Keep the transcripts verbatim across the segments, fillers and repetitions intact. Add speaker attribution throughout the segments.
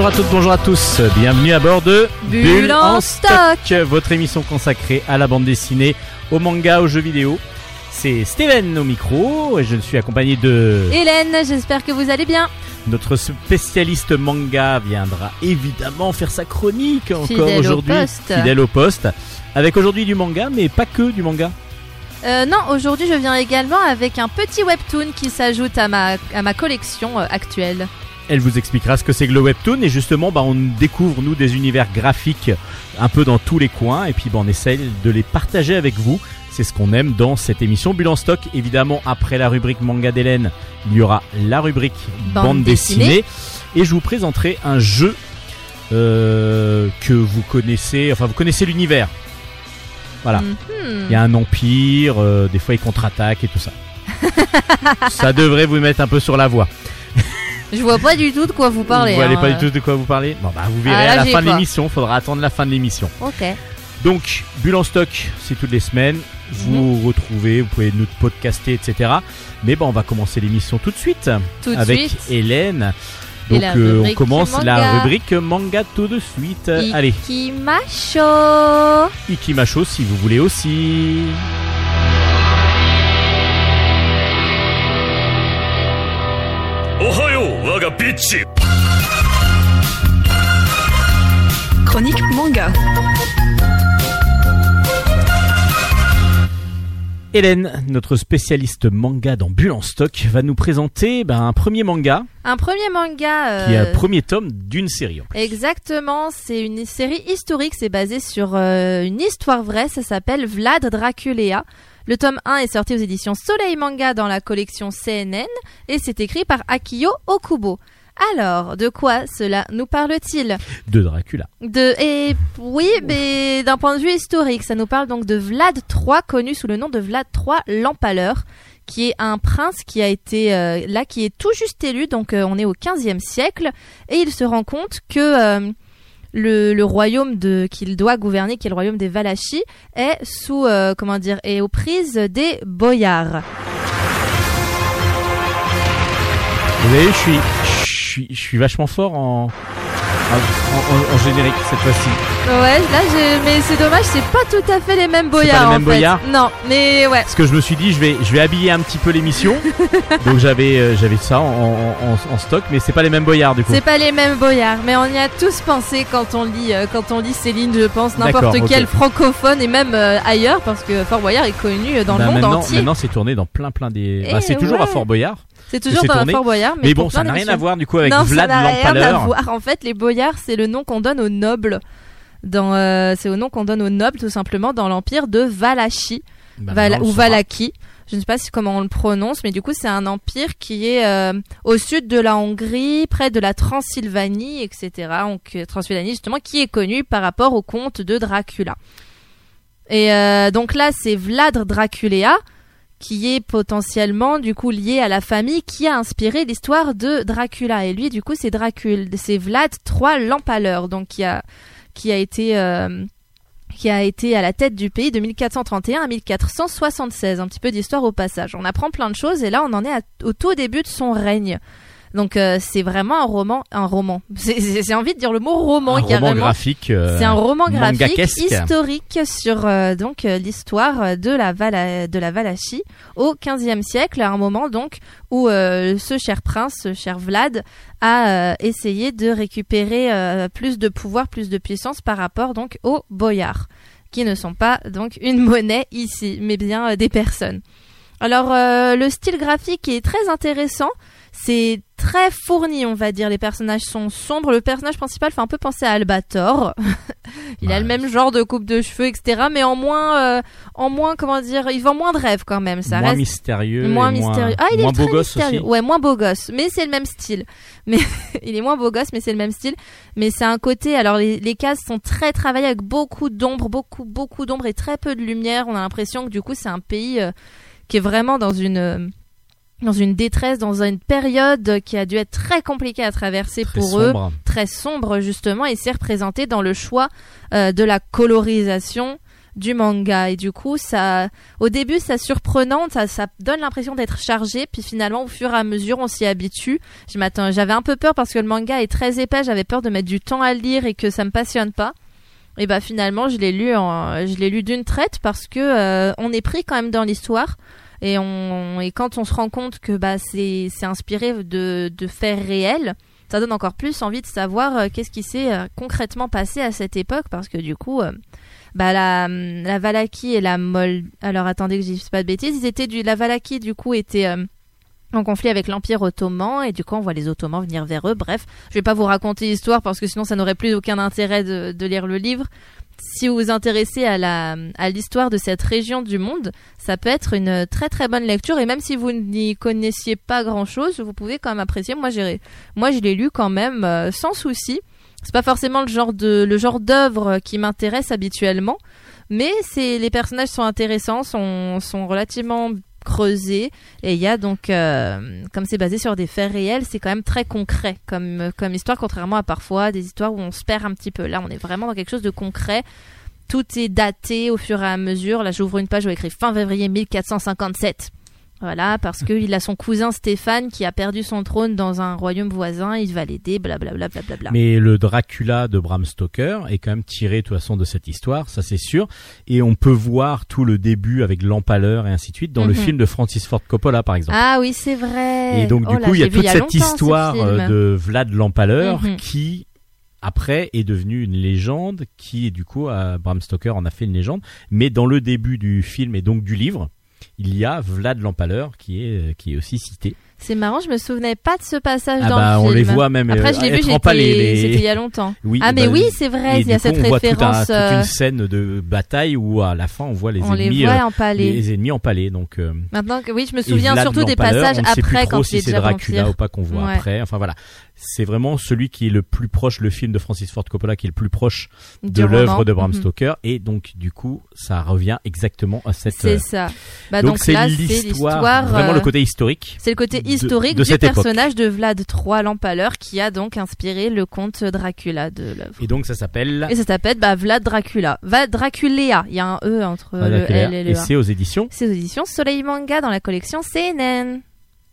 Speaker 1: à toutes, bonjour à tous, bienvenue à bord de
Speaker 2: Bulle en stock,
Speaker 1: votre émission consacrée à la bande dessinée, au manga, aux jeux vidéo. C'est Steven au micro et je suis accompagné de
Speaker 2: Hélène, j'espère que vous allez bien.
Speaker 1: Notre spécialiste manga viendra évidemment faire sa chronique encore
Speaker 2: Fidèle
Speaker 1: aujourd'hui,
Speaker 2: au poste.
Speaker 1: fidèle au poste, avec aujourd'hui du manga, mais pas que du manga.
Speaker 2: Euh, non, aujourd'hui je viens également avec un petit webtoon qui s'ajoute à ma, à ma collection euh, actuelle.
Speaker 1: Elle vous expliquera ce que c'est que le webtoon et justement bah, on découvre nous des univers graphiques un peu dans tous les coins et puis bah, on essaye de les partager avec vous. C'est ce qu'on aime dans cette émission Bulle en stock. Évidemment, après la rubrique manga d'Hélène, il y aura la rubrique bande, bande dessinée. dessinée et je vous présenterai un jeu euh, que vous connaissez, enfin vous connaissez l'univers. Voilà, mm-hmm. Il y a un empire, euh, des fois ils contre-attaquent et tout ça. Ça devrait vous mettre un peu sur la voie.
Speaker 2: Je vois pas du tout de quoi vous parlez.
Speaker 1: Vous voyez
Speaker 2: hein,
Speaker 1: pas
Speaker 2: euh...
Speaker 1: du tout de quoi vous parlez. Bon bah vous verrez ah, là, à la fin pas. de l'émission. Faudra attendre la fin de l'émission.
Speaker 2: Ok.
Speaker 1: Donc Bulle en stock, c'est toutes les semaines. Vous mmh. retrouvez, vous pouvez nous podcaster, et cetera. Mais bon, on va commencer l'émission tout de suite
Speaker 2: tout de
Speaker 1: avec
Speaker 2: suite.
Speaker 1: Hélène. Donc euh, on commence
Speaker 2: manga.
Speaker 1: la rubrique manga tout de suite.
Speaker 2: Ikimasho.
Speaker 1: Allez.
Speaker 2: Ikimasho.
Speaker 1: Ikimasho si vous voulez aussi.
Speaker 3: Ohayo, waga bitch.
Speaker 4: Chronique manga.
Speaker 1: Hélène, notre spécialiste manga dans Bulle en stock, va nous présenter ben, un premier manga.
Speaker 2: Un premier manga. Euh...
Speaker 1: Qui est un premier tome d'une série en plus.
Speaker 2: Exactement, c'est une série historique, c'est basé sur euh, une histoire vraie, ça s'appelle Vlad Dracula. Le tome un est sorti aux éditions Soleil Manga dans la collection C N N et c'est écrit par Akio Okubo. Alors, de quoi cela nous parle-t-il ?
Speaker 1: De Dracula.
Speaker 2: De et oui, mais d'un point de vue historique, ça nous parle donc de Vlad trois, connu sous le nom de Vlad trois l'Empaleur, qui est un prince qui a été euh, là, qui est tout juste élu, donc euh, on est au quinzième siècle, et il se rend compte que euh, le, le royaume de qu'il doit gouverner, qui est le royaume des Valachis, est sous euh, comment dire, est aux prises des boyards.
Speaker 1: Vous voyez, je suis Je suis, je suis vachement fort en, en, en, en générique cette fois-ci.
Speaker 2: Ouais, là, je, mais c'est dommage, c'est pas tout à fait les mêmes boyards.
Speaker 1: C'est pas les mêmes
Speaker 2: en fait.
Speaker 1: boyards.
Speaker 2: Non, mais ouais.
Speaker 1: Parce que je me suis dit, je vais, je vais habiller un petit peu l'émission. Donc j'avais, euh, j'avais ça en, en, en stock, mais c'est pas les mêmes boyards du coup.
Speaker 2: C'est pas les mêmes boyards, mais on y a tous pensé quand on lit, euh, quand on lit Céline, je pense, n'importe
Speaker 1: D'accord,
Speaker 2: quel
Speaker 1: okay.
Speaker 2: francophone et même euh, ailleurs, parce que Fort Boyard est connu dans
Speaker 1: bah,
Speaker 2: le monde
Speaker 1: maintenant,
Speaker 2: entier.
Speaker 1: Maintenant, c'est tourné dans plein, plein des.
Speaker 2: Et
Speaker 1: bah, c'est toujours
Speaker 2: ouais.
Speaker 1: à Fort Boyard.
Speaker 2: C'est toujours dans Fort Boyard, mais,
Speaker 1: mais bon, ça n'a rien à voir du coup avec
Speaker 2: non,
Speaker 1: Vlad
Speaker 2: l'Empaleur. Ça n'a rien à
Speaker 1: l'Empaleur.
Speaker 2: voir. En fait, les boyards, c'est le nom qu'on donne aux nobles. Dans, euh, c'est au nom qu'on donne aux nobles, tout simplement, dans l'empire de Valachie
Speaker 1: bah,
Speaker 2: Val- ou Valaki. Je ne sais pas si, comment on le prononce, mais du coup, c'est un empire qui est euh, au sud de la Hongrie, près de la Transylvanie, et cetera. Donc, Transylvanie, justement, qui est connue par rapport au conte de Dracula. Et euh, donc là, c'est Vlad Dracula, qui est potentiellement du coup lié à la famille qui a inspiré l'histoire de Dracula. Et lui, du coup, c'est Dracul, c'est Vlad trois l'Empaleur, donc qui a qui a été euh, qui a été à la tête du pays de mille quatre cent trente et un à mille quatre cent soixante-seize. Un petit peu d'histoire au passage. On apprend plein de choses et là, on en est à, au tout début de son règne. Donc euh, c'est vraiment un roman, un roman. C'est, c'est, j'ai envie de dire le mot roman.
Speaker 1: Un
Speaker 2: carrément.
Speaker 1: roman graphique. Euh,
Speaker 2: c'est un roman graphique
Speaker 1: historique
Speaker 2: sur euh, donc euh, l'histoire de la Vala, de la Valachie au quinzième siècle, à un moment donc où euh, ce cher prince, ce cher Vlad, a euh, essayé de récupérer euh, plus de pouvoir, plus de puissance par rapport donc aux boyards, qui ne sont pas donc une monnaie ici, mais bien euh, des personnes. Alors euh, le style graphique est très intéressant. C'est très fourni, on va dire. Les personnages sont sombres. Le personnage principal fait un peu penser à Albator. Il ouais. a le même genre de coupe de cheveux, et cetera. Mais en moins, euh, en moins, comment dire, il vend moins de rêves quand même. Ça
Speaker 1: moins
Speaker 2: reste
Speaker 1: mystérieux.
Speaker 2: Moins
Speaker 1: mystérieux.
Speaker 2: Moins... Ah, il
Speaker 1: moins
Speaker 2: est très
Speaker 1: beau gosse
Speaker 2: mystérieux.
Speaker 1: aussi.
Speaker 2: Ouais, moins beau gosse. Mais c'est le même style. Mais il est moins beau gosse, mais c'est le même style. Mais c'est un côté. Alors les, les cases sont très travaillées avec beaucoup d'ombre, beaucoup, beaucoup d'ombre et très peu de lumière. On a l'impression que du coup, c'est un pays euh, qui est vraiment dans une. Euh, dans une détresse, dans une période qui a dû être très compliquée à traverser
Speaker 1: très
Speaker 2: pour
Speaker 1: sombre.
Speaker 2: eux, très sombre justement, et c'est représenté dans le choix euh, de la colorisation du manga. Et du coup, ça, au début, c'est surprenant, ça, ça donne l'impression d'être chargé, puis finalement, au fur et à mesure, on s'y habitue. Je m'attends, j'avais un peu peur parce que le manga est très épais, j'avais peur de mettre du temps à le lire et que ça me passionne pas. Et bah finalement, je l'ai lu, en, je l'ai lu d'une traite parce que euh, on est pris quand même dans l'histoire. Et, on, et quand on se rend compte que bah, c'est, c'est inspiré de, de faits réels, ça donne encore plus envie de savoir euh, qu'est-ce qui s'est euh, concrètement passé à cette époque, parce que du coup, euh, bah, la, la Valaquie et la Moldavie... Alors attendez que je dise pas de bêtises, ils étaient du... la Valaquie du coup était euh, en conflit avec l'Empire ottoman, et du coup on voit les Ottomans venir vers eux. Bref, je vais pas vous raconter l'histoire parce que sinon ça n'aurait plus aucun intérêt de, de lire le livre. Si vous vous intéressez à la à l'histoire de cette région du monde, ça peut être une très très bonne lecture, et même si vous n'y connaissiez pas grand chose, vous pouvez quand même apprécier. Moi j'ai moi je l'ai lu quand même euh, sans souci. C'est pas forcément le genre de le genre d'œuvre qui m'intéresse habituellement, mais c'est les personnages sont intéressants, sont sont relativement creusés, et il y a donc euh, comme c'est basé sur des faits réels, c'est quand même très concret comme comme histoire, contrairement à parfois des histoires où on se perd un petit peu. Là on est vraiment dans quelque chose de concret, tout est daté au fur et à mesure. Là j'ouvre une page où il écrit fin février mille quatre cent cinquante-sept. Voilà, parce qu'il a son cousin Stéphane qui a perdu son trône dans un royaume voisin, il va l'aider, blablabla. Bla bla bla.
Speaker 1: Mais le Dracula de Bram Stoker est quand même tiré de toute façon de cette histoire, ça c'est sûr. Et on peut voir tout le début avec l'empaleur et ainsi de suite dans mm-hmm. le film de Francis Ford Coppola par exemple.
Speaker 2: Ah oui, c'est vrai.
Speaker 1: Et donc du
Speaker 2: oh
Speaker 1: coup,
Speaker 2: là,
Speaker 1: il y a toute
Speaker 2: il y a
Speaker 1: cette histoire
Speaker 2: ce
Speaker 1: de Vlad l'empaleur
Speaker 2: mm-hmm.
Speaker 1: qui... après est devenue une légende, qui du coup à Bram Stoker en a fait une légende. Mais dans le début du film et donc du livre, il y a Vlad l'Empaleur qui est qui est aussi cité.
Speaker 2: C'est marrant, je me souvenais pas de ce passage
Speaker 1: ah
Speaker 2: dans
Speaker 1: bah,
Speaker 2: le film.
Speaker 1: On les voit même.
Speaker 2: Après, je l'ai vu, j'étais...
Speaker 1: les, les...
Speaker 2: c'était il y a longtemps.
Speaker 1: Oui,
Speaker 2: ah mais
Speaker 1: bah,
Speaker 2: oui, c'est vrai, il y a
Speaker 1: coup,
Speaker 2: cette
Speaker 1: on
Speaker 2: référence.
Speaker 1: Voit toute, un, toute une scène de bataille où à la fin on voit les
Speaker 2: on
Speaker 1: ennemis,
Speaker 2: les voit
Speaker 1: euh,
Speaker 2: empalés.
Speaker 1: les ennemis empalés. Donc euh...
Speaker 2: maintenant que oui, je me souviens surtout des
Speaker 1: passages
Speaker 2: après
Speaker 1: on sait plus
Speaker 2: quand
Speaker 1: si
Speaker 2: il est
Speaker 1: c'est
Speaker 2: déjà
Speaker 1: Dracula
Speaker 2: vampire.
Speaker 1: ou pas qu'on voit
Speaker 2: ouais.
Speaker 1: après. Enfin voilà. C'est vraiment celui qui est le plus proche, le film de Francis Ford Coppola qui est le plus proche
Speaker 2: du
Speaker 1: de l'œuvre de Bram
Speaker 2: mm-hmm.
Speaker 1: Stoker, et donc du coup ça revient exactement à cette.
Speaker 2: C'est ça. Bah,
Speaker 1: donc,
Speaker 2: donc
Speaker 1: c'est
Speaker 2: là,
Speaker 1: l'histoire,
Speaker 2: c'est l'histoire.
Speaker 1: Vraiment
Speaker 2: euh...
Speaker 1: le côté historique.
Speaker 2: C'est le côté historique
Speaker 1: de, de
Speaker 2: du personnage
Speaker 1: époque.
Speaker 2: de Vlad trois l'Empaleur qui a donc inspiré le conte Dracula de l'œuvre.
Speaker 1: Et donc ça s'appelle.
Speaker 2: Et ça s'appelle bah, Vlad Dracula. Va Draculea. Il y a un E entre
Speaker 1: Vlad
Speaker 2: le
Speaker 1: Dracula.
Speaker 2: L et le A.
Speaker 1: Et c'est aux éditions.
Speaker 2: C'est aux éditions Soleil Manga dans la collection C N N.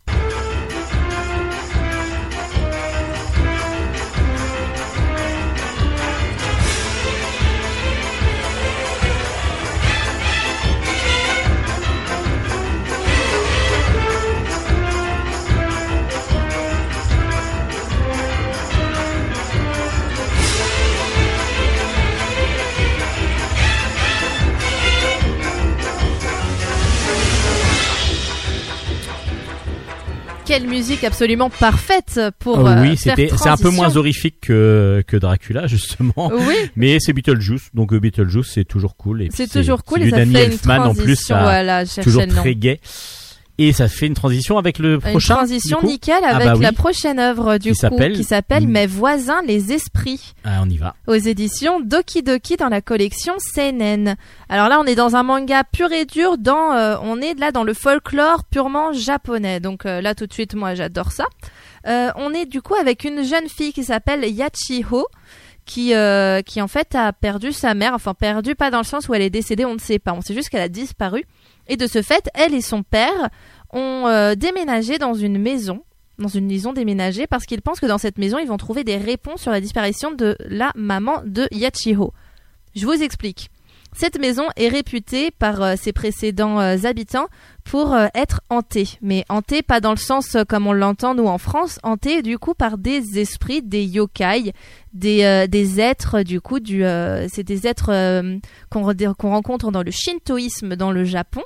Speaker 2: Quelle musique absolument parfaite pour
Speaker 1: oh, oui,
Speaker 2: euh,
Speaker 1: c'était,
Speaker 2: faire transition.
Speaker 1: C'est un peu moins horrifique que, que Dracula justement.
Speaker 2: Oui.
Speaker 1: Mais c'est Beetlejuice, donc euh, Beetlejuice c'est toujours cool. Et
Speaker 2: c'est toujours cool
Speaker 1: et
Speaker 2: ça
Speaker 1: Danny
Speaker 2: fait une
Speaker 1: Elfman,
Speaker 2: transition.
Speaker 1: En plus, ça,
Speaker 2: voilà,
Speaker 1: toujours très gai. Et ça fait une transition avec le prochain.
Speaker 2: Une transition
Speaker 1: du coup
Speaker 2: nickel avec
Speaker 1: ah bah oui.
Speaker 2: la prochaine œuvre du
Speaker 1: qui
Speaker 2: coup
Speaker 1: s'appelle...
Speaker 2: qui s'appelle Mes voisins les esprits.
Speaker 1: Ah, on y va.
Speaker 2: Aux éditions Doki Doki dans la collection C N N. Alors là, on est dans un manga pur et dur. Dans, euh, on est là dans le folklore purement japonais. Donc euh, là, tout de suite, moi, j'adore ça. Euh, on est du coup avec une jeune fille qui s'appelle Yachiho. Qui, euh, qui en fait a perdu sa mère, enfin perdu pas dans le sens où elle est décédée, on ne sait pas, on sait juste qu'elle a disparu. Et de ce fait, elle et son père ont euh, déménagé dans une maison, dans une maison déménagée, parce qu'ils pensent que dans cette maison, ils vont trouver des réponses sur la disparition de la maman de Yachiho. Je vous explique. Cette maison est réputée par euh, ses précédents euh, habitants pour euh, être hantée. Mais hantée pas dans le sens euh, comme on l'entend nous en France, hantée du coup par des esprits, des yokai, des, euh, des êtres du coup, du, euh, c'est des êtres euh, qu'on, qu'on rencontre dans le shintoïsme dans le Japon.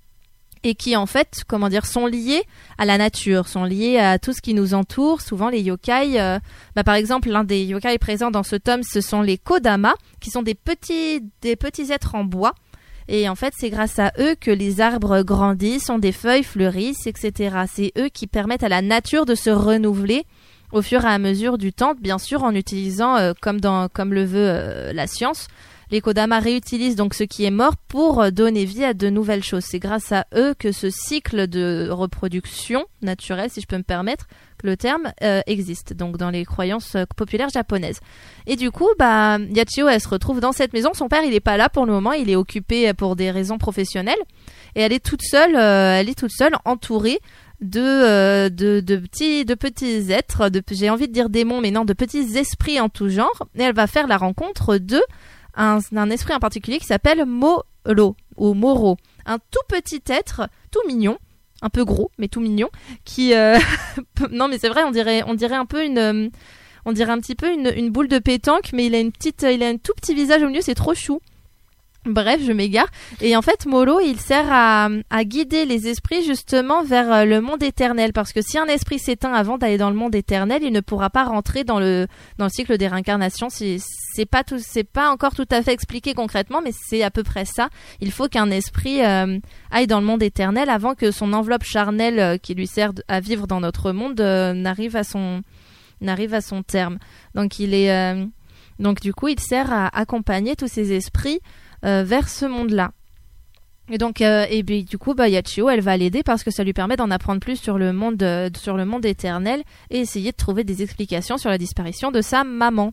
Speaker 2: Et qui en fait, comment dire, sont liés à la nature, sont liés à tout ce qui nous entoure. Souvent les yokai, euh, bah, par exemple, l'un des yokai présents dans ce tome, ce sont les Kodama, qui sont des petits, des petits êtres en bois. Et en fait, c'est grâce à eux que les arbres grandissent, ont des feuilles, fleurissent, et cetera. C'est eux qui permettent à la nature de se renouveler au fur et à mesure du temps, bien sûr en utilisant, euh, comme, dans, comme le veut euh, la science, les Kodama réutilisent donc ce qui est mort pour donner vie à de nouvelles choses. C'est grâce à eux que ce cycle de reproduction naturelle, si je peux me permettre le terme, euh, existe donc dans les croyances euh, populaires japonaises. Et du coup, bah, Yachio, elle se retrouve dans cette maison. Son père, il est pas là pour le moment, il est occupé pour des raisons professionnelles, et elle est toute seule, euh, elle est toute seule, entourée de euh, de, de petits de petits êtres, de, j'ai envie de dire démons, mais non, de petits esprits en tout genre. Et elle va faire la rencontre de un, un esprit en particulier qui s'appelle Moro ou Moro, un tout petit être, tout mignon. Un peu gros, mais tout mignon, qui euh... non mais c'est vrai, on dirait, on dirait un peu une, on dirait un petit peu une, une boule de pétanque, mais il a une petite, il a un tout petit visage au milieu, c'est trop chou. Bref, je m'égare. Et en fait, Molo, il sert à, à guider les esprits justement vers le monde éternel, parce que si un esprit s'éteint avant d'aller dans le monde éternel, il ne pourra pas rentrer dans le dans le cycle des réincarnations. C'est, c'est pas tout, c'est pas encore tout à fait expliqué concrètement, mais c'est à peu près ça. Il faut qu'un esprit euh, aille dans le monde éternel avant que son enveloppe charnelle euh, qui lui sert à vivre dans notre monde euh, n'arrive à son n'arrive à son terme. Donc il est euh, donc du coup, il sert à accompagner tous ces esprits Euh, vers ce monde-là. Et donc, euh, et bien, du coup, bah, Yachio, elle va l'aider parce que ça lui permet d'en apprendre plus sur le monde, euh, sur le monde éternel et essayer de trouver des explications sur la disparition de sa maman.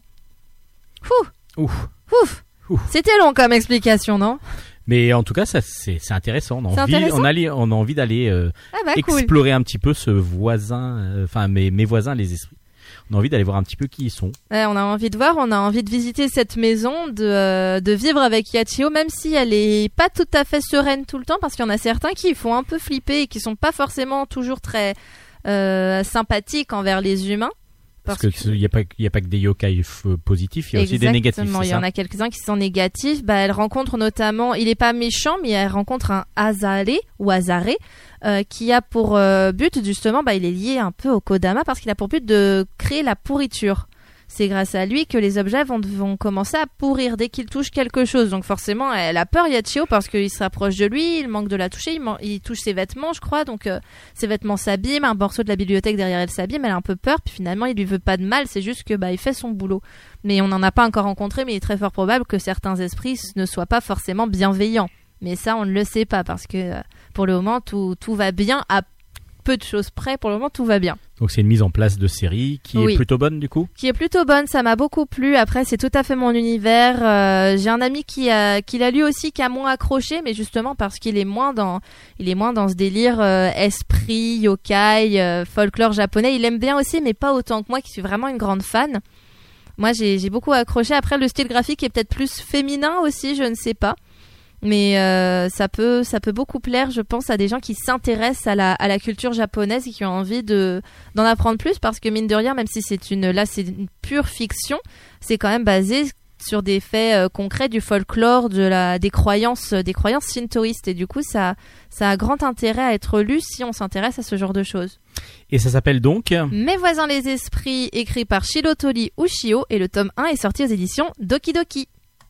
Speaker 2: Ouh.
Speaker 1: Ouf.
Speaker 2: Ouf. Ouf. C'était long comme explication, non ?
Speaker 1: Mais en tout cas, ça, c'est, c'est intéressant. On a,
Speaker 2: c'est
Speaker 1: envie,
Speaker 2: intéressant
Speaker 1: on, a, on a envie d'aller euh,
Speaker 2: ah bah,
Speaker 1: explorer
Speaker 2: cool.
Speaker 1: un petit peu ce voisin, enfin euh, mes, mes voisins, les esprits. On a envie d'aller voir un petit peu qui ils sont.
Speaker 2: Ouais, on a envie de voir, on a envie de visiter cette maison, de, euh, de vivre avec Yachio, même si elle est pas tout à fait sereine tout le temps, parce qu'il y en a certains qui font un peu flipper et qui sont pas forcément toujours très euh, sympathiques envers les humains.
Speaker 1: Parce, parce qu'il n'y a, a pas que des yokai f- positifs, il y a
Speaker 2: Exactement,
Speaker 1: aussi des négatifs.
Speaker 2: Il y en a quelques-uns qui sont négatifs. Bah, elle rencontre notamment, il est pas méchant, mais elle rencontre un Azare ou Azare euh, qui a pour euh, but justement, bah, il est lié un peu au Kodama parce qu'il a pour but de créer la pourriture. C'est grâce à lui que les objets vont, vont commencer à pourrir dès qu'ils touchent quelque chose. Donc forcément, elle a peur, Yachio, parce qu'il se rapproche de lui, il manque de la toucher, il, man- il touche ses vêtements, je crois. Donc euh, ses vêtements s'abîment, un morceau de la bibliothèque derrière elle s'abîme, elle a un peu peur. Puis finalement, il lui veut pas de mal, c'est juste que bah il fait son boulot. Mais on n'en a pas encore rencontré, mais il est très fort probable que certains esprits ne soient pas forcément bienveillants. Mais ça, on ne le sait pas, parce que euh, pour le moment, tout, tout va bien à peu de choses près. Pour le moment, tout va bien.
Speaker 1: Donc c'est une mise en place de série qui
Speaker 2: oui.
Speaker 1: est plutôt bonne du coup.
Speaker 2: Qui est plutôt bonne, ça m'a beaucoup plu. Après, c'est tout à fait mon univers. Euh, j'ai un ami qui a qui l'a lu aussi, qui a moins accroché, mais justement parce qu'il est moins dans il est moins dans ce délire euh, esprit, yokai, euh, folklore japonais. Il aime bien aussi, mais pas autant que moi, qui suis vraiment une grande fan. Moi, j'ai j'ai beaucoup accroché. Après, le style graphique est peut-être plus féminin aussi, je ne sais pas. Mais euh, ça peut ça peut beaucoup plaire, je pense, à des gens qui s'intéressent à la à la culture japonaise et qui ont envie de d'en apprendre plus, parce que mine de rien, même si c'est une là c'est une pure fiction, c'est quand même basé sur des faits euh, concrets du folklore, de la des croyances des croyances shintoïstes, et du coup ça ça a grand intérêt à être lu si on s'intéresse à ce genre de choses.
Speaker 1: Et ça s'appelle donc
Speaker 2: Mes voisins les esprits, écrit par Shirotori Ushio, et le tome un est sorti aux éditions Doki Doki.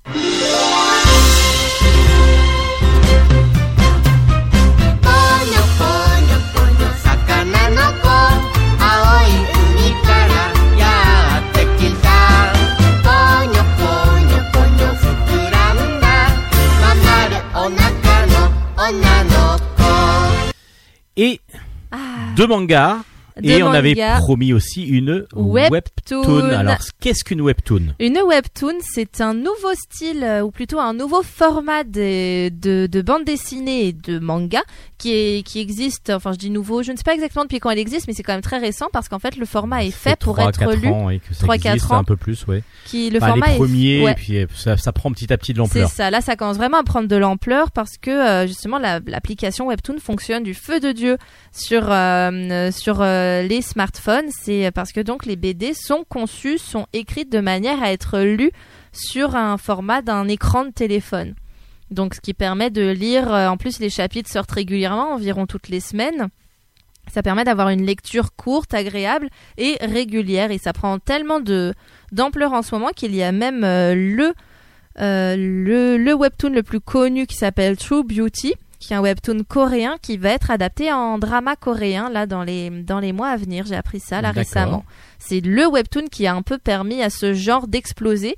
Speaker 1: Et
Speaker 2: ah.
Speaker 1: deux mangas.
Speaker 2: De
Speaker 1: et on
Speaker 2: manga.
Speaker 1: avait promis aussi une
Speaker 2: webtoon.
Speaker 1: webtoon. Alors, qu'est-ce qu'une webtoon ?
Speaker 2: Une webtoon, c'est un nouveau style, euh, ou plutôt un nouveau format de, de, de bande dessinée et de manga qui, est, qui existe, enfin je dis nouveau, je ne sais pas exactement depuis quand il existe, mais c'est quand même très récent parce qu'en fait le format est fait pour être lu.
Speaker 1: Ans et que ça
Speaker 2: trois
Speaker 1: existe
Speaker 2: quatre ans.
Speaker 1: Un peu plus, ouais.
Speaker 2: Qui, le
Speaker 1: enfin,
Speaker 2: format
Speaker 1: les premiers,
Speaker 2: est... ouais.
Speaker 1: et puis ça, ça prend petit à petit de l'ampleur.
Speaker 2: C'est ça, là ça commence vraiment à prendre de l'ampleur parce que euh, justement la, l'application Webtoon fonctionne du feu de Dieu sur, euh, sur euh, les smartphones. C'est parce que donc les B D sont conçues, sont écrites de manière à être lues sur un format d'un écran de téléphone. Donc ce qui permet de lire, euh, en plus les chapitres sortent régulièrement, environ toutes les semaines. Ça permet d'avoir une lecture courte, agréable et régulière, et ça prend tellement de d'ampleur en ce moment qu'il y a même euh, le, euh, le le webtoon le plus connu qui s'appelle True Beauty, qui est un webtoon coréen qui va être adapté en drama coréen là dans les dans les mois à venir. J'ai appris ça là
Speaker 1: D'accord.
Speaker 2: récemment. C'est le webtoon qui a un peu permis à ce genre d'exploser.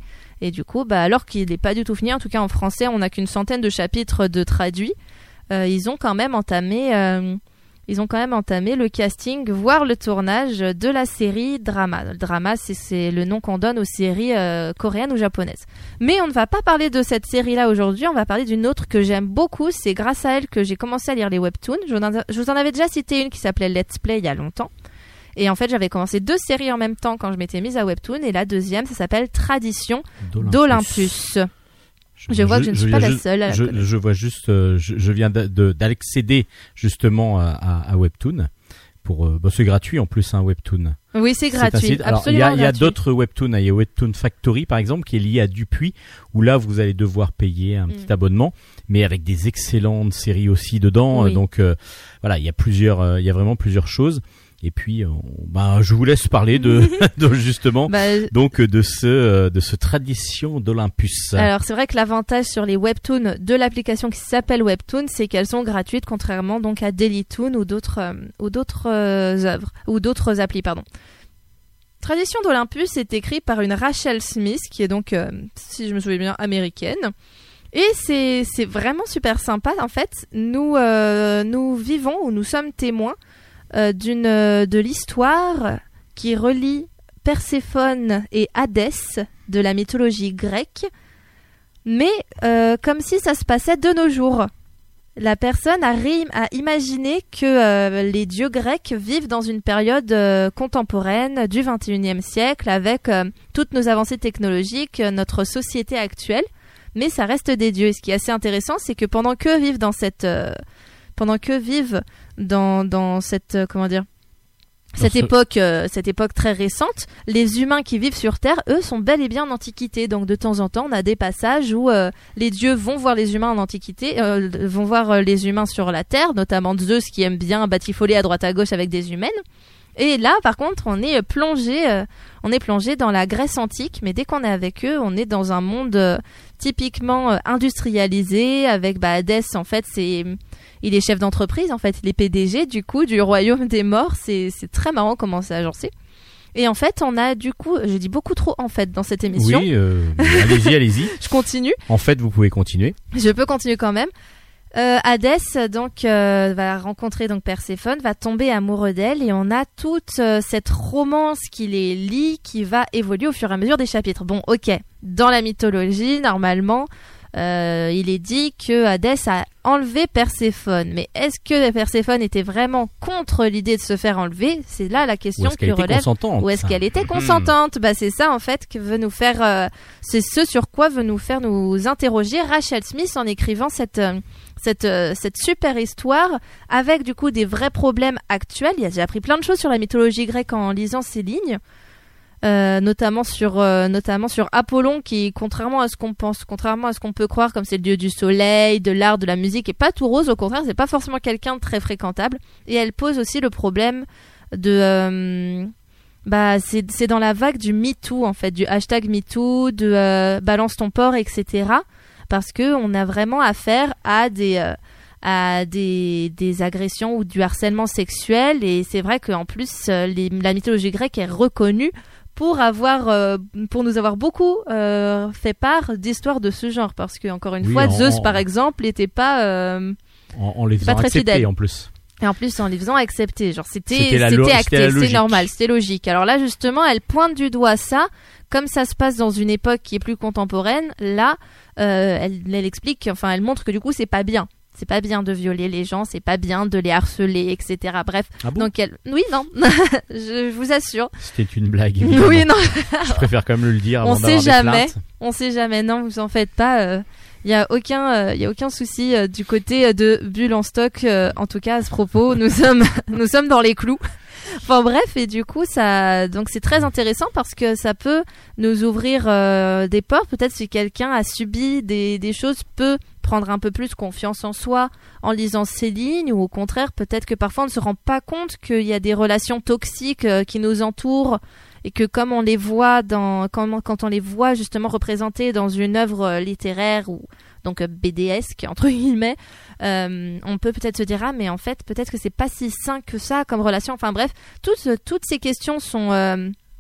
Speaker 2: Et du coup, bah, alors qu'il n'est pas du tout fini, en tout cas en français, on n'a qu'une centaine de chapitres de traduits. Euh, ils ont quand même entamé, euh, ils ont quand même entamé le casting, voire le tournage de la série Drama. Le Drama, c'est, c'est le nom qu'on donne aux séries euh, coréennes ou japonaises. Mais on ne va pas parler de cette série-là aujourd'hui. On va parler d'une autre que j'aime beaucoup. C'est grâce à elle que j'ai commencé à lire les webtoons. Je vous en, je vous en avais déjà cité une qui s'appelait Let's Play il y a longtemps. Et en fait, j'avais commencé deux séries en même temps quand je m'étais mise à webtoon. Et la deuxième, ça s'appelle Tradition d'Olympus. d'Olympus. Je, je vois que je ne suis pas la seule à la
Speaker 1: je, je vois juste, euh, je, je viens de, de, d'accéder justement à, à, à Webtoon. Pour, euh, bah, c'est gratuit en plus, un hein, Webtoon.
Speaker 2: Oui, c'est gratuit.
Speaker 1: Alors, il y a, il y a d'autres Webtoons. Il y a Webtoon Factory par exemple qui est lié à Dupuis, où là vous allez devoir payer un petit mmh. abonnement, mais avec des excellentes séries aussi dedans. Oui. Donc euh, voilà, il y a plusieurs, euh, il y a vraiment plusieurs choses. Et puis, on, bah, je vous laisse parler de, de justement, bah, donc de ce, de ce Tradition d'Olympus.
Speaker 2: Alors, c'est vrai que l'avantage sur les webtoons de l'application qui s'appelle Webtoon, c'est qu'elles sont gratuites, contrairement donc à Dailytoon ou d'autres, euh, ou d'autres euh, œuvres ou d'autres applis, pardon. Tradition d'Olympus est écrit par une Rachel Smith, qui est donc, euh, si je me souviens bien, américaine. Et c'est, c'est vraiment super sympa. En fait, nous, euh, nous vivons ou nous sommes témoins Euh, d'une, euh, de l'histoire qui relie Perséphone et Hadès de la mythologie grecque, mais euh, comme si ça se passait de nos jours. La personne a, ré- a imaginé que euh, les dieux grecs vivent dans une période euh, contemporaine du vingt et unième siècle avec euh, toutes nos avancées technologiques, euh, notre société actuelle, mais ça reste des dieux. Et ce qui est assez intéressant, c'est que pendant que vivent dans cette... Euh, pendant que vivent dans, dans cette, euh, comment dire, cette ce... époque, euh, cette époque très récente, les humains qui vivent sur Terre, eux, sont bel et bien en Antiquité. Donc de temps en temps, on a des passages où euh, les dieux vont voir les humains en Antiquité, euh, vont voir euh, les humains sur la Terre, notamment Zeus qui aime bien batifoler à droite à gauche avec des humaines. Et là, par contre, on est plongé, euh, on est plongé dans la Grèce antique, mais dès qu'on est avec eux, on est dans un monde euh, typiquement euh, industrialisé, avec bah, Hadès, en fait, c'est, il est chef d'entreprise, en fait, il est P D G, du coup, du royaume des morts. C'est, c'est très marrant comment c'est agencé. Et en fait, on a du coup, je dis beaucoup trop en fait dans cette émission.
Speaker 1: Oui, euh, allez-y, allez-y.
Speaker 2: Je continue.
Speaker 1: En fait, vous pouvez continuer.
Speaker 2: Je peux continuer quand même. Euh, Hadès donc euh, va rencontrer donc Perséphone, va tomber amoureux d'elle et on a toute euh, cette romance qui les lie, qui va évoluer au fur et à mesure des chapitres. Bon, ok, dans la mythologie, normalement, euh, il est dit que Hadès a enlevé Perséphone, mais est-ce que Perséphone était vraiment contre l'idée de se faire enlever ? C'est là la question
Speaker 1: que relève.
Speaker 2: Ou est-ce qu'elle était consentante ? Bah c'est ça en fait que veut nous faire, euh, c'est ce sur quoi veut nous faire nous interroger Rachel Smith en écrivant cette euh, cette euh, cette super histoire avec du coup des vrais problèmes actuels. J'ai appris plein de choses sur la mythologie grecque en lisant ces lignes. Euh, notamment sur euh, notamment sur Apollon qui, contrairement à ce qu'on pense, contrairement à ce qu'on peut croire, comme c'est le dieu du soleil, de l'art, de la musique, est pas tout rose. Au contraire, c'est pas forcément quelqu'un de très fréquentable. Et elle pose aussi le problème de euh, bah c'est c'est dans la vague du MeToo en fait, du hashtag MeToo, de euh, balance ton porc, et cetera. Parce que on a vraiment affaire à des euh, à des, des agressions ou du harcèlement sexuel. Et c'est vrai qu'en plus euh, les, la mythologie grecque est reconnue pour avoir euh, pour nous avoir beaucoup euh, fait part d'histoires de ce genre, parce que encore une oui, fois en, Zeus en, par exemple n'était pas euh,
Speaker 1: en, en les faisant
Speaker 2: pas très
Speaker 1: accepter
Speaker 2: fidèle.
Speaker 1: En plus
Speaker 2: et en plus en les faisant accepter, genre c'était
Speaker 1: c'était,
Speaker 2: c'était,
Speaker 1: lo-
Speaker 2: acté,
Speaker 1: c'était
Speaker 2: c'était normal, c'était logique. Alors là justement elle pointe du doigt ça, comme ça se passe dans une époque qui est plus contemporaine. Là euh, elle, elle explique, enfin elle montre que du coup c'est pas bien. C'est pas bien de violer les gens, c'est pas bien de les harceler, et cetera. Bref.
Speaker 1: Ah bon
Speaker 2: donc elle... Oui, non. je, je vous assure.
Speaker 1: C'était une blague. Évidemment.
Speaker 2: Oui, non.
Speaker 1: Je préfère quand même le dire avant
Speaker 2: on
Speaker 1: d'avoir
Speaker 2: sait jamais.
Speaker 1: des plaintes.
Speaker 2: On sait jamais. Non, vous en faites pas. Il euh, y a aucun, il euh, y a aucun souci euh, du côté de Bulle en stock. Euh, en tout cas, à ce propos, nous sommes, nous sommes dans les clous. Enfin bref, et du coup ça, donc c'est très intéressant parce que ça peut nous ouvrir euh, des portes. Peut-être si quelqu'un a subi des, des choses, peut prendre un peu plus confiance en soi en lisant ces lignes, ou au contraire peut-être que parfois on ne se rend pas compte qu'il y a des relations toxiques euh, qui nous entourent, et que comme on les voit dans, quand, quand on les voit justement représentées dans une œuvre littéraire ou donc B D esque entre guillemets, euh, on peut peut-être se dire ah mais en fait peut-être que c'est pas si sain que ça comme relation. Enfin bref, toutes toutes ces questions sont euh,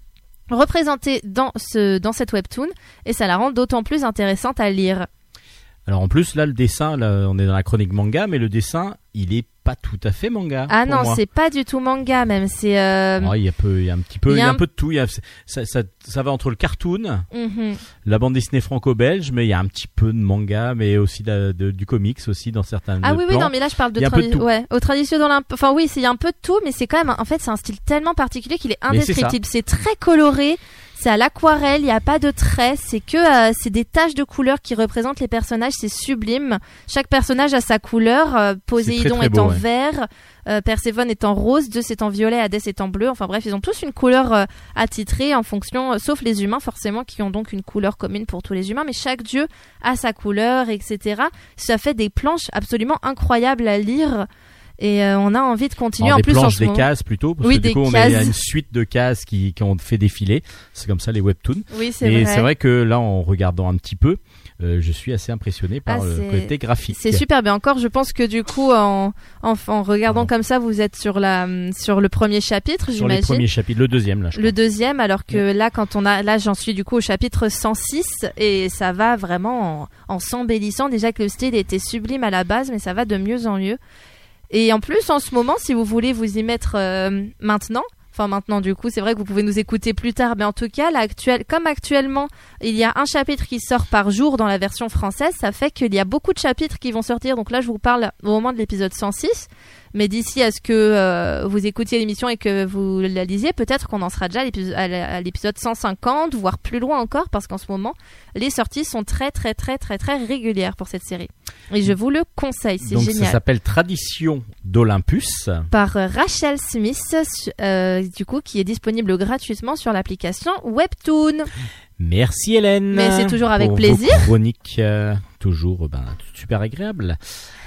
Speaker 2: représentée dans ce dans cette webtoon et ça la rend d'autant plus intéressante à lire.
Speaker 1: Alors en plus là le dessin, là, on est dans la chronique manga, mais le dessin il est pas tout à fait manga.
Speaker 2: Ah
Speaker 1: pour
Speaker 2: non,
Speaker 1: moi.
Speaker 2: c'est pas du tout manga même, c'est euh...
Speaker 1: oh, il y a peu, il y a un petit peu, il y a
Speaker 2: un...
Speaker 1: un peu de tout. Il y a, ça, ça, ça va entre le cartoon,
Speaker 2: mm-hmm.
Speaker 1: la bande dessinée franco-belge, mais il y a un petit peu de manga, mais aussi de, de, du comics aussi dans certains.
Speaker 2: Ah oui
Speaker 1: plans.
Speaker 2: oui non mais là je parle de
Speaker 1: tradition.
Speaker 2: Ouais, au tradition dans l'imp... enfin oui c'est il y a un peu de tout, mais c'est quand même en fait c'est un style tellement particulier qu'il est indescriptible. C'est, c'est très coloré. C'est à l'aquarelle, il n'y a pas de traits, c'est que euh, c'est des taches de couleurs qui représentent les personnages, c'est sublime. Chaque personnage a sa couleur, euh, Poséidon est en ouais. vert, euh, Perséphone est en rose, Zeus est en violet, Hadès est en bleu. Enfin bref, ils ont tous une couleur euh, attitrée en fonction, euh, sauf les humains forcément qui ont donc une couleur commune pour tous les humains, mais chaque dieu a sa couleur, et cetera. Ça fait des planches absolument incroyables à lire. Et euh, on a envie de continuer.
Speaker 1: Alors,
Speaker 2: en
Speaker 1: des
Speaker 2: plus,
Speaker 1: planches,
Speaker 2: en
Speaker 1: des
Speaker 2: moment...
Speaker 1: cases plutôt, parce
Speaker 2: oui,
Speaker 1: que du
Speaker 2: des
Speaker 1: coup on
Speaker 2: cases.
Speaker 1: a une suite de cases qui, qui ont fait défiler. C'est comme ça les webtoons.
Speaker 2: Oui, c'est
Speaker 1: Et
Speaker 2: vrai.
Speaker 1: c'est vrai que là, en regardant un petit peu, euh, je suis assez impressionné par
Speaker 2: ah,
Speaker 1: le
Speaker 2: c'est...
Speaker 1: côté graphique.
Speaker 2: C'est super bien. Encore, je pense que du coup, en, en, en regardant bon. comme ça, vous êtes sur la sur le premier chapitre,
Speaker 1: sur
Speaker 2: j'imagine.
Speaker 1: Sur les premiers chapitres, le deuxième là. Je
Speaker 2: le
Speaker 1: crois.
Speaker 2: deuxième, alors que
Speaker 1: ouais.
Speaker 2: là, quand on a, là, j'en suis du coup au chapitre cent six et ça va vraiment en, en s'embellissant. Déjà que le style était sublime à la base, mais ça va de mieux en mieux. Et en plus, en ce moment, si vous voulez vous y mettre euh, maintenant, enfin maintenant du coup, c'est vrai que vous pouvez nous écouter plus tard, mais en tout cas, là, actuel, comme actuellement, il y a un chapitre qui sort par jour dans la version française, ça fait qu'il y a beaucoup de chapitres qui vont sortir. Donc là, je vous parle au moment de l'épisode cent six, mais d'ici à ce que euh, vous écoutiez l'émission et que vous la lisiez, peut-être qu'on en sera déjà à l'épisode, à l'épisode cent cinquante, voire plus loin encore, parce qu'en ce moment, les sorties sont très très très très très régulières pour cette série. Et je vous le conseille, c'est
Speaker 1: Donc,
Speaker 2: génial.
Speaker 1: Ça s'appelle Tradition d'Olympus.
Speaker 2: Par euh, Rachel Smith, euh, du coup, qui est disponible gratuitement sur l'application Webtoon.
Speaker 1: Merci Hélène.
Speaker 2: Mais c'est toujours avec
Speaker 1: pour
Speaker 2: plaisir.
Speaker 1: Vos chroniques, euh, toujours ben, super agréable.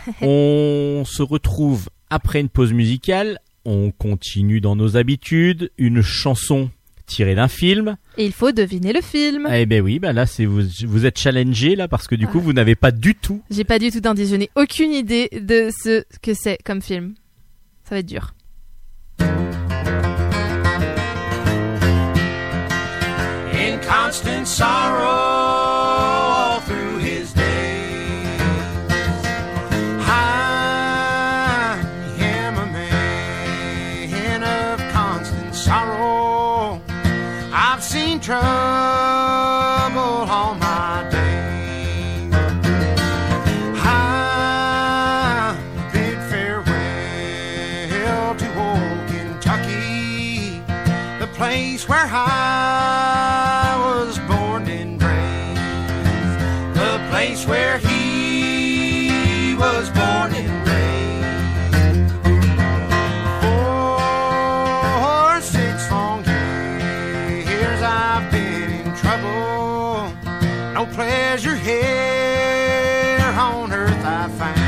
Speaker 1: On se retrouve après une pause musicale. On continue dans nos habitudes. Une chanson tirée d'un film.
Speaker 2: Et il faut deviner le film.
Speaker 1: Eh ben oui, ben là c'est vous, vous êtes challengé là parce que du
Speaker 2: ah.
Speaker 1: coup vous n'avez pas du tout.
Speaker 2: J'ai pas du tout d'indice. Je n'ai aucune idée de ce que c'est comme film. Ça va être dur.
Speaker 3: In constant sorrow through his days, I am a man of constant sorrow. I've seen trouble all my days. I bid farewell to old Kentucky, the place where I was born and raised, the place where he was born and raised. For six long years I've been in trouble, no pleasure here on earth I found.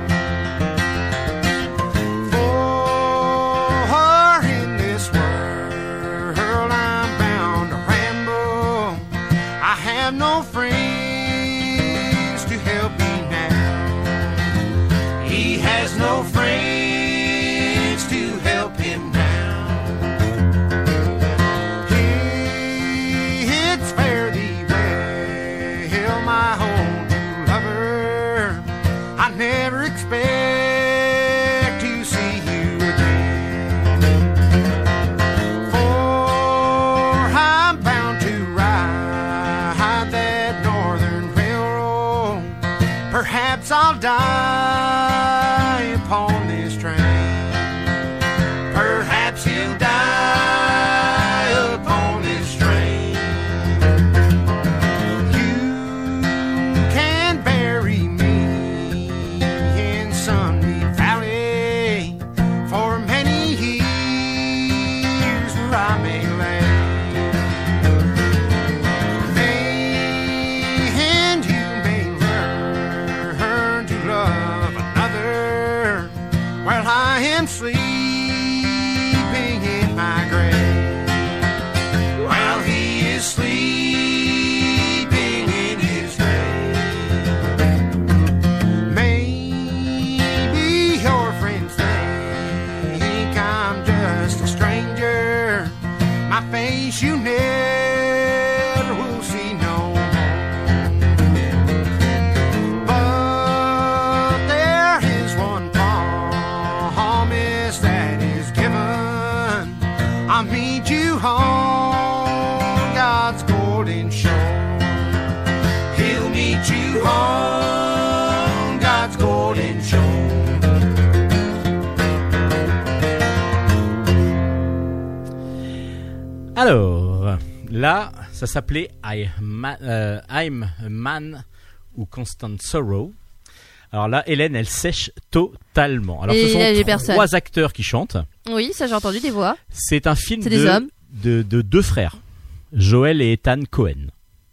Speaker 3: For in this world I'm bound to ramble, I have no friends to help me now. He has no friends to help him now. It's fare thee well, my old true lover. I never expect to see you again, for I'm bound to ride that northern railroad. Perhaps I'll die upon this train. Perhaps he'll die upon this train. You can bury me in Sunny Valley for many years where I may lay. And you may learn to love another while I am sleeping in my grave, while he is sleeping in his grave. Maybe your friends think I'm just a stranger, my face you never I'll meet you on God's golden shore. He'll meet you on God's golden shore.
Speaker 1: Alors, là, ça s'appelait I'm, Ma- euh, I'm a Man ou Constant Sorrow. Alors là, Hélène, elle sèche totalement. Alors,
Speaker 2: Et
Speaker 1: ce
Speaker 2: il y a des
Speaker 1: sont
Speaker 2: personnes.
Speaker 1: trois acteurs qui chantent.
Speaker 2: Oui, ça j'ai entendu des voix.
Speaker 1: C'est un film
Speaker 2: C'est
Speaker 1: de,
Speaker 2: des hommes.
Speaker 1: de, de deux frères, Joel et Ethan Cohen.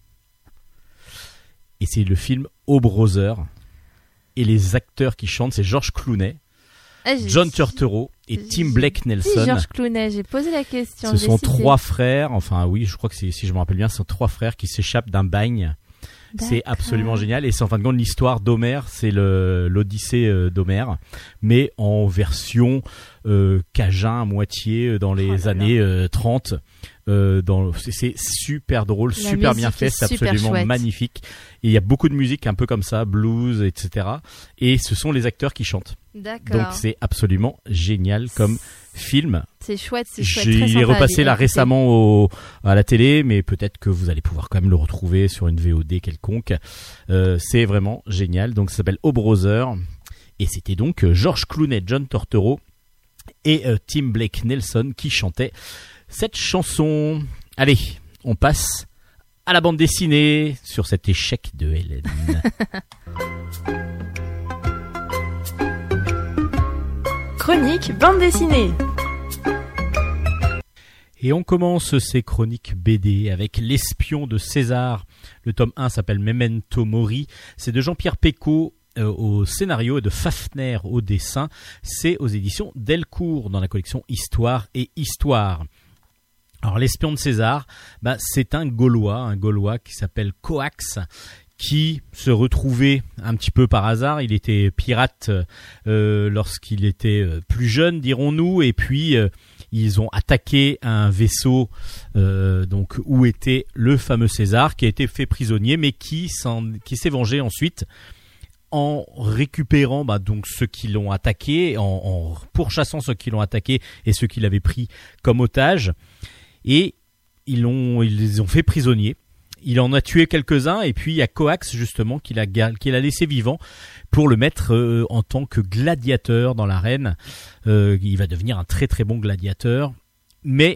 Speaker 1: Et c'est le film O Brother. Et les acteurs qui chantent, c'est George Clooney,
Speaker 2: Ah, j'ai-
Speaker 1: John Turturro et
Speaker 2: j'ai-
Speaker 1: Tim Blake
Speaker 2: Si,
Speaker 1: Nelson.
Speaker 2: George Clooney, j'ai posé la question.
Speaker 1: Ce
Speaker 2: j'ai
Speaker 1: sont
Speaker 2: cité.
Speaker 1: trois frères, enfin oui, je crois que c'est, si je me rappelle bien, ce sont trois frères qui s'échappent d'un bagne. C'est
Speaker 2: D'accord.
Speaker 1: absolument génial et c'est en fin de compte l'histoire d'Homère, c'est le, l'Odyssée euh, d'Homère, mais en version euh, cajun à moitié euh, dans les
Speaker 2: Oh là là.
Speaker 1: années euh, trente. Euh, dans, c'est, c'est super drôle,
Speaker 2: La
Speaker 1: super bien
Speaker 2: musique
Speaker 1: fait,
Speaker 2: est
Speaker 1: c'est
Speaker 2: super
Speaker 1: absolument
Speaker 2: chouette.
Speaker 1: magnifique. Et il y a beaucoup de musique un peu comme ça, blues, et cetera. Et ce sont les acteurs qui chantent.
Speaker 2: D'accord.
Speaker 1: Donc c'est absolument génial comme film.
Speaker 2: C'est chouette, c'est chouette.
Speaker 1: J'ai-
Speaker 2: très
Speaker 1: Il est
Speaker 2: sympa à
Speaker 1: repassé là
Speaker 2: écouter.
Speaker 1: récemment au, à la télé, mais peut-être que vous allez pouvoir quand même le retrouver sur une V O D quelconque. Euh, c'est vraiment génial. Donc ça s'appelle O Brother. Et c'était donc euh, George Clooney, John Turturro et euh, Tim Blake Nelson qui chantaient cette chanson. Allez, on passe à la bande dessinée sur cet échec de Hélène.
Speaker 4: Chronique bande dessinée.
Speaker 1: Et on commence ces chroniques B D avec L'espion de César. Le tome un s'appelle Memento Mori. C'est de Jean-Pierre Pécaud euh, au scénario et de Fafner au dessin. C'est aux éditions Delcourt dans la collection Histoire et Histoire. Alors l'espion de César, bah, c'est un Gaulois, un Gaulois qui s'appelle Coax, qui se retrouvait un petit peu par hasard. Il était pirate euh, lorsqu'il était euh, plus jeune, dirons-nous, et puis euh, ils ont attaqué un vaisseau euh, donc où était le fameux César, qui a été fait prisonnier, mais qui, s'en, qui s'est vengé ensuite en récupérant bah, donc ceux qui l'ont attaqué, en, en pourchassant ceux qui l'ont attaqué et ceux qui l'avaient pris comme otage. Et ils l'ont, ils les ont fait prisonniers. Il en a tué quelques-uns et puis il y a Coax justement qu'il a, qu'il a laissé vivant pour le mettre euh, en tant que gladiateur dans l'arène. Euh, il va devenir un très très bon gladiateur, mais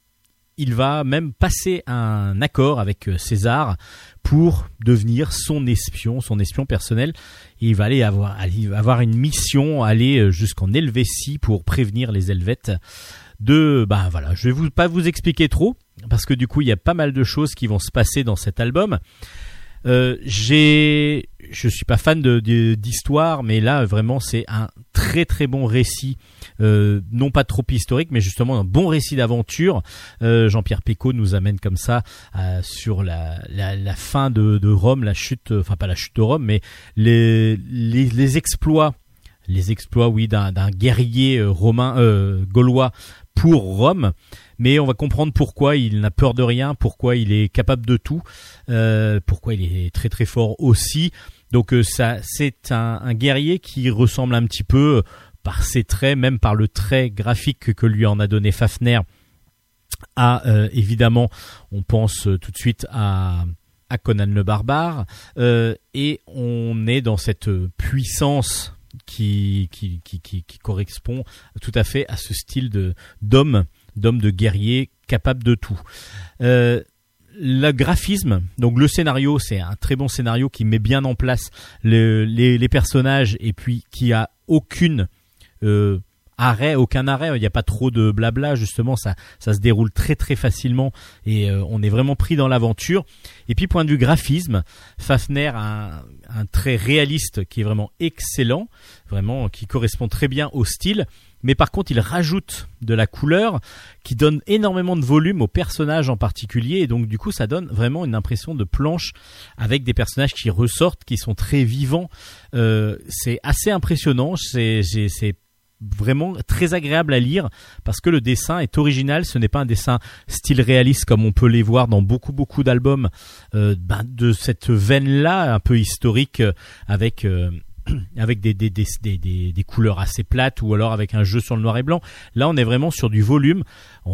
Speaker 1: il va même passer un accord avec César pour devenir son espion, son espion personnel. Et il va aller avoir, aller avoir une mission, aller jusqu'en Helvétie pour prévenir les Helvètes de, bah voilà, je vais vous, pas vous expliquer trop parce que du coup il y a pas mal de choses qui vont se passer dans cet album. Euh, j'ai, je suis pas fan de, de, d'histoire, mais là vraiment c'est un très très bon récit, euh, non pas trop historique, mais justement un bon récit d'aventure. Euh, Jean-Pierre Pécaud nous amène comme ça euh, sur la, la, la fin de, de Rome, la chute, enfin pas la chute de Rome, mais les, les, les exploits, les exploits, oui, d'un, d'un guerrier romain, euh, gaulois pour Rome. Mais on va comprendre pourquoi il n'a peur de rien, pourquoi il est capable de tout, euh, pourquoi il est très très fort aussi. Donc euh, ça, c'est un, un guerrier qui ressemble un petit peu euh, par ses traits, même par le trait graphique que lui en a donné Fafner. À euh, évidemment, on pense euh, tout de suite à à Conan le Barbare, euh, et on est dans cette puissance qui qui qui qui, qui correspond tout à fait à ce style de d'homme. d'homme de guerrier capable de tout. Euh, le graphisme, donc le scénario, c'est un très bon scénario qui met bien en place le, les, les personnages et puis qui a aucune euh, arrêt, aucun arrêt. Il n'y a pas trop de blabla, justement, ça, ça se déroule très très facilement et euh, on est vraiment pris dans l'aventure. Et puis point de vue graphisme, Fafner a un, un trait réaliste qui est vraiment excellent, vraiment qui correspond très bien au style. Mais par contre, il rajoute de la couleur qui donne énormément de volume aux personnages en particulier. Et donc, du coup, ça donne vraiment une impression de planche avec des personnages qui ressortent, qui sont très vivants. Euh, c'est assez impressionnant. C'est, c'est, c'est vraiment très agréable à lire parce que le dessin est original. Ce n'est pas un dessin style réaliste comme on peut les voir dans beaucoup, beaucoup d'albums euh, ben, de cette veine-là, un peu historique, avec... Euh, avec des, des, des, des, des, des couleurs assez plates ou alors avec un jeu sur le noir et blanc. Là, on est vraiment sur du volume.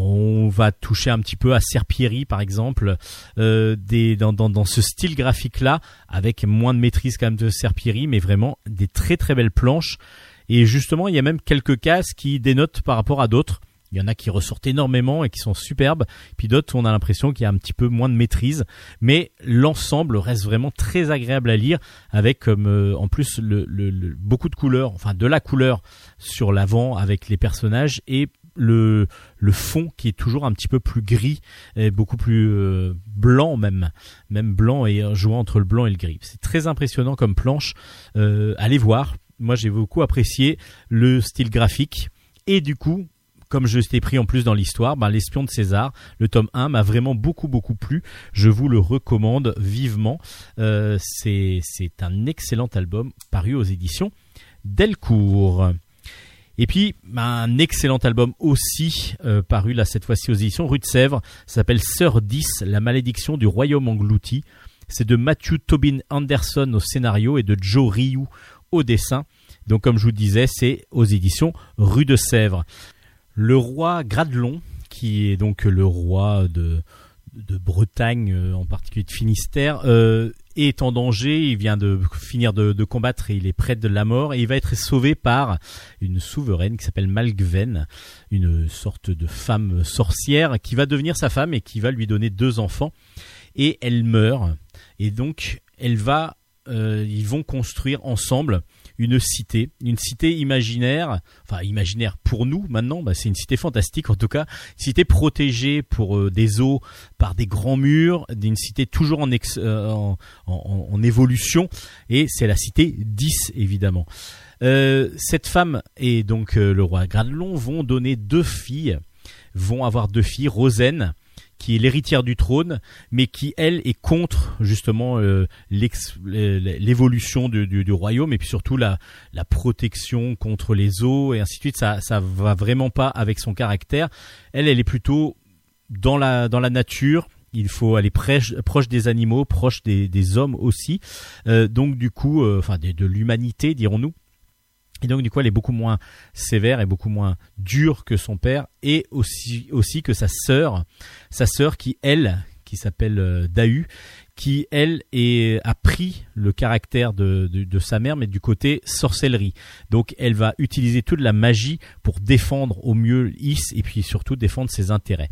Speaker 1: On va toucher un petit peu à Serpieri, par exemple, euh, des, dans, dans, dans ce style graphique-là, avec moins de maîtrise quand même de Serpieri, mais vraiment des très très belles planches. Et justement, il y a même quelques cases qui dénotent par rapport à d'autres. Il y en a qui ressortent énormément et qui sont superbes. Puis d'autres, on a l'impression qu'il y a un petit peu moins de maîtrise. Mais l'ensemble reste vraiment très agréable à lire avec comme euh, en plus le, le, le, beaucoup de couleurs, enfin de la couleur sur l'avant avec les personnages et le, le fond qui est toujours un petit peu plus gris et beaucoup plus euh, blanc même. Même blanc et jouant entre le blanc et le gris. C'est très impressionnant comme planche. Euh, allez voir. Moi, j'ai beaucoup apprécié le style graphique. Et du coup, comme je t'ai pris en plus dans l'histoire, ben, L'espion de César, le tome un m'a vraiment beaucoup beaucoup plu. Je vous le recommande vivement. Euh, c'est, c'est un excellent album paru aux éditions Delcourt. Et puis, ben, un excellent album aussi euh, paru là cette fois-ci aux éditions Rue de Sèvres. Ça s'appelle Sœur dix, la malédiction du royaume englouti. C'est de Matthew Tobin Anderson au scénario et de Joe Ryu au dessin. Donc comme je vous disais, c'est aux éditions Rue de Sèvres. Le roi Gradelon, qui est donc le roi de, de Bretagne, en particulier de Finistère, euh, est en danger. Il vient de finir de, de combattre et il est près de la mort. Et il va être sauvé par une souveraine qui s'appelle Malgven, une sorte de femme sorcière qui va devenir sa femme et qui va lui donner deux enfants. Et elle meurt. Et donc, elle va, euh, ils vont construire ensemble une cité, une cité imaginaire, enfin imaginaire pour nous maintenant, bah c'est une cité fantastique en tout cas, une cité protégée pour euh, des eaux par des grands murs, une cité toujours en, ex, euh, en, en, en évolution, et c'est la cité dix évidemment. Euh, cette femme et donc euh, le roi Gradelon vont donner deux filles, vont avoir deux filles, Rosen, qui est l'héritière du trône, mais qui, elle, est contre, justement, euh, l'évolution du, du, du royaume, et puis surtout la, la protection contre les eaux, et ainsi de suite. Ça, ça va vraiment pas avec son caractère. Elle, elle est plutôt dans la, dans la nature. Il faut aller proche, proche des animaux, proche des, des hommes aussi. Euh, donc, du coup, euh, enfin, de, de l'humanité, dirons-nous. Et donc du coup elle est beaucoup moins sévère et beaucoup moins dure que son père et aussi aussi que sa sœur, sa sœur qui elle qui s'appelle euh, Dahu, qui elle est, a pris le caractère de, de de sa mère mais du côté sorcellerie. Donc elle va utiliser toute la magie pour défendre au mieux Is et puis surtout défendre ses intérêts.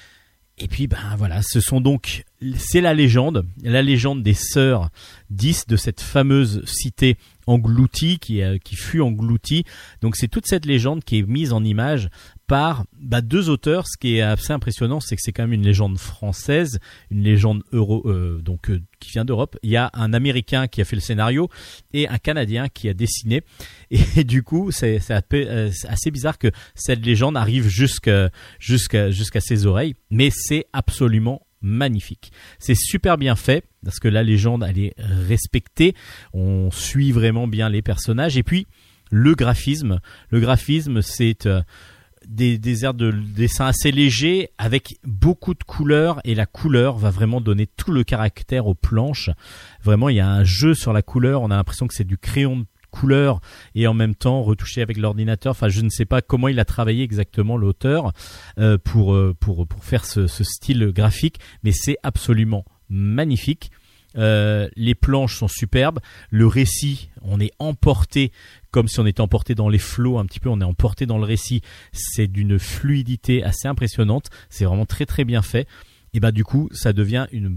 Speaker 1: Et puis ben voilà, ce sont donc c'est la légende, la légende des sœurs dix de cette fameuse cité engloutie qui euh, qui fut engloutie. Donc c'est toute cette légende qui est mise en image par bah, deux auteurs. Ce qui est assez impressionnant, c'est que c'est quand même une légende française, une légende euro euh, donc euh, qui vient d'Europe. Il y a un Américain qui a fait le scénario et un Canadien qui a dessiné. Et, et du coup, c'est, c'est, euh, c'est assez bizarre que cette légende arrive jusqu'à jusqu'à jusqu'à ses oreilles, mais c'est absolument magnifique. C'est super bien fait parce que la légende elle est respectée, on suit vraiment bien les personnages et puis le graphisme, le graphisme c'est euh, des, des airs de dessin assez légers avec beaucoup de couleurs et la couleur va vraiment donner tout le caractère aux planches. Vraiment il y a un jeu sur la couleur, on a l'impression que c'est du crayon de couleur et en même temps retouché avec l'ordinateur. Enfin, je ne sais pas comment il a travaillé exactement l'auteur euh, pour pour pour faire ce, ce style graphique, mais c'est absolument magnifique. Euh, les planches sont superbes. Le récit, on est emporté comme si on était emporté dans les flots un petit peu. On est emporté dans le récit. C'est d'une fluidité assez impressionnante. C'est vraiment très très bien fait. Et bah du coup, ça devient une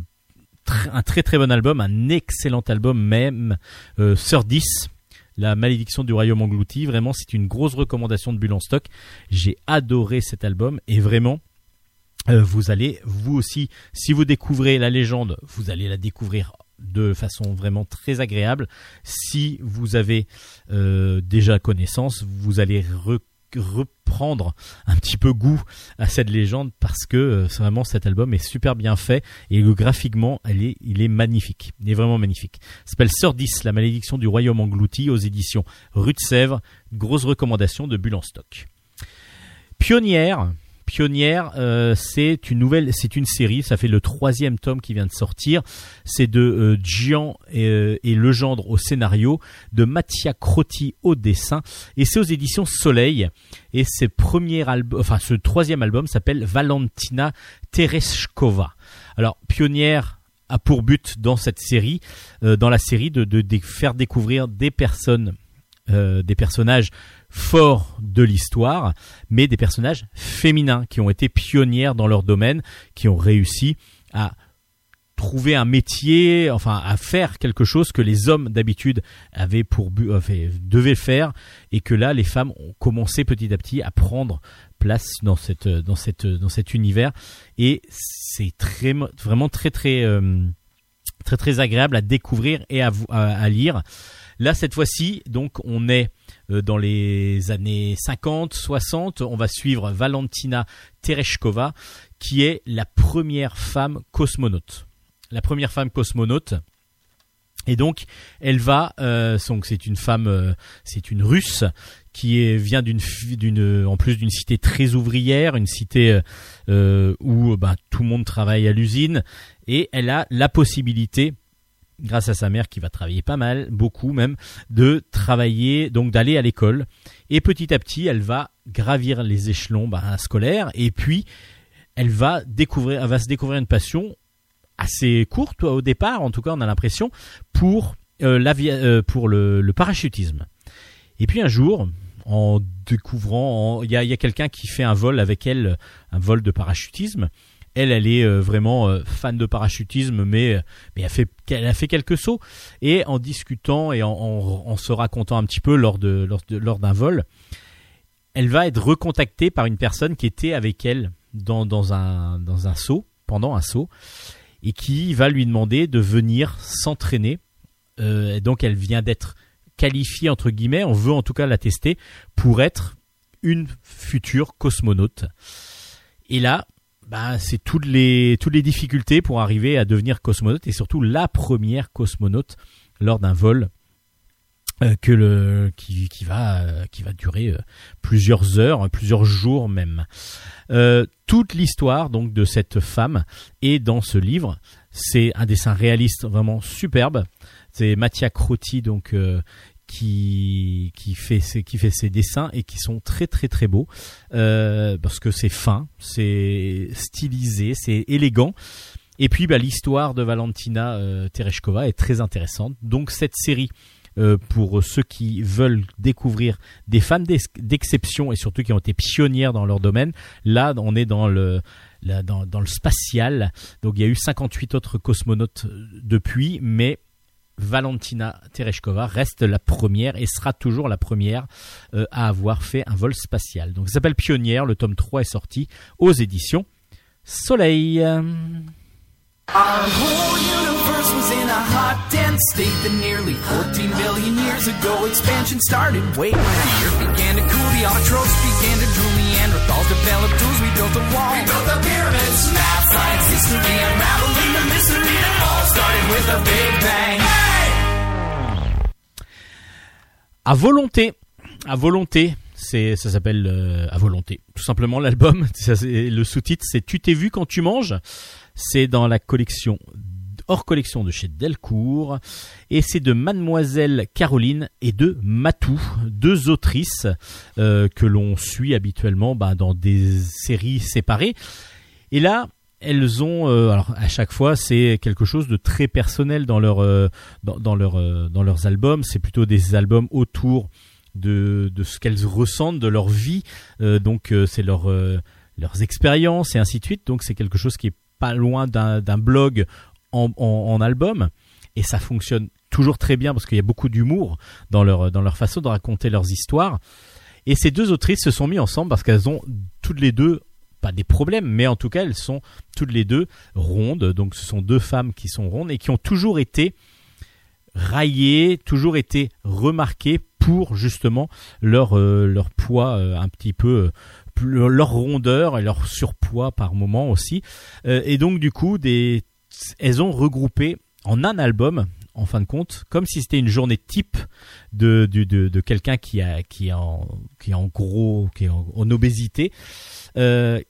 Speaker 1: un très très bon album, un excellent album même. Euh, Sœur dix. La malédiction du royaume englouti, vraiment c'est une grosse recommandation de Bulle en stock. J'ai adoré cet album et vraiment euh, vous allez vous aussi, si vous découvrez la légende, vous allez la découvrir de façon vraiment très agréable. Si vous avez euh, déjà connaissance, vous allez re- reprendre un petit peu goût à cette légende parce que euh, vraiment cet album est super bien fait et euh, graphiquement elle est, il est magnifique, il est vraiment magnifique. Ça s'appelle Sœur dix, la malédiction du royaume englouti aux éditions Rue de Sèvres, grosse recommandation de Bulle en stock. Pionnière, Pionnière, euh, c'est une nouvelle, c'est une série. Ça fait le troisième tome qui vient de sortir. C'est de euh, Gian et, euh, et Legendre au scénario, de Mattia Crotti au dessin, et c'est aux éditions Soleil. Et ce premier album, enfin ce troisième album s'appelle Valentina Tereshkova. Alors Pionnière a pour but dans cette série, euh, dans la série, de, de, de faire découvrir des personnes, euh, des personnages forts de l'histoire, mais des personnages féminins qui ont été pionnières dans leur domaine, qui ont réussi à trouver un métier, enfin à faire quelque chose que les hommes d'habitude avaient pour but, enfin, devaient faire, et que là les femmes ont commencé petit à petit à prendre place dans cette dans cette dans cet univers, et c'est très vraiment très très euh, très très agréable à découvrir et à, à, à lire. Là cette fois-ci, donc on est dans les années cinquante soixante, on va suivre Valentina Tereshkova, qui est la première femme cosmonaute. La première femme cosmonaute. Et donc, elle va, euh, donc c'est une femme, euh, c'est une Russe qui est, vient d'une, d'une, en plus d'une cité très ouvrière, une cité euh, où bah, tout le monde travaille à l'usine, et elle a la possibilité, grâce à sa mère qui va travailler pas mal, beaucoup même, de travailler, donc d'aller à l'école. Et petit à petit, elle va gravir les échelons bah, scolaires, et puis elle va découvrir, elle va se découvrir une passion assez courte au départ, en tout cas on a l'impression, pour, euh, la, euh, pour le, le parachutisme. Et puis un jour, en découvrant, il y a, y a quelqu'un qui fait un vol avec elle, un vol de parachutisme. Elle, elle est euh, vraiment euh, fan de parachutisme, mais, mais elle, fait, elle a fait quelques sauts. Et en discutant et en, en, en se racontant un petit peu lors, de, lors, de, lors d'un vol, elle va être recontactée par une personne qui était avec elle dans, dans, un, dans un saut, pendant un saut, et qui va lui demander de venir s'entraîner. Euh, donc elle vient d'être qualifiée, entre guillemets, on veut en tout cas la tester, pour être une future cosmonaute. Et là, bah, c'est toutes les, toutes les difficultés pour arriver à devenir cosmonaute, et surtout la première cosmonaute lors d'un vol euh, que le, qui, qui, va, euh, qui va durer euh, plusieurs heures, plusieurs jours même. Euh, toute l'histoire donc de cette femme est dans ce livre. C'est un dessin réaliste vraiment superbe. C'est Mattia Crotti donc euh, qui qui fait ses, qui fait ses dessins, et qui sont très très très beaux euh, parce que c'est fin, c'est stylisé, c'est élégant. Et puis bah, l'histoire de Valentina euh, Tereshkova est très intéressante. Donc cette série, Euh, pour ceux qui veulent découvrir des femmes d'exception et surtout qui ont été pionnières dans leur domaine, là on est dans le, là, dans, dans le spatial. Donc il y a eu cinquante-huit autres cosmonautes depuis, mais Valentina Tereshkova reste la première et sera toujours la première euh, à avoir fait un vol spatial. Donc ça s'appelle Pionnière, le tome trois est sorti aux éditions Soleil.
Speaker 5: Our whole universe was in a hot, dense state that nearly fourteen billion years ago expansion started. Wait, the earth began to cool, the autotrophs began to drool, Neanderthals developed tools, we built a wall. We built the pyramids, math, science, history, unraveling the mystery that all started with a big bang. Hey!
Speaker 1: À volonté, à volonté. C'est, ça s'appelle euh, À volonté. Tout simplement l'album. Ça, c'est, le sous-titre, c'est Tu t'es vu quand tu manges. C'est dans la collection, hors collection de chez Delcourt, et c'est de Mademoiselle Caroline et de Matou, deux autrices euh, que l'on suit habituellement bah, dans des séries séparées. Et là, elles ont, euh, alors à chaque fois, c'est quelque chose de très personnel dans leur, euh, dans, dans leur, euh, dans leurs albums. C'est plutôt des albums autour de, de ce qu'elles ressentent, de leur vie. Euh, donc euh, c'est leur, euh, leurs expériences et ainsi de suite. Donc c'est quelque chose qui est pas loin d'un, d'un blog en, en, en album, et ça fonctionne toujours très bien parce qu'il y a beaucoup d'humour dans leur, dans leur façon de raconter leurs histoires. Et ces deux autrices se sont mis ensemble parce qu'elles ont toutes les deux, pas des problèmes, mais en tout cas elles sont toutes les deux rondes. Donc ce sont deux femmes qui sont rondes et qui ont toujours été raillées, toujours été remarquées pour justement leur, euh, leur poids euh, un petit peu... Euh, leur rondeur et leur surpoids par moment aussi, euh, et donc du coup des, elles ont regroupé en un album, en fin de compte, comme si c'était une journée type de, de, de, de quelqu'un qui, a, qui, est en, qui est en gros, qui est en, en obésité, euh,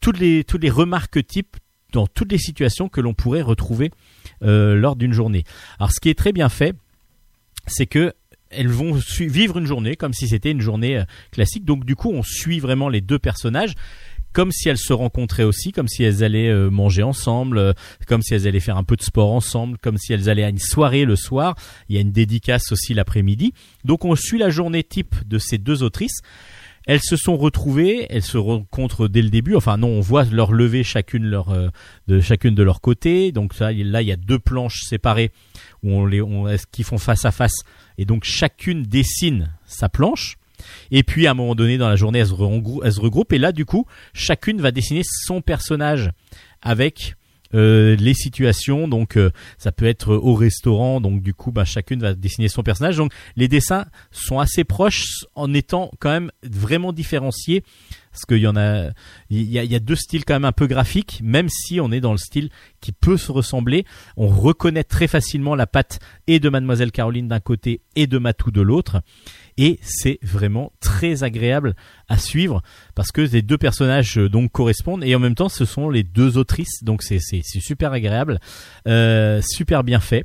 Speaker 1: toutes les toutes les remarques types dans toutes les situations que l'on pourrait retrouver euh, lors d'une journée. Alors, ce qui est très bien fait, c'est que elles vont su- vivre une journée comme si c'était une journée euh, classique. Donc, du coup, on suit vraiment les deux personnages comme si elles se rencontraient aussi, comme si elles allaient euh, manger ensemble, euh, comme si elles allaient faire un peu de sport ensemble, comme si elles allaient à une soirée le soir. Il y a une dédicace aussi l'après-midi. Donc, on suit la journée type de ces deux autrices. Elles se sont retrouvées, elles se rencontrent dès le début. Enfin non, on voit leur lever chacune leur euh, de chacune de leur côté. Donc ça, là, il y a deux planches séparées où on les on qui font face à face. Et donc chacune dessine sa planche. Et puis à un moment donné dans la journée, elles se regroupent, elles se regroupent et là du coup, chacune va dessiner son personnage avec Euh, les situations. Donc euh, ça peut être au restaurant, donc du coup bah, chacune va dessiner son personnage. Donc les dessins sont assez proches en étant quand même vraiment différenciés, parce qu'il y en a il y a, il y a deux styles quand même un peu graphiques, même si on est dans le style qui peut se ressembler. On reconnaît très facilement la patte et de Mademoiselle Caroline d'un côté et de Matou de l'autre. Et c'est vraiment très agréable à suivre parce que les deux personnages euh, donc correspondent et en même temps ce sont les deux autrices, donc c'est c'est, c'est super agréable, euh, super bien fait.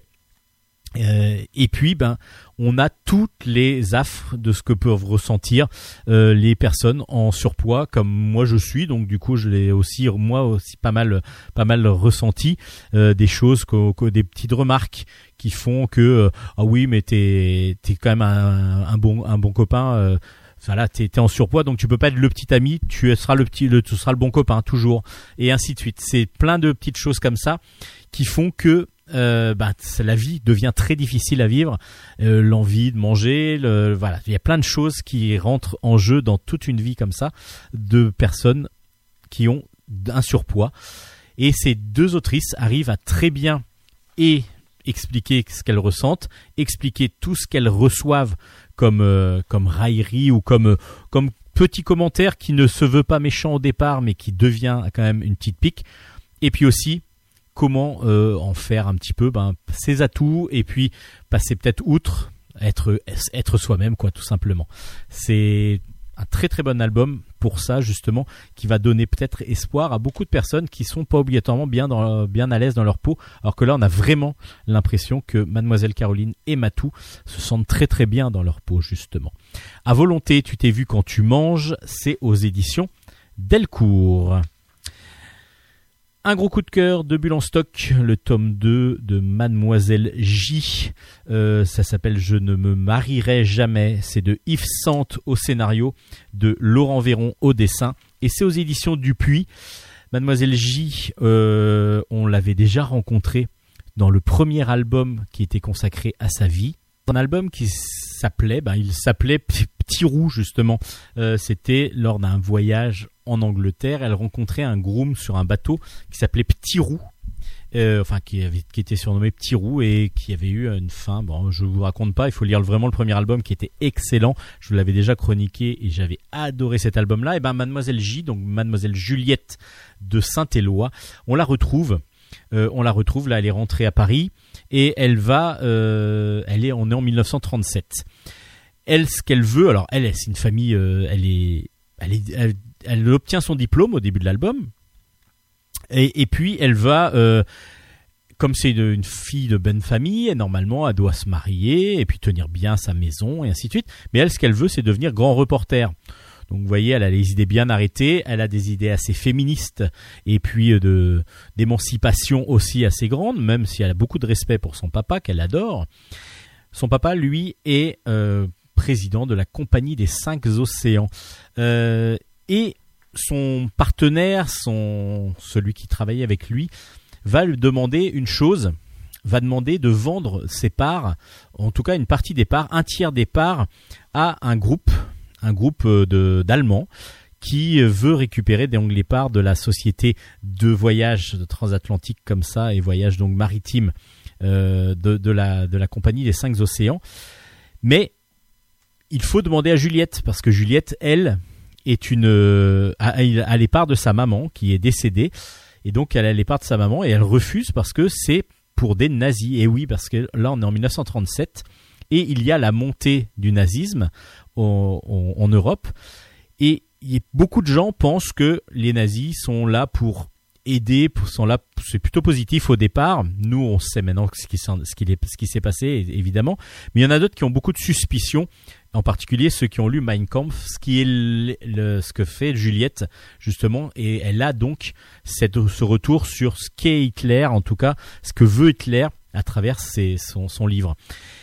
Speaker 1: Euh, et puis ben on a toutes les affres de ce que peuvent ressentir euh, les personnes en surpoids comme moi je suis, donc du coup je l'ai aussi moi aussi pas mal pas mal ressenti, euh, des choses que, que des petites remarques qui font que euh, ah oui mais t'es t'es quand même un, un bon un bon copain, euh, voilà, t'es, t'es en surpoids donc tu peux pas être le petit ami, tu seras le petit le, tu seras le bon copain toujours, et ainsi de suite. C'est plein de petites choses comme ça qui font que Euh, bah, la vie devient très difficile à vivre, euh, l'envie de manger, le, voilà, il y a plein de choses qui rentrent en jeu dans toute une vie comme ça de personnes qui ont un surpoids, et ces deux autrices arrivent à très bien et expliquer ce qu'elles ressentent, expliquer tout ce qu'elles reçoivent comme euh, comme raillerie ou comme euh, comme petit commentaire qui ne se veut pas méchant au départ mais qui devient quand même une petite pique, et puis aussi comment euh, en faire un petit peu ben, ses atouts et puis passer peut-être outre, être, être soi-même quoi, tout simplement. C'est un très très bon album pour ça justement, qui va donner peut-être espoir à beaucoup de personnes qui sont pas obligatoirement bien, dans, bien à l'aise dans leur peau, alors que là on a vraiment l'impression que Mademoiselle Caroline et Matou se sentent très très bien dans leur peau justement. À volonté, tu t'es vu quand tu manges, c'est aux éditions Delcourt. Un gros coup de cœur de Bulle en stock, le tome deux de Mademoiselle J. Euh, ça s'appelle Je ne me marierai jamais. C'est de Yves Sante au scénario, de Laurent Véron au dessin. Et c'est aux éditions Dupuis. Mademoiselle J, euh, on l'avait déjà rencontrée dans le premier album qui était consacré à sa vie. Un album qui s'appelait, ben, il s'appelait Petit Roux justement. Euh, c'était lors d'un voyage en Angleterre. Elle rencontrait un groom sur un bateau qui s'appelait Petit Roux, euh, enfin qui avait qui était surnommé Petit Roux et qui avait eu une fin. Bon, je vous raconte pas. Il faut lire vraiment le premier album qui était excellent. Je vous l'avais déjà chroniqué et j'avais adoré cet album-là. Et ben Mademoiselle J, donc Mademoiselle Juliette de Saint-Éloi, on la retrouve. Euh, on la retrouve là. Elle est rentrée à Paris et elle va. Euh, elle est. On est en dix-neuf cent trente-sept. Elle, ce qu'elle veut. Alors elle, c'est une famille. Euh, elle est. Elle est. Elle, Elle obtient son diplôme au début de l'album et, et puis elle va, euh, comme c'est une, une fille de bonne famille, normalement elle doit se marier et puis tenir bien sa maison et ainsi de suite. Mais elle, ce qu'elle veut, c'est devenir grand reporter. Donc vous voyez, elle a les idées bien arrêtées, elle a des idées assez féministes et puis de, d'émancipation aussi assez grandes, même si elle a beaucoup de respect pour son papa qu'elle adore. Son papa, lui, est euh, président de la Compagnie des Cinq Océans. Euh, Et son partenaire, son, celui qui travaillait avec lui, va lui demander une chose, va demander de vendre ses parts, en tout cas une partie des parts, un tiers des parts, à un groupe, un groupe de, d'Allemands qui veut récupérer donc les parts de la société de voyage transatlantique comme ça et voyage donc maritime euh, de, de, la, de la Compagnie des Cinq Océans. Mais il faut demander à Juliette, parce que Juliette, elle, est une a, a les parts de sa maman qui est décédée, et donc elle a les parts de sa maman et elle refuse parce que c'est pour des nazis. Et oui, parce que là on est en dix-neuf cent trente-sept et il y a la montée du nazisme en, en, en Europe, et y a beaucoup de gens pensent que les nazis sont là pour aider, sont là, c'est plutôt positif au départ. Nous, on sait maintenant ce qui, ce qui, est, ce qui s'est passé, évidemment. Mais il y en a d'autres qui ont beaucoup de suspicions, en particulier ceux qui ont lu Mein Kampf, ce qui est le, le, ce que fait Juliette, justement. Et elle a donc cette, ce retour sur ce qu'est Hitler, en tout cas, ce que veut Hitler à travers ses, son, son livre.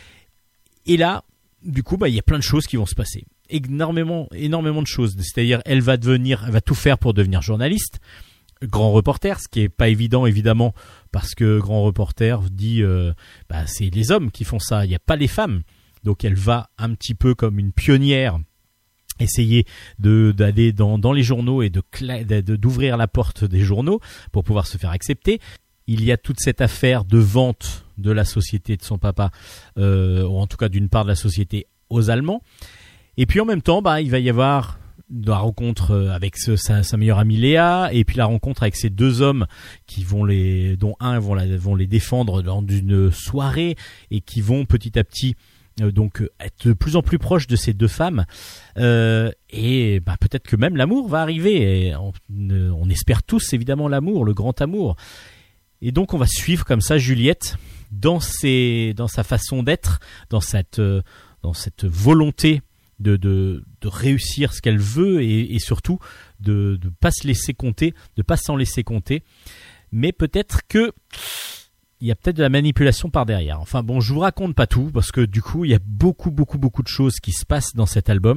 Speaker 1: Et là, du coup, bah, il y a plein de choses qui vont se passer. Énormément, énormément de choses. C'est-à-dire, elle va devenir, elle va tout faire pour devenir journaliste. Grand reporter, ce qui est pas évident évidemment parce que grand reporter dit euh, bah, c'est les hommes qui font ça, il n'y a pas les femmes. Donc elle va un petit peu comme une pionnière essayer de d'aller dans dans les journaux et de, de d'ouvrir la porte des journaux pour pouvoir se faire accepter. Il y a toute cette affaire de vente de la société de son papa, euh, ou en tout cas d'une part de la société aux Allemands. Et puis en même temps, bah il va y avoir la rencontre avec ce, sa, sa meilleure amie Léa, et puis la rencontre avec ces deux hommes qui vont les, dont un vont, la, vont les défendre dans une soirée et qui vont petit à petit euh, donc être de plus en plus proches de ces deux femmes. Euh, et bah, peut-être que même l'amour va arriver. Et on, on espère tous évidemment l'amour, le grand amour. Et donc on va suivre comme ça Juliette dans ses, dans sa façon d'être, dans cette, euh, dans cette volonté de, de, de réussir ce qu'elle veut et, et surtout de ne pas se laisser compter, de pas s'en laisser compter. Mais peut-être que il y a peut-être de la manipulation par derrière. Enfin bon, je vous raconte pas tout parce que du coup, il y a beaucoup, beaucoup, beaucoup de choses qui se passent dans cet album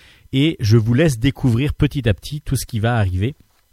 Speaker 1: et je vous laisse découvrir petit à petit tout ce qui va arriver.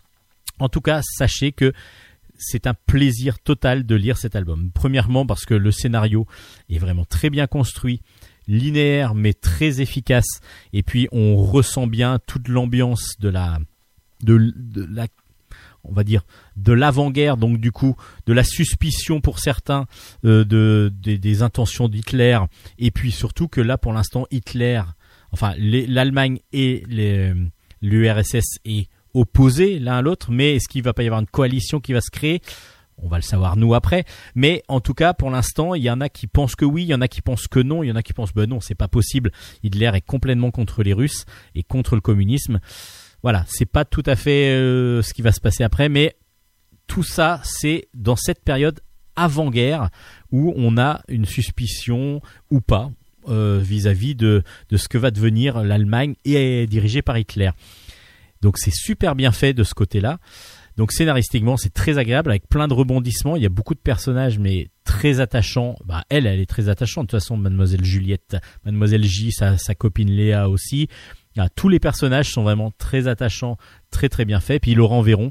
Speaker 1: En tout cas, sachez que c'est un plaisir total de lire cet album. Premièrement parce que le scénario est vraiment très bien construit, linéaire mais très efficace, et puis on ressent bien toute l'ambiance de la de, de la on va dire de l'avant-guerre, donc du coup de la suspicion pour certains euh, de, de des intentions d'Hitler, et puis surtout que là pour l'instant Hitler, enfin les, l'Allemagne et les, l'U R S S est opposés l'un à l'autre, mais est-ce qu'il va pas y avoir une coalition qui va se créer? On va le savoir nous après, mais en tout cas pour l'instant il y en a qui pensent que oui, il y en a qui pensent que non, il y en a qui pensent ben non, c'est pas possible, Hitler est complètement contre les Russes et contre le communisme. Voilà, c'est pas tout à fait euh, ce qui va se passer après, mais tout ça c'est dans cette période avant-guerre où on a une suspicion ou pas euh, vis-à-vis de, de ce que va devenir l'Allemagne et dirigée par Hitler. Donc c'est super bien fait de ce côté-là. Donc scénaristiquement, c'est très agréable avec plein de rebondissements. Il y a beaucoup de personnages, mais très attachants. Bah, elle, elle est très attachante. De toute façon, Mademoiselle Juliette, Mademoiselle J, sa, sa copine Léa aussi. Ah, tous les personnages sont vraiment très attachants, très très bien faits. Puis Laurent Véron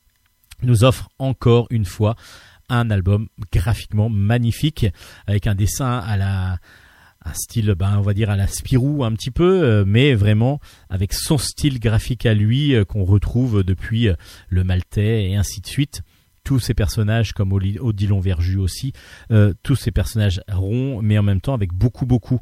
Speaker 1: nous offre encore une fois un album graphiquement magnifique avec un dessin à la... un style, ben, on va dire à la Spirou un petit peu, euh, mais vraiment avec son style graphique à lui euh, qu'on retrouve depuis euh, le Maltais et ainsi de suite. Tous ces personnages comme Odilon Verjus aussi, euh, tous ces personnages ronds, mais en même temps avec beaucoup beaucoup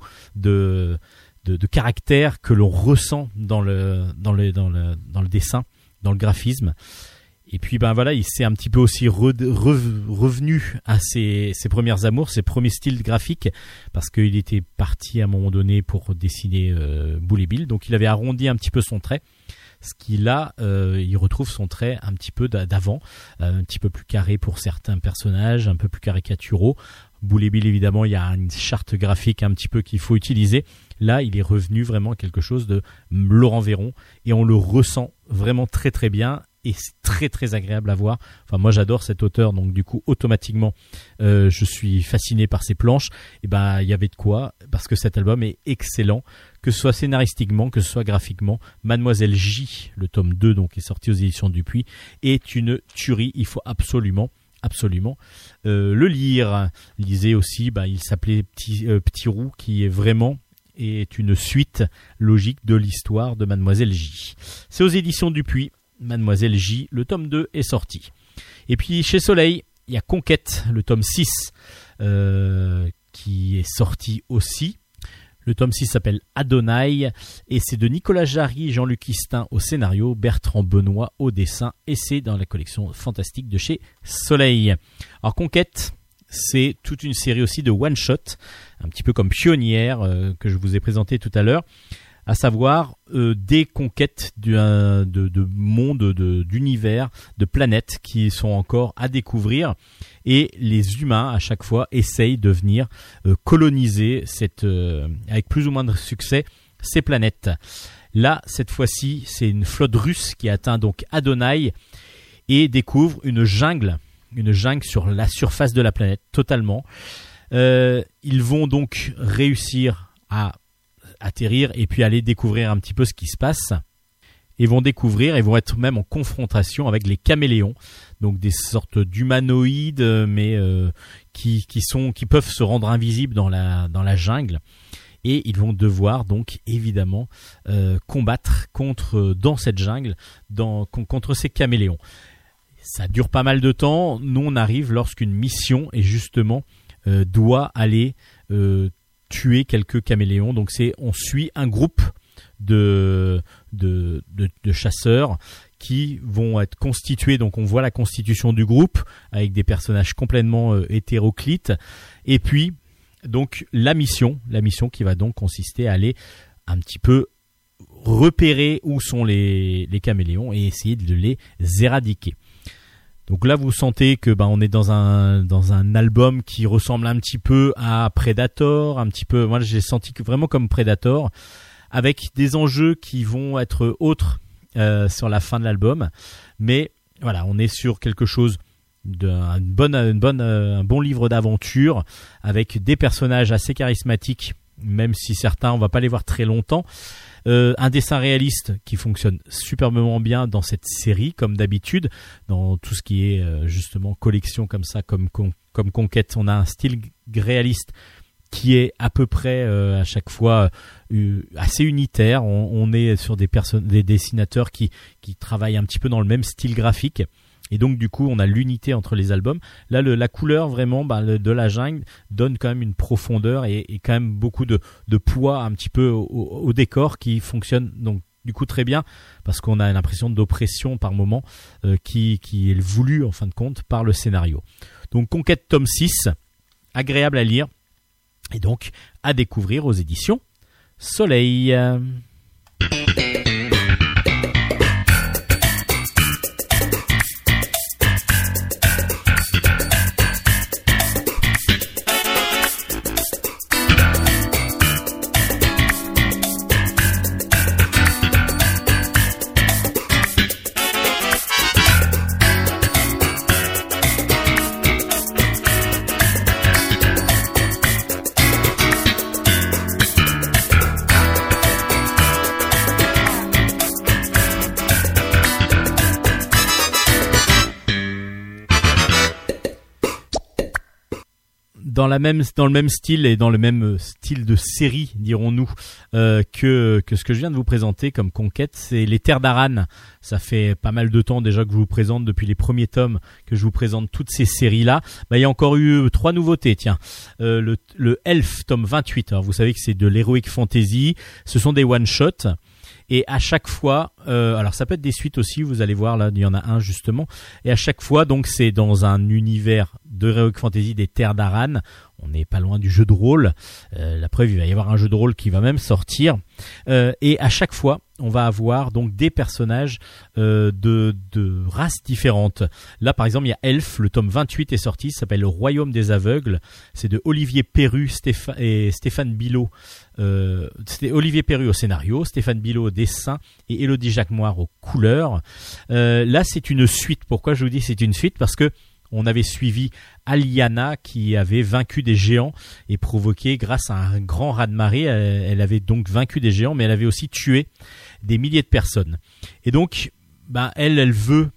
Speaker 1: de de, de caractère que l'on ressent dans le dans le dans le dans le dessin, dans le graphisme. Et puis ben voilà, il s'est un petit peu aussi re, re, revenu à ses, ses premières amours, ses premiers styles graphiques, parce qu'il était parti à un moment donné pour dessiner euh, Boule et Bill, donc il avait arrondi un petit peu son trait, ce qui là, euh, il retrouve son trait un petit peu d'avant, euh, un petit peu plus carré pour certains personnages, un peu plus caricaturaux. Boule et Bill, évidemment, il y a une charte graphique un petit peu qu'il faut utiliser. Là, il est revenu vraiment à quelque chose de Laurent Véron, et on le ressent vraiment très très bien. Et c'est très très agréable à voir. Enfin, moi j'adore cet auteur, donc du coup automatiquement euh, je suis fasciné par ses planches. Et ben il y avait de quoi, parce que cet album est excellent, que ce soit scénaristiquement, que ce soit graphiquement. Mademoiselle J, le tome deux, donc est sorti aux éditions Dupuis, est une tuerie. Il faut absolument absolument euh, le lire. Lisez aussi, ben, il s'appelait Petit, euh, Petit Roux, qui est vraiment est une suite logique de l'histoire de Mademoiselle J. C'est aux éditions Dupuis. Mademoiselle J, le tome deux est sorti. Et puis chez Soleil, il y a Conquête, le tome six, euh, qui est sorti aussi. Le tome six s'appelle Adonai, et c'est de Nicolas Jarry, Jean-Luc Istin au scénario, Bertrand Benoît au dessin, et c'est dans la collection fantastique de chez Soleil. Alors Conquête, c'est toute une série aussi de one-shot, un petit peu comme Pionnière, euh, que je vous ai présenté tout à l'heure. à savoir euh, des conquêtes du, euh, de, de mondes, de, d'univers, de planètes qui sont encore à découvrir, et les humains à chaque fois essayent de venir euh, coloniser cette, euh, avec plus ou moins de succès ces planètes. Là, cette fois-ci, c'est une flotte russe qui atteint donc Adonai et découvre une jungle, une jungle sur la surface de la planète totalement. Euh, ils vont donc réussir à atterrir et puis aller découvrir un petit peu ce qui se passe, et vont découvrir et vont être même en confrontation avec les caméléons, donc des sortes d'humanoïdes mais euh, qui qui sont qui peuvent se rendre invisibles dans la dans la jungle, et ils vont devoir donc évidemment euh, combattre contre dans cette jungle dans contre ces caméléons. Ça dure pas mal de temps. Nous on arrive lorsqu'une mission est justement euh, doit aller euh, tuer quelques caméléons. Donc c'est on suit un groupe de de, de de chasseurs qui vont être constitués. Donc on voit la constitution du groupe avec des personnages complètement euh, hétéroclites, et puis donc la mission la mission qui va donc consister à aller un petit peu repérer où sont les les caméléons et essayer de les éradiquer. Donc là, vous sentez que ben on est dans un dans un album qui ressemble un petit peu à Predator, un petit peu. Moi, j'ai senti que vraiment comme Predator, avec des enjeux qui vont être autres euh, sur la fin de l'album. Mais voilà, on est sur quelque chose d'un bonne une bonne euh, un bon livre d'aventure avec des personnages assez charismatiques, même si certains on va pas les voir très longtemps. Euh, un dessin réaliste qui fonctionne superbement bien dans cette série, comme d'habitude, dans tout ce qui est euh, justement collection comme ça, comme, comme, comme Conquête. On a un style réaliste qui est à peu près euh, à chaque fois euh, assez unitaire. On, on est sur des, perso- des dessinateurs qui, qui travaillent un petit peu dans le même style graphique. Et donc du coup on a l'unité entre les albums. Là le, la couleur vraiment bah, le, de la jungle donne quand même une profondeur et, et quand même beaucoup de, de poids un petit peu au, au décor qui fonctionne donc du coup très bien, parce qu'on a l'impression d'oppression par moment euh, qui, qui est voulu en fin de compte par le scénario. Donc Conquête tome six, agréable à lire et donc à découvrir aux éditions Soleil. Dans la même dans le même style et dans le même style de série, dirons-nous, euh, que que ce que je viens de vous présenter comme Conquête, c'est les Terres d'Aran. Ça fait pas mal de temps déjà que je vous présente, depuis les premiers tomes que je vous présente toutes ces séries-là. Bah il y a encore eu trois nouveautés. Tiens, euh, le le Elf tome vingt-huit. Alors vous savez que c'est de l'heroic fantasy. Ce sont des one shots. Et à chaque fois, euh, alors ça peut être des suites aussi, vous allez voir là, il y en a un justement. Et à chaque fois, donc c'est dans un univers de Heroic Fantasy des Terres d'Aran. On n'est pas loin du jeu de rôle. Euh, la preuve, il va y avoir un jeu de rôle qui va même sortir. Euh, et à chaque fois, on va avoir donc des personnages euh, de, de races différentes. Là, par exemple, il y a Elf. Le tome vingt-huit est sorti. Ça s'appelle Le Royaume des Aveugles. C'est de Olivier Perru Stépha- et Stéphane Bilot. Euh, c'était Olivier Perru au scénario, Stéphane Bilot au dessin et Élodie Jacquemoire aux couleurs. Euh, là, c'est une suite. Pourquoi je vous dis c'est une suite ? Parce que on avait suivi Aliana qui avait vaincu des géants et provoqué, grâce à un grand raz-de-marée, elle, elle avait donc vaincu des géants, mais elle avait aussi tué des milliers de personnes. Et donc, bah, elle, elle veut,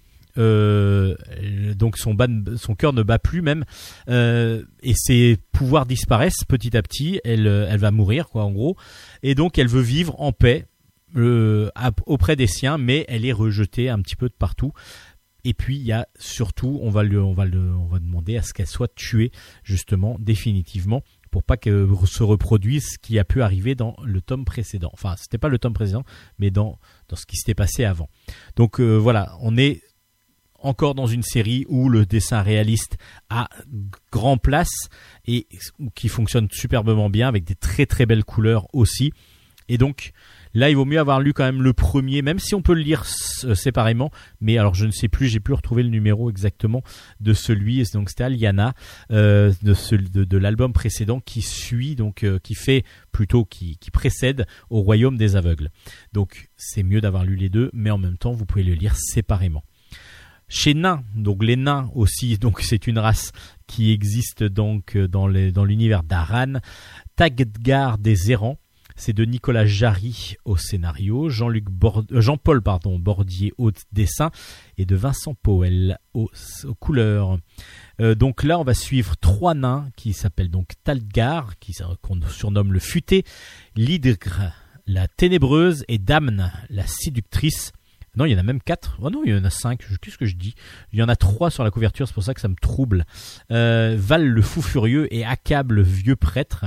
Speaker 1: euh, donc son, bat, son cœur ne bat plus même, euh, et ses pouvoirs disparaissent petit à petit. Elle, elle va mourir, quoi, en gros. Et donc, elle veut vivre en paix euh, auprès des siens, mais elle est rejetée un petit peu de partout. Et puis il y a surtout, on va le, on va le, on va demander à ce qu'elle soit tuée justement définitivement, pour pas que se reproduise ce qui a pu arriver dans le tome précédent. Enfin, c'était pas le tome précédent, mais dans dans ce qui s'était passé avant. Donc euh, voilà, on est encore dans une série où le dessin réaliste a grand place et qui fonctionne superbement bien avec des très très belles couleurs aussi. Et donc là, il vaut mieux avoir lu quand même le premier, même si on peut le lire euh, séparément. Mais alors, je ne sais plus, j'ai pu retrouver le numéro exactement de celui. Donc, c'était Aliana euh, de, ce, de, de l'album précédent qui suit, donc euh, qui fait plutôt qui, qui précède au Royaume des aveugles. Donc, c'est mieux d'avoir lu les deux, mais en même temps, vous pouvez le lire séparément. Chez Nains, donc les nains aussi, donc c'est une race qui existe donc dans, les, dans l'univers d'Aran. Tagdgar des errants. C'est de Nicolas Jarry au scénario, Jean-Luc Bord... euh, Jean-Paul pardon, Bordier au dessin et de Vincent Powell aux, aux couleurs. Euh, donc là, on va suivre trois nains qui s'appellent donc Tagdgar, qui, qu'on surnomme le futé, Lidgr, la ténébreuse, et Damn, la séductrice. Non, il y en a même quatre. Oh non, il y en a cinq. Qu'est-ce que je dis ? Il y en a trois sur la couverture, c'est pour ça que ça me trouble. Euh, Val le fou furieux et Akab le vieux prêtre.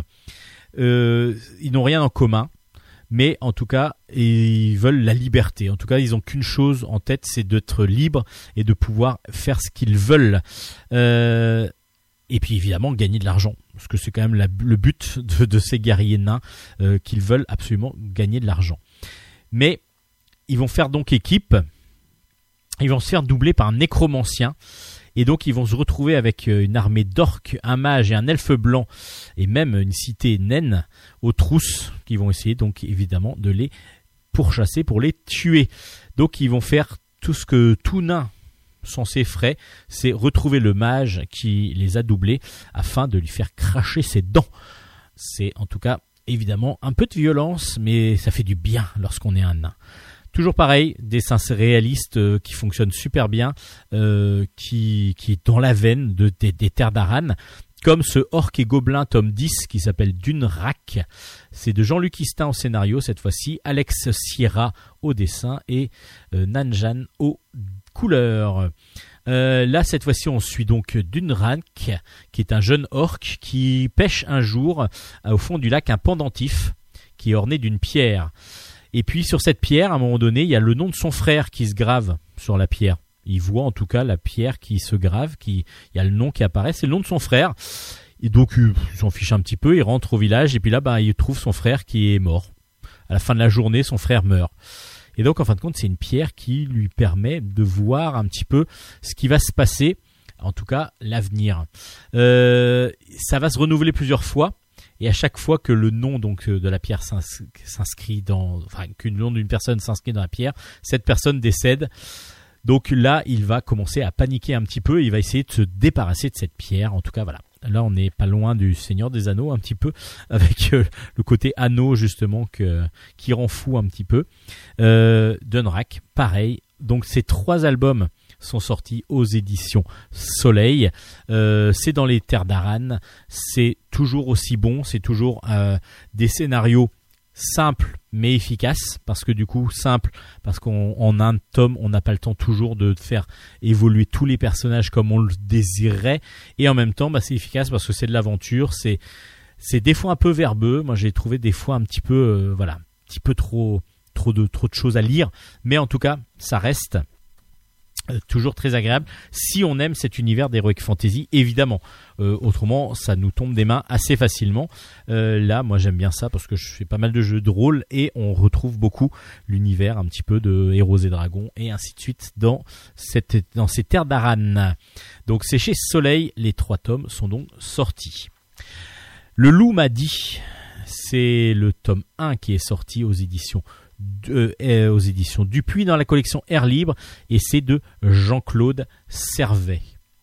Speaker 1: Euh, ils n'ont rien en commun, mais en tout cas, ils veulent la liberté. En tout cas, ils n'ont qu'une chose en tête, c'est d'être libres et de pouvoir faire ce qu'ils veulent. Euh, et puis évidemment, gagner de l'argent, parce que c'est quand même la, le but de, de ces guerriers nains, euh, qu'ils veulent absolument gagner de l'argent. Mais ils vont faire donc équipe, ils vont se faire doubler par un nécromancien. Et donc, ils vont se retrouver avec une armée d'orques, un mage et un elfe blanc, et même une cité naine aux trousses, qui vont essayer donc évidemment de les pourchasser pour les tuer. Donc, ils vont faire tout ce que tout nain censé ferait, c'est retrouver le mage qui les a doublés afin de lui faire cracher ses dents. C'est en tout cas évidemment un peu de violence, mais ça fait du bien lorsqu'on est un nain. Toujours pareil, dessins réalistes euh, qui fonctionnent super bien, euh, qui, qui est dans la veine de, des, des terres d'Aran, comme ce Orc et Gobelin tome dix qui s'appelle Dunrak. C'est de Jean-Luc Istin au scénario cette fois-ci, Alex Sierra au dessin et euh, Nanjan aux couleurs. Euh, là, cette fois-ci, on suit donc Dunrak, qui est un jeune orc qui pêche un jour euh, au fond du lac un pendentif qui est orné d'une pierre. Et puis sur cette pierre, à un moment donné, il y a le nom de son frère qui se grave sur la pierre. Il voit en tout cas la pierre qui se grave, qui, il y a le nom qui apparaît, c'est le nom de son frère. Et donc il s'en fiche un petit peu, il rentre au village et puis là, bah, il trouve son frère qui est mort. À la fin de la journée, son frère meurt. Et donc en fin de compte, c'est une pierre qui lui permet de voir un petit peu ce qui va se passer, en tout cas l'avenir. Euh, ça va se renouveler plusieurs fois. Et à chaque fois que le nom donc de la pierre s'inscrit dans, enfin que le nom d'une personne s'inscrit dans la pierre, cette personne décède. Donc là, il va commencer à paniquer un petit peu. Et il va essayer de se débarrasser de cette pierre. En tout cas, voilà. Là, on n'est pas loin du Seigneur des Anneaux un petit peu, avec euh, le côté anneau justement que qui rend fou un petit peu. Euh, Dunrak, pareil. Donc ces trois albums sont sortis aux éditions Soleil. Euh, c'est dans les terres d'Aran. C'est toujours aussi bon. C'est toujours euh, des scénarios simples mais efficaces. Parce que du coup, simple, parce qu'en un tome, on n'a pas le temps toujours de faire évoluer tous les personnages comme on le désirerait. Et en même temps, bah, c'est efficace parce que c'est de l'aventure. C'est, c'est des fois un peu verbeux. Moi, j'ai trouvé des fois un petit peu, euh, voilà, un petit peu trop, trop de, trop de choses à lire. Mais en tout cas, ça reste Euh, toujours très agréable si on aime cet univers d'Heroic Fantasy, évidemment. Euh, autrement, ça nous tombe des mains assez facilement. Euh, là, moi, j'aime bien ça parce que je fais pas mal de jeux de rôle et on retrouve beaucoup l'univers un petit peu de Héros et Dragons et ainsi de suite dans cette, dans ces terres d'Aran. Donc, c'est chez Soleil. Les trois tomes sont donc sortis. Le Loup m'a dit, c'est le tome un qui est sorti aux éditions De, euh, aux éditions Dupuis dans la collection Air Libre et c'est de Jean-Claude Servet.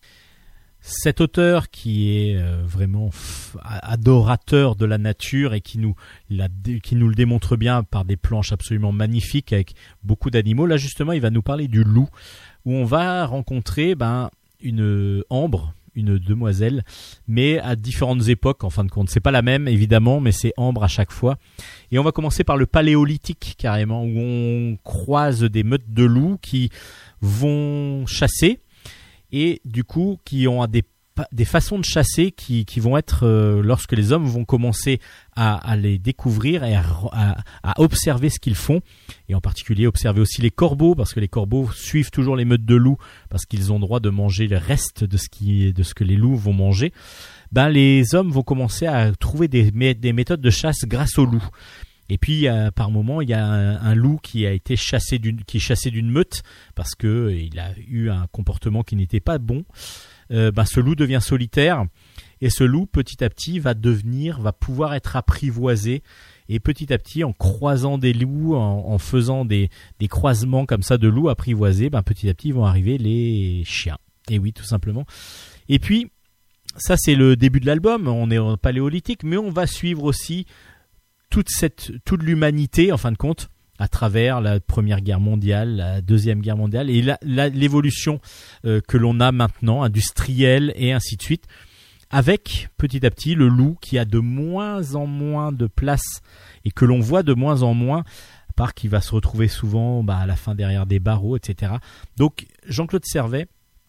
Speaker 1: Cet auteur qui est euh, vraiment f- adorateur de la nature et qui nous, la, qui nous le démontre bien par des planches absolument magnifiques avec beaucoup d'animaux. Là justement, il va nous parler du loup où on va rencontrer ben, une ambre, une demoiselle, mais à différentes époques en fin de compte. C'est pas la même évidemment, mais c'est ambre à chaque fois. Et on va commencer par le paléolithique carrément, où on croise des meutes de loups qui vont chasser et du coup qui ont des, des façons de chasser qui, qui vont être, euh, lorsque les hommes vont commencer à, à les découvrir et à, à, à observer ce qu'ils font, et en particulier observer aussi les corbeaux, parce que les corbeaux suivent toujours les meutes de loups, parce qu'ils ont droit de manger le reste de ce, qui, de ce que les loups vont manger. Ben, les hommes vont commencer à trouver des, des méthodes de chasse grâce aux loups. Et puis euh, par moment il y a un, un loup qui a été chassé d'une qui est chassé d'une meute parce que euh, il a eu un comportement qui n'était pas bon. Euh, ben, ce loup devient solitaire et ce loup petit à petit va devenir va pouvoir être apprivoisé. Et petit à petit, en croisant des loups, en, en faisant des, des croisements comme ça de loups apprivoisés, ben petit à petit vont arriver les chiens. Et oui, tout simplement. Et puis, ça c'est le début de l'album, on est en paléolithique, mais on va suivre aussi toute, cette, toute l'humanité, en fin de compte, à travers la Première Guerre mondiale, la Deuxième Guerre mondiale, et la, la, l'évolution euh, que l'on a maintenant, industrielle, et ainsi de suite. Avec, petit à petit, le loup qui a de moins en moins de place et que l'on voit de moins en moins, à part qu'il va se retrouver souvent bah, à la fin derrière des barreaux, et cetera. Donc, Jean-Claude Servet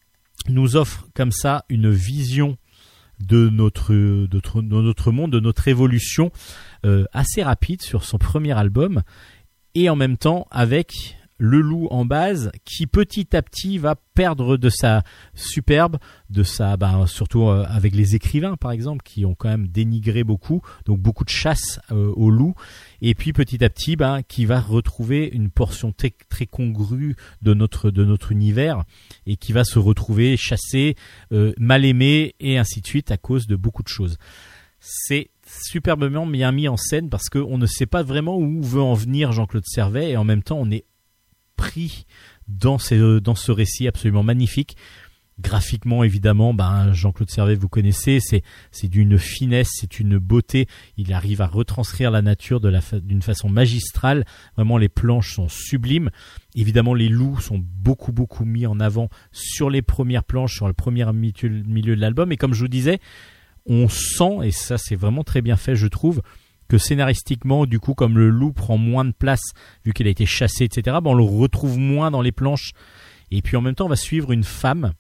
Speaker 1: nous offre comme ça une vision de notre, de notre, de notre monde, de notre évolution euh, assez rapide sur son premier album et en même temps avec le loup en base qui petit à petit va perdre de sa superbe, de sa, bah, surtout euh, avec les écrivains par exemple qui ont quand même dénigré beaucoup, donc beaucoup de chasse euh, au loup, et puis petit à petit bah, qui va retrouver une portion très, très congrue de notre, de notre univers et qui va se retrouver chassé, euh, mal aimé et ainsi de suite à cause de beaucoup de choses. C'est superbement bien mis en scène parce qu'on ne sait pas vraiment où veut en venir Jean-Claude Servet et en même temps on est pris dans, ces, dans ce récit absolument magnifique. Graphiquement évidemment, ben, Jean-Claude Servet vous connaissez, c'est, c'est d'une finesse, c'est une beauté, il arrive à retranscrire la nature de la fa- d'une façon magistrale, vraiment les planches sont sublimes. Évidemment les loups sont beaucoup beaucoup mis en avant sur les premières planches, sur le premier milieu de l'album, et comme je vous disais, on sent, et ça c'est vraiment très bien fait je trouve, que scénaristiquement, du coup, comme le loup prend moins de place, vu qu'il a été chassé, et cetera, ben on le retrouve moins dans les planches. Et puis en même temps, on va suivre une femme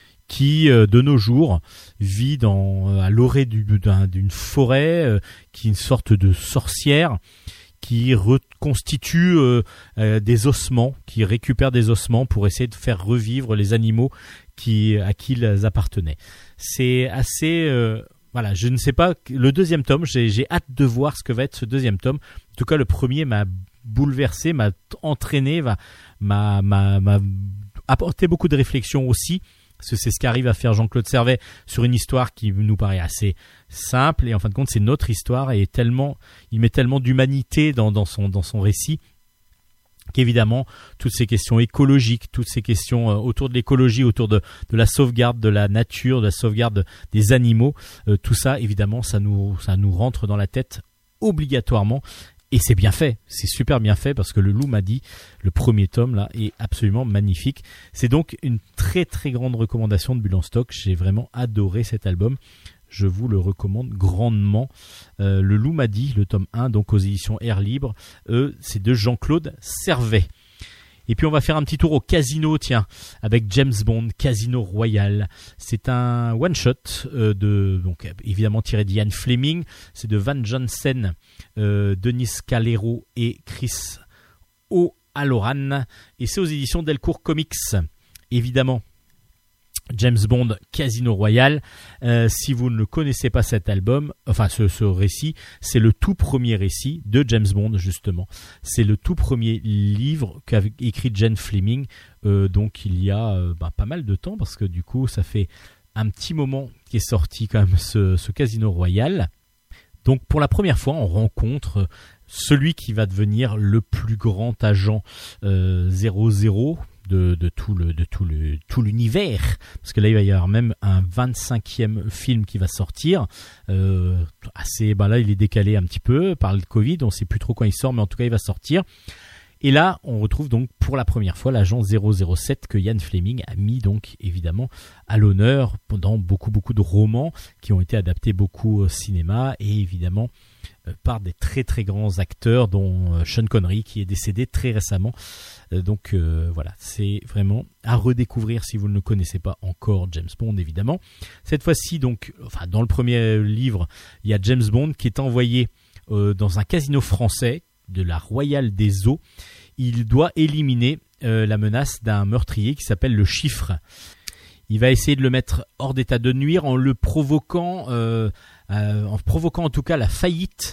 Speaker 1: qui, euh, de nos jours, vit dans, euh, à l'orée du, d'un, d'une forêt, euh, qui est une sorte de sorcière, qui reconstitue euh, euh, des ossements, qui récupère des ossements pour essayer de faire revivre les animaux qui, à qui ils appartenaient. C'est assez... Euh, Voilà, je ne sais pas, le deuxième tome, j'ai, j'ai hâte de voir ce que va être ce deuxième tome. En tout cas, le premier m'a bouleversé, m'a entraîné, m'a, m'a, m'a, m'a apporté beaucoup de réflexion aussi, parce que c'est ce qu'arrive à faire Jean-Claude Servet sur une histoire qui nous paraît assez simple, et en fin de compte, c'est notre histoire, et tellement, il met tellement d'humanité dans, dans son, dans son récit, qu'évidemment, toutes ces questions écologiques, toutes ces questions euh, autour de l'écologie, autour de, de la sauvegarde de la nature, de la sauvegarde des animaux, euh, tout ça, évidemment, ça nous, ça nous rentre dans la tête obligatoirement. Et c'est bien fait, c'est super bien fait parce que le loup m'a dit, le premier tome là est absolument magnifique. C'est donc une très très grande recommandation de Bulle en Stock. J'ai vraiment adoré cet album. Je vous le recommande grandement. Euh, le loup m'a dit, le tome un, donc aux éditions Air Libre, euh, c'est de Jean-Claude Servet. Et puis on va faire un petit tour au casino, tiens, avec James Bond, Casino Royale. C'est un one-shot euh, de, donc évidemment tiré d'Ian Fleming. C'est de Van Jansen, euh, Denis Calero et Chris O'Halloran. Et c'est aux éditions Delcourt Comics, évidemment. James Bond, Casino Royale. Euh, si vous ne connaissez pas cet album, enfin ce, ce récit, c'est le tout premier récit de James Bond justement. C'est le tout premier livre qu'a écrit Ian Fleming. Euh, donc il y a euh, bah, pas mal de temps parce que du coup ça fait un petit moment qu'est sorti quand même ce, ce Casino Royale. Donc pour la première fois, on rencontre celui qui va devenir le plus grand agent euh, zéro zéro. De, de tout le de tout le tout l'univers, parce que là il va y avoir même un vingt-cinquième film qui va sortir, euh, assez bah là il est décalé un petit peu par le Covid, on sait plus trop quand il sort, mais en tout cas il va sortir. Et là on retrouve donc pour la première fois l'agent zéro zéro sept que Ian Fleming a mis donc évidemment à l'honneur dans beaucoup beaucoup de romans qui ont été adaptés beaucoup au cinéma, et évidemment par des très très grands acteurs dont Sean Connery qui est décédé très récemment. Donc euh, voilà, c'est vraiment à redécouvrir si vous ne le connaissez pas encore, James Bond évidemment. Cette fois-ci donc, enfin dans le premier livre, il y a James Bond qui est envoyé euh, dans un casino français de la Royale des Eaux. Il doit éliminer euh, la menace d'un meurtrier qui s'appelle le Chiffre. Il va essayer de le mettre hors d'état de nuire en le provoquant, euh, euh, en provoquant en tout cas la faillite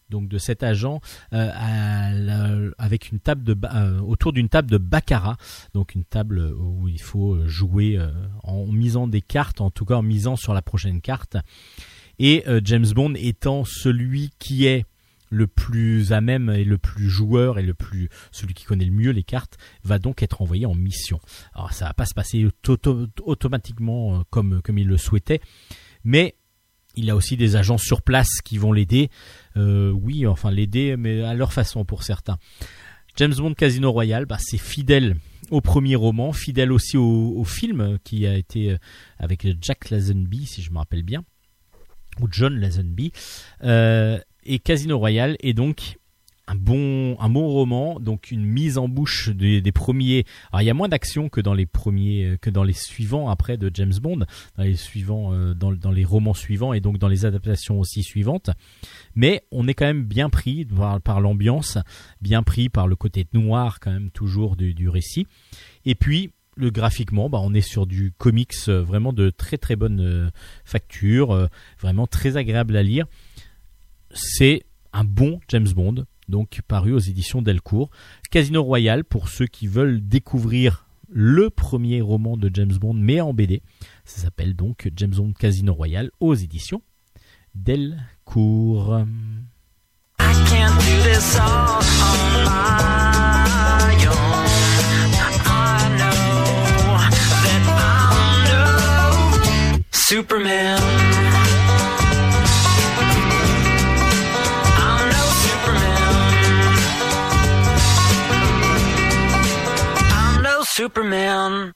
Speaker 1: donc de cet agent euh, à la, avec une table de euh, autour d'une table de baccarat, donc une table où il faut jouer euh, en misant des cartes, en tout cas en misant sur la prochaine carte. Et euh, James Bond étant celui qui est le plus à même et le plus joueur et le plus celui qui connaît le mieux les cartes, va donc être envoyé en mission. Alors ça va pas se passer auto- automatiquement comme comme il le souhaitait, mais il a aussi des agents sur place qui vont l'aider. Euh, oui, enfin l'aider, mais à leur façon pour certains. James Bond Casino Royale, bah, c'est fidèle au premier roman, fidèle aussi au, au film qui a été avec Jack Lazenby, si je me rappelle bien, ou John Lazenby. Euh, et Casino Royale est donc un bon, un bon roman, donc une mise en bouche des, des premiers. Alors il y a moins d'action que dans les premiers, que dans les suivants après de James Bond, dans les suivants, euh, dans, dans les romans suivants et donc dans les adaptations aussi suivantes. Mais on est quand même bien pris par, par l'ambiance, bien pris par le côté noir quand même toujours du, du récit. Et puis le graphiquement, bah on est sur du comics euh, vraiment de très très bonne euh, facture, euh, vraiment très agréable à lire. C'est un bon James Bond. Donc paru aux éditions Delcourt. Casino Royale, pour ceux qui veulent découvrir le premier roman de James Bond, mais en B D. Ça s'appelle donc James Bond Casino Royale aux éditions Delcourt. I can't do this all on my own. I know that I'm no Superman. Superman.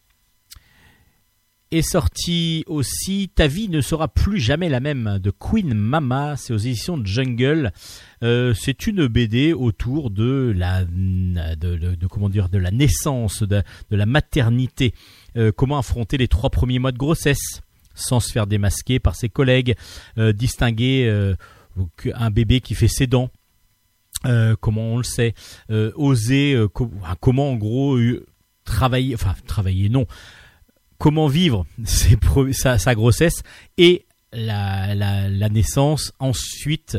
Speaker 1: Est sorti aussi Ta vie ne sera plus jamais la même de Queen Mama, c'est aux éditions de Jungle. Euh, c'est une B D autour de la de, de, de comment dire de la naissance, de, de la maternité. Euh, comment affronter les trois premiers mois de grossesse sans se faire démasquer par ses collègues, euh, distinguer euh, un bébé qui fait ses dents. Euh, comment on le sait, euh, oser, euh, co- comment en gros euh, travailler, enfin travailler non, comment vivre ses pro- sa, sa grossesse et la, la, la naissance, ensuite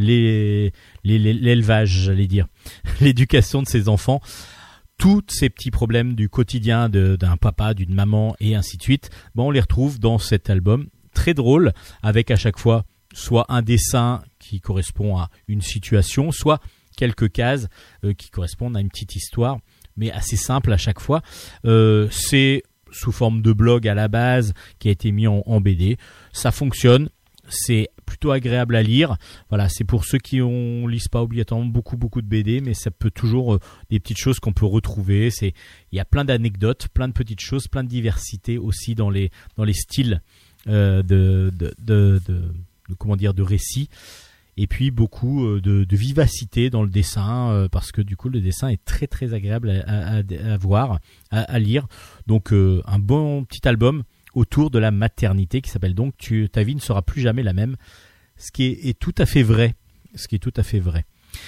Speaker 1: les, les, les, l'élevage, j'allais dire, l'éducation de ses enfants, tous ces petits problèmes du quotidien de, d'un papa, d'une maman et ainsi de suite, bon, on les retrouve dans cet album très drôle avec à chaque fois soit un dessin qui correspond à une situation, soit quelques cases euh, qui correspondent à une petite histoire, mais assez simple à chaque fois. Euh, c'est sous forme de blog à la base qui a été mis en, en B D. Ça fonctionne, c'est plutôt agréable à lire. Voilà, c'est pour ceux qui ne lisent pas obligatoirement beaucoup beaucoup de B D, mais ça peut toujours euh, des petites choses qu'on peut retrouver. C'est, il y a plein d'anecdotes, plein de petites choses, plein de diversité aussi dans les dans les styles euh, de, de, de, de, de comment dire de récits. Et puis beaucoup de, de vivacité dans le dessin, euh, parce que du coup le dessin est très très agréable à, à, à voir, à, à lire. Donc euh, un bon petit album autour de la maternité qui s'appelle donc tu, Ta vie ne sera plus jamais la même, ce qui est, est tout à fait vrai. Ce qui est tout à fait vrai.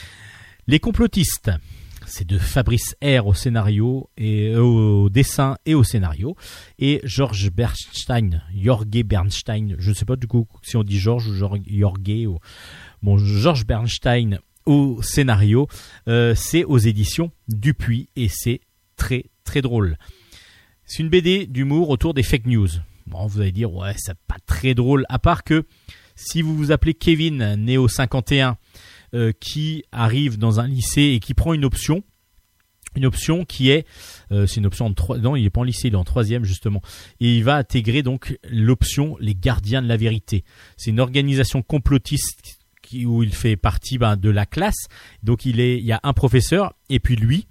Speaker 1: Les complotistes, c'est de Fabrice R au scénario et euh, au dessin et au scénario, et Georges Bernstein, Jorge Bernstein, je ne sais pas du coup si on dit Georges ou Jorge ou bon, Georges Bernstein au scénario. Euh, c'est aux éditions Dupuis et c'est très très drôle. C'est une B D d'humour autour des fake news. Bon, vous allez dire ouais, c'est pas très drôle, à part que si vous vous appelez Kevin, né au cinquante et un, euh, qui arrive dans un lycée et qui prend une option, une option qui est, euh, c'est une option en trois, non, il est pas en lycée, il est en troisième justement, et il va intégrer donc l'option les gardiens de la vérité. C'est une organisation complotiste qui, où il fait partie ben, de la classe. Donc il est, il y a un professeur et puis lui,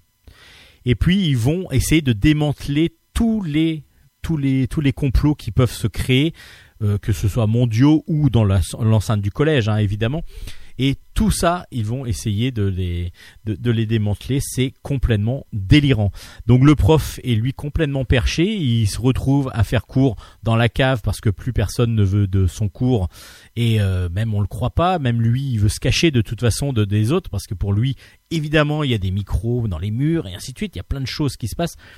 Speaker 1: et puis ils vont essayer de démanteler tous les tous les tous les complots qui peuvent se créer, euh, que ce soit mondiaux ou dans la, l'enceinte du collège, hein, évidemment. Et tout ça, ils vont essayer de les, de, de les démanteler. C'est complètement délirant. Donc le prof est lui complètement perché. Il se retrouve à faire cours dans la cave parce que plus personne ne veut de son cours. Et euh, même on le croit pas. Même lui, il veut se cacher de toute façon de, des autres parce que pour lui, évidemment, il y a des micros dans les murs et ainsi de suite. Il y a plein de choses qui se passent.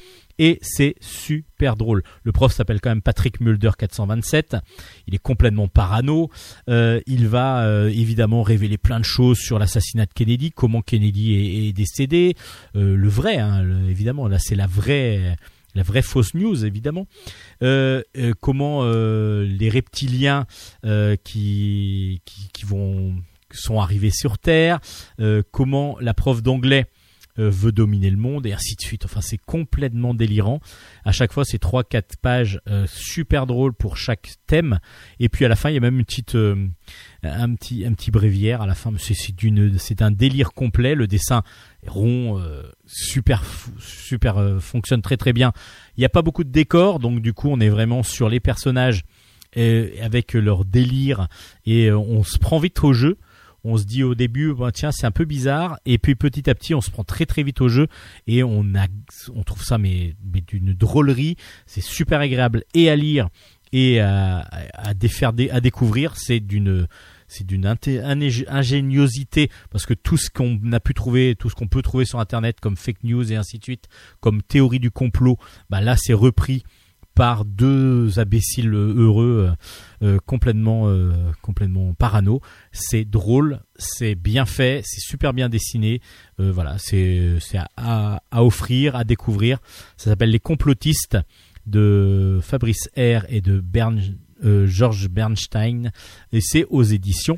Speaker 1: et c'est super drôle. Le prof s'appelle quand même Patrick Mulder quatre cent vingt-sept, il est complètement parano, euh, il va euh, évidemment révéler plein de choses sur l'assassinat de Kennedy, comment Kennedy est, est décédé, euh, le vrai, hein, le, évidemment, là c'est la vraie... La vraie fausse news, évidemment. Euh, euh, comment euh, les reptiliens euh, qui, qui, qui vont, sont arrivés sur Terre, euh, comment la prof d'anglais euh, veut dominer le monde, et ainsi de suite. Enfin, c'est complètement délirant. À chaque fois, c'est trois quatre pages euh, super drôles pour chaque thème. Et puis à la fin, il y a même une petite, euh, un petit, un petit bréviaire. À la fin, c'est, c'est, d'une, c'est un délire complet. Le dessin rond, euh, super, super, euh, fonctionne très très bien. Il n'y a pas beaucoup de décors, donc du coup, on est vraiment sur les personnages euh, avec leur délire, et euh, on se prend vite au jeu. On se dit au début, bah, tiens, c'est un peu bizarre, et puis petit à petit, on se prend très très vite au jeu, et on a, on trouve ça mais, mais d'une drôlerie. C'est super agréable et à lire et à, à, défaire, à découvrir. C'est d'une C'est d'une ingéniosité, parce que tout ce qu'on a pu trouver, tout ce qu'on peut trouver sur Internet comme fake news et ainsi de suite, comme théorie du complot, bah là c'est repris par deux imbéciles heureux, euh, complètement, euh, complètement parano. C'est drôle, c'est bien fait, c'est super bien dessiné. Euh, voilà, c'est, c'est à, à, à offrir, à découvrir. Ça s'appelle Les Complotistes de Fabrice R et de Bern. Euh, Georges Bernstein, et c'est aux éditions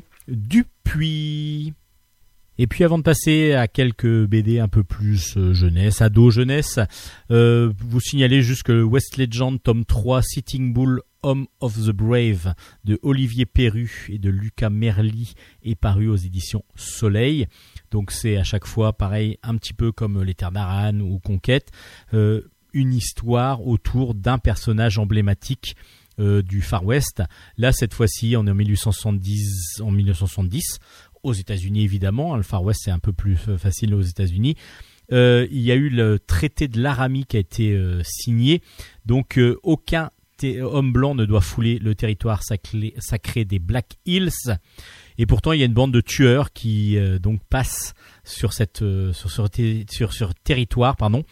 Speaker 1: Dupuis. Et puis avant de passer à quelques B D un peu plus euh, jeunesse, ado jeunesse, euh, vous signalez juste que West Legend tome trois, Sitting Bull, Home of the Brave de Olivier Perru et de Lucas Merli est paru aux éditions Soleil. Donc c'est à chaque fois pareil, un petit peu comme Les Terres d'Aran ou Conquête, euh, une histoire autour d'un personnage emblématique Euh, du Far West. Là, cette fois-ci, on est en mille huit cent soixante-dix, en mille neuf cent soixante-dix, aux États-Unis évidemment. Le Far West, c'est un peu plus facile aux États-Unis. Euh, il y a eu le traité de Laramie qui a été euh, signé, donc euh, aucun t- homme blanc ne doit fouler le territoire sacré, sacré des Black Hills. Et pourtant, il y a une bande de tueurs qui euh, donc passe sur cette euh, sur sur, sur sur territoire, pardon.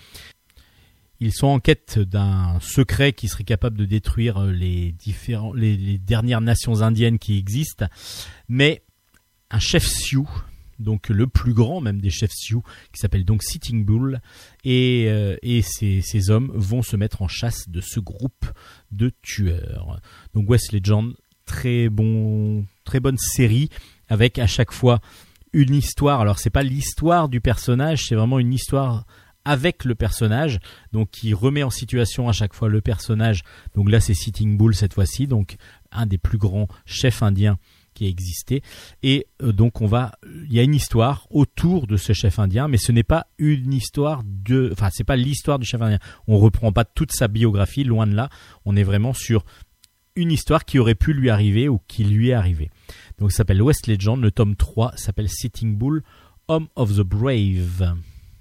Speaker 1: Ils sont en quête d'un secret qui serait capable de détruire les, différents, les, les dernières nations indiennes qui existent. Mais un chef Sioux, donc le plus grand même des chefs Sioux, qui s'appelle donc Sitting Bull, et, euh, et ces, ces hommes vont se mettre en chasse de ce groupe de tueurs. Donc West Legend, très, bon, très bonne série, avec à chaque fois une histoire. Alors c'est pas l'histoire du personnage, c'est vraiment une histoire avec le personnage, donc qui remet en situation à chaque fois le personnage. Donc là c'est Sitting Bull cette fois-ci, donc un des plus grands chefs indiens qui a existé, et euh, donc on va, il y a une histoire autour de ce chef indien, mais ce n'est pas une histoire de, enfin c'est pas l'histoire du chef indien. On reprend pas toute sa biographie, loin de là. On est vraiment sur une histoire qui aurait pu lui arriver ou qui lui est arrivée. Donc ça s'appelle West Legend. Le tome trois s'appelle Sitting Bull, Home of the Brave.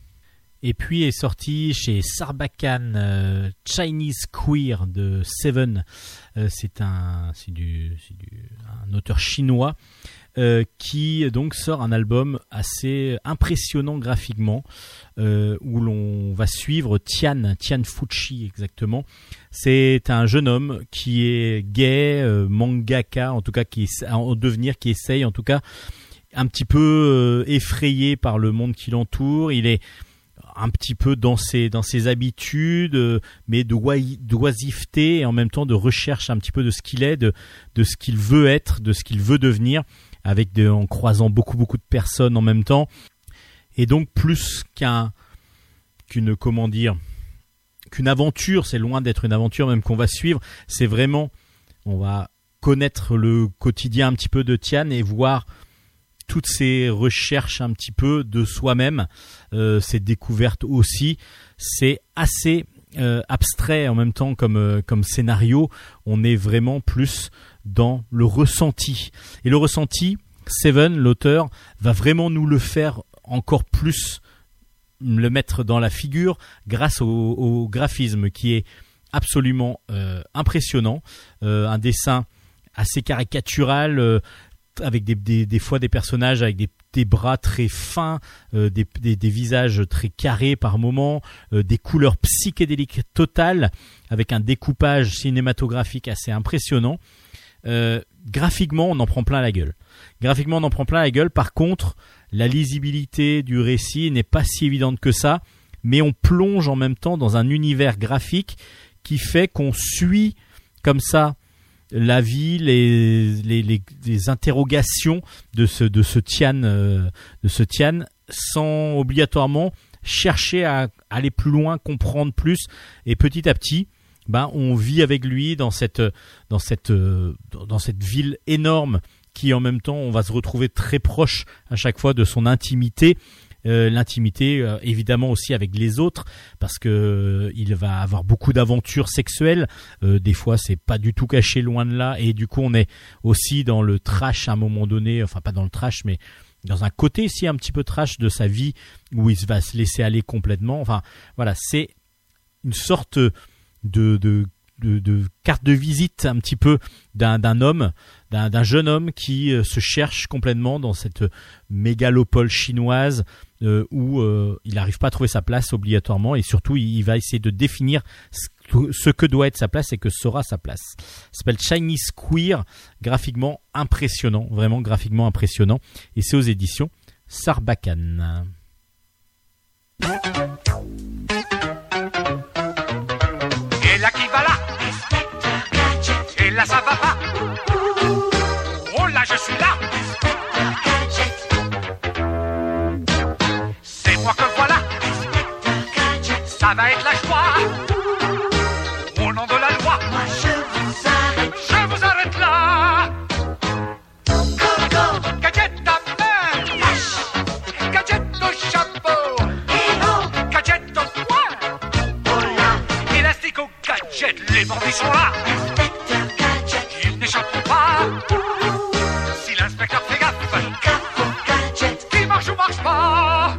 Speaker 1: Et puis est sorti chez Sarbacane euh, Chinese Queer de Seven. Euh, c'est un, c'est du, c'est du, un auteur chinois euh, qui donc sort un album assez impressionnant graphiquement, euh, où l'on va suivre Tian, Tian Fuchi exactement. C'est un jeune homme qui est gay, euh, mangaka, en tout cas qui est en devenir, qui essaye en tout cas un petit peu euh, effrayé par le monde qui l'entoure. Il est un petit peu dans ses, dans ses habitudes, euh, mais de oi- d'oisiveté et en même temps de recherche un petit peu de ce qu'il est, de, de ce qu'il veut être, de ce qu'il veut devenir, avec de, en croisant beaucoup beaucoup de personnes en même temps. Et donc plus qu'un, qu'une, comment dire, qu'une aventure, c'est loin d'être une aventure même qu'on va suivre, c'est vraiment, on va connaître le quotidien un petit peu de Tian et voir toutes ces recherches un petit peu de soi-même, euh, ces découvertes aussi. C'est assez euh, abstrait en même temps comme, euh, comme scénario. On est vraiment plus dans le ressenti. Et le ressenti, Seven, l'auteur, va vraiment nous le faire encore plus, le mettre dans la figure grâce au, au graphisme qui est absolument euh, impressionnant. Euh, un dessin assez caricatural, euh, avec des, des, des fois des personnages avec des des bras très fins, euh, des, des, des visages très carrés par moments, euh, des couleurs psychédéliques totales, avec un découpage cinématographique assez impressionnant. Euh, graphiquement, on en prend plein la gueule. Graphiquement, on en prend plein la gueule. Par contre, la lisibilité du récit n'est pas si évidente que ça, mais on plonge en même temps dans un univers graphique qui fait qu'on suit comme ça la vie, les, les, les, les interrogations de ce, de ce Tian, euh, de ce Tian, sans obligatoirement chercher à aller plus loin, comprendre plus, et petit à petit, ben, on vit avec lui dans cette, dans cette, euh, dans cette ville énorme qui, en même temps, on va se retrouver très proche à chaque fois de son intimité. Euh, l'intimité euh, évidemment aussi avec les autres, parce que euh, il va avoir beaucoup d'aventures sexuelles, euh, des fois c'est pas du tout caché, loin de là, et du coup on est aussi dans le trash à un moment donné, enfin pas dans le trash mais dans un côté si un petit peu trash de sa vie où il va se laisser aller complètement. Enfin voilà, c'est une sorte de, de De, de carte de visite un petit peu d'un, d'un homme, d'un, d'un jeune homme qui euh, se cherche complètement dans cette mégalopole chinoise euh, où euh, il n'arrive pas à trouver sa place obligatoirement, et surtout il, il va essayer de définir ce, ce que doit être sa place et que sera sa place. Ça s'appelle Chinese Queer, graphiquement impressionnant, vraiment graphiquement impressionnant, et c'est aux éditions Sarbacane.
Speaker 3: Et là qui va là, et là ça va pas. Oh là je suis là, c'est moi que voilà, ça va être la joie. Au nom de la loi, moi je vous arrête, je vous arrête là. Go go, gadget à main, gadget au chapeau, gadget au poing, élastique au gadget, les bandits sont là. Ils n'échapperont pas. Si l'inspecteur fait gaffe, qui marche ou marche pas.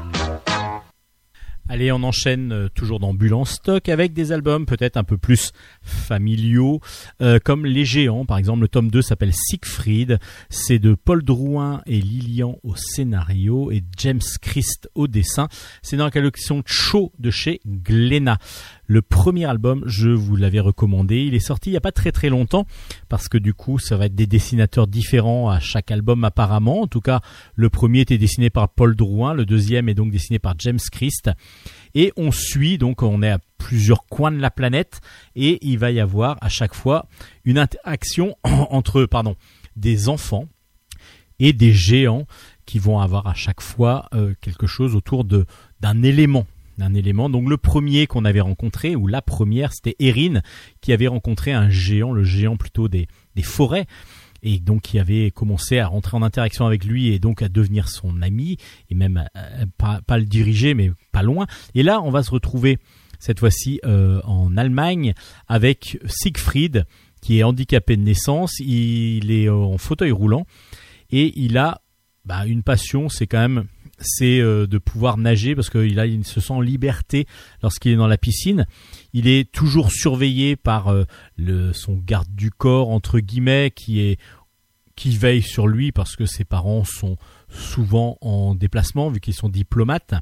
Speaker 1: Allez, on enchaîne euh, toujours dans Bulle en stock avec des albums peut-être un peu plus familiaux, euh, comme Les Géants. Par exemple, le tome deux s'appelle Siegfried. C'est de Paul Drouin et Lilian au scénario et James Christ au dessin. C'est dans la collection Cho de chez Glénat. Le premier album, je vous l'avais recommandé. Il est sorti il n'y a pas très très longtemps parce que du coup, ça va être des dessinateurs différents à chaque album apparemment. En tout cas, le premier était dessiné par Paul Drouin, le deuxième est donc dessiné par James Christ. Et on suit, donc on est à plusieurs coins de la planète et il va y avoir à chaque fois une interaction entre pardon, des enfants et des géants qui vont avoir à chaque fois euh, quelque chose autour de, d'un élément. d'un élément. Donc le premier qu'on avait rencontré, ou la première, c'était Erin, qui avait rencontré un géant, le géant plutôt des, des forêts, et donc qui avait commencé à rentrer en interaction avec lui et donc à devenir son ami, et même euh, pas, pas le diriger, mais pas loin. Et là, on va se retrouver cette fois-ci euh, en Allemagne avec Siegfried, qui est handicapé de naissance, il est en fauteuil roulant, et il a bah, une passion, c'est quand même... c'est euh, de pouvoir nager parce qu'il a, il se sent en liberté lorsqu'il est dans la piscine. Il est toujours surveillé par euh, le, son garde du corps entre guillemets qui est qui veille sur lui parce que ses parents sont souvent en déplacement vu qu'ils sont diplomates.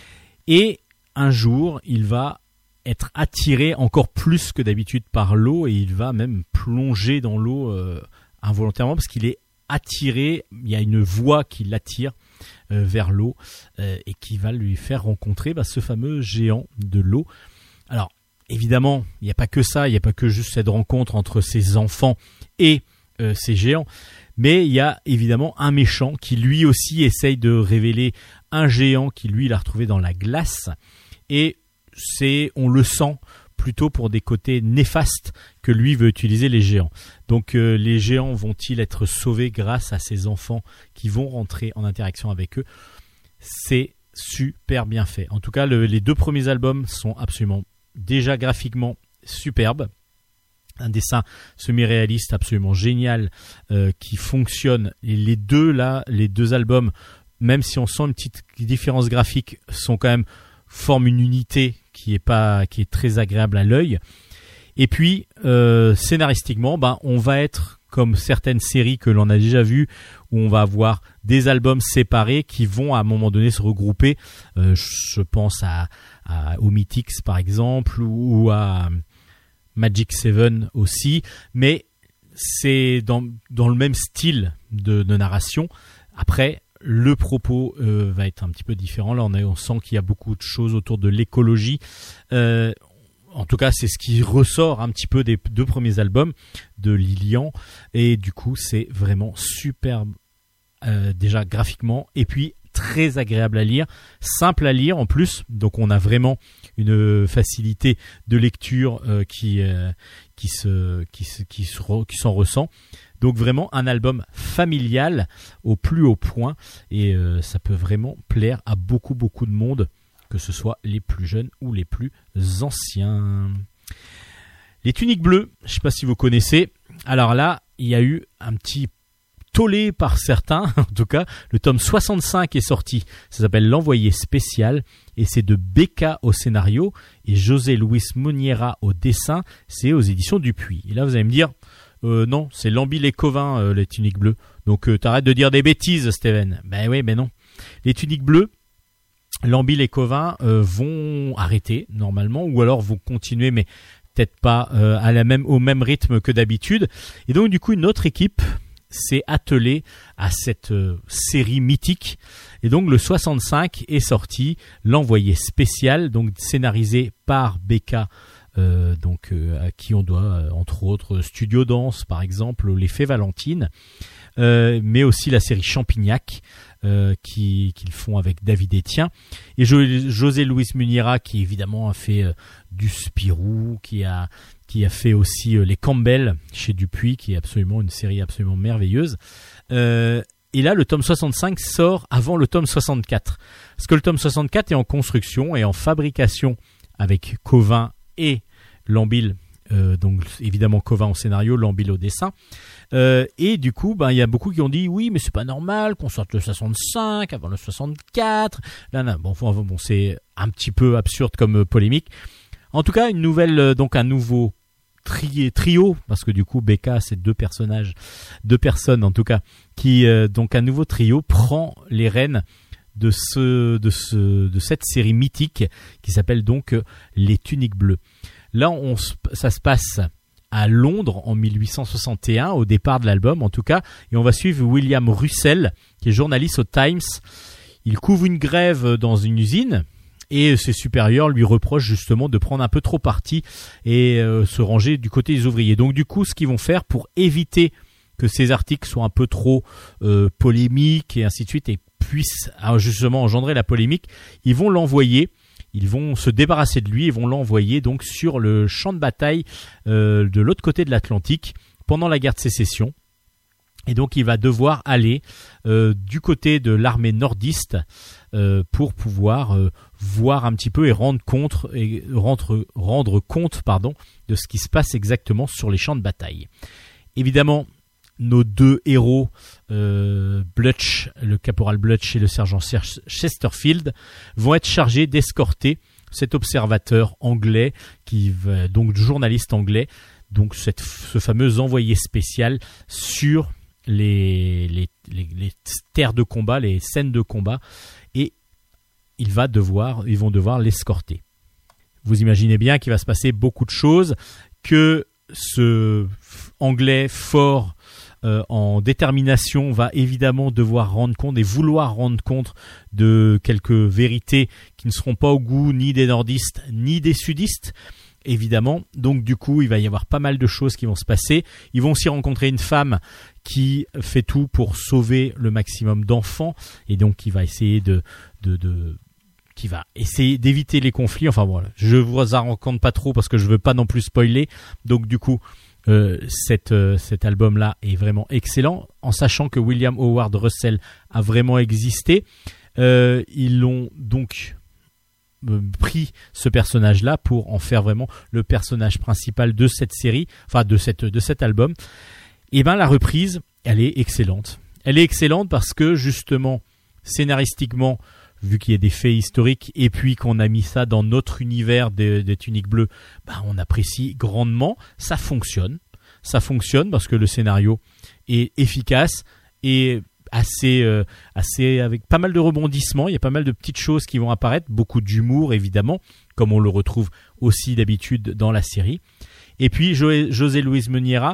Speaker 1: Et un jour, il va être attiré encore plus que d'habitude par l'eau et il va même plonger dans l'eau euh, involontairement parce qu'il est attiré. Il y a une voix qui l'attire Euh, vers l'eau euh, et qui va lui faire rencontrer bah, ce fameux géant de l'eau. Alors évidemment, il n'y a pas que ça, il n'y a pas que juste cette rencontre entre ces enfants et euh, ces géants, mais il y a évidemment un méchant qui lui aussi essaye de révéler un géant qui lui l'a retrouvé dans la glace, et c'est, on le sent plutôt pour des côtés néfastes que lui veut utiliser les géants. Donc euh, les géants vont-ils être sauvés grâce à ces enfants qui vont rentrer en interaction avec eux? C'est super bien fait. En tout cas, le, les deux premiers albums sont absolument déjà graphiquement superbes. Un dessin semi-réaliste absolument génial euh, qui fonctionne. Et les deux là, les deux albums, même si on sent une petite différence graphique, sont quand même forment une unité qui est pas qui est très agréable à l'œil. Et puis euh, scénaristiquement, ben on va être comme certaines séries que l'on a déjà vues, où on va avoir des albums séparés qui vont à un moment donné se regrouper. Euh, je pense à, à aux Mythics par exemple, ou, ou à Magic Seven aussi, mais c'est dans dans le même style de, de narration. Après, le propos euh, va être un petit peu différent. Là, on, a, on sent qu'il y a beaucoup de choses autour de l'écologie. Euh, En tout cas, c'est ce qui ressort un petit peu des deux premiers albums de Lilian. Et du coup, c'est vraiment superbe, euh, déjà graphiquement. Et puis, très agréable à lire. Simple à lire en plus. Donc, on a vraiment une facilité de lecture euh, qui, euh, qui, se, qui, se, qui, se, qui s'en ressent. Donc, vraiment un album familial au plus haut point. Et euh, ça peut vraiment plaire à beaucoup, beaucoup de monde, que ce soit les plus jeunes ou les plus anciens. Les Tuniques Bleues, je ne sais pas si vous connaissez. Alors là, il y a eu un petit tollé par certains. En tout cas, le tome soixante-cinq est sorti. Ça s'appelle L'Envoyé spécial. Et c'est de Becca au scénario et José Luis Muniera au dessin. C'est aux éditions Dupuis. Et là, vous allez me dire, euh, non, c'est Lambil et Covin, euh, les Tuniques Bleues. Donc, euh, t'arrêtes de dire des bêtises, Steven. Ben oui, mais non. Les Tuniques Bleues, Lambil et Covin euh, vont arrêter normalement, ou alors vont continuer, mais peut-être pas euh, à la même, au même rythme que d'habitude. Et donc du coup, une autre équipe s'est attelée à cette euh, série mythique. Et donc le soixante-cinq est sorti, L'Envoyé spécial, donc scénarisé par Becca, euh, donc euh, à qui on doit euh, entre autres Studio Danse par exemple, Les Fées Valentines, euh, mais aussi la série Champignac. Euh, qui, qu'ils font avec David Etienne et jo- José Luis Muniera qui évidemment a fait euh, du Spirou, qui a, qui a fait aussi euh, les Campbell chez Dupuis, qui est absolument une série absolument merveilleuse. Euh, et là le tome soixante-cinq sort avant le tome soixante-quatre, parce que le tome soixante-quatre est en construction et en fabrication avec Covin et Lambil. Euh, donc évidemment Covin au scénario, Lambil au dessin. Euh, et du coup, ben il y a beaucoup qui ont dit oui, mais c'est pas normal qu'on sorte le soixante-cinq avant le soixante-quatre. Là, là bon, bon, bon, c'est un petit peu absurde comme euh, polémique. En tout cas, une nouvelle, euh, donc un nouveau tri- trio, parce que du coup, Becca, c'est deux personnages, deux personnes en tout cas, qui euh, donc un nouveau trio prend les rênes de ce, de ce, de cette série mythique qui s'appelle donc euh, Les Tuniques Bleues. Là, on, ça se passe à Londres en mille huit cent soixante et un, au départ de l'album en tout cas, et on va suivre William Russell, qui est journaliste au Times. Il couvre une grève dans une usine, et ses supérieurs lui reprochent justement de prendre un peu trop parti et euh, se ranger du côté des ouvriers. Donc du coup, ce qu'ils vont faire pour éviter que ces articles soient un peu trop euh, polémiques et ainsi de suite, et puissent justement engendrer la polémique, ils vont l'envoyer. Ils vont se débarrasser de lui et vont l'envoyer donc sur le champ de bataille euh, de l'autre côté de l'Atlantique pendant la guerre de sécession. Et donc il va devoir aller euh, du côté de l'armée nordiste euh, pour pouvoir euh, voir un petit peu et rendre compte, et rendre, rendre compte pardon, de ce qui se passe exactement sur les champs de bataille. Évidemment, nos deux héros, euh, Blutch, le caporal Blutch et le sergent Chesterfield, vont être chargés d'escorter cet observateur anglais, qui va, donc journaliste anglais, donc cette, ce fameux envoyé spécial sur les, les, les, les terres de combat, les scènes de combat, et il va devoir, ils vont devoir l'escorter. Vous imaginez bien qu'il va se passer beaucoup de choses, que ce anglais fort Euh, en détermination va évidemment devoir rendre compte et vouloir rendre compte de quelques vérités qui ne seront pas au goût ni des nordistes ni des sudistes, évidemment. Donc du coup, il va y avoir pas mal de choses qui vont se passer. Ils vont aussi rencontrer une femme qui fait tout pour sauver le maximum d'enfants, et donc qui va essayer de, de, de qui va essayer d'éviter les conflits. Enfin voilà, je vous en raconte pas trop parce que je veux pas non plus spoiler. Donc du coup, Euh, cet, euh, cet album-là est vraiment excellent, en sachant que William Howard Russell a vraiment existé. Euh, ils l'ont donc euh, pris ce personnage-là pour en faire vraiment le personnage principal de cette série, enfin de, cette, de cet album. Et ben la reprise, elle est excellente. Elle est excellente parce que justement, scénaristiquement, vu qu'il y a des faits historiques et puis qu'on a mis ça dans notre univers des, des Tuniques Bleues, bah on apprécie grandement. Ça fonctionne, ça fonctionne parce que le scénario est efficace et assez, euh, assez avec pas mal de rebondissements. Il y a pas mal de petites choses qui vont apparaître, beaucoup d'humour évidemment, comme on le retrouve aussi d'habitude dans la série. Et puis jo- José Luis Meuniera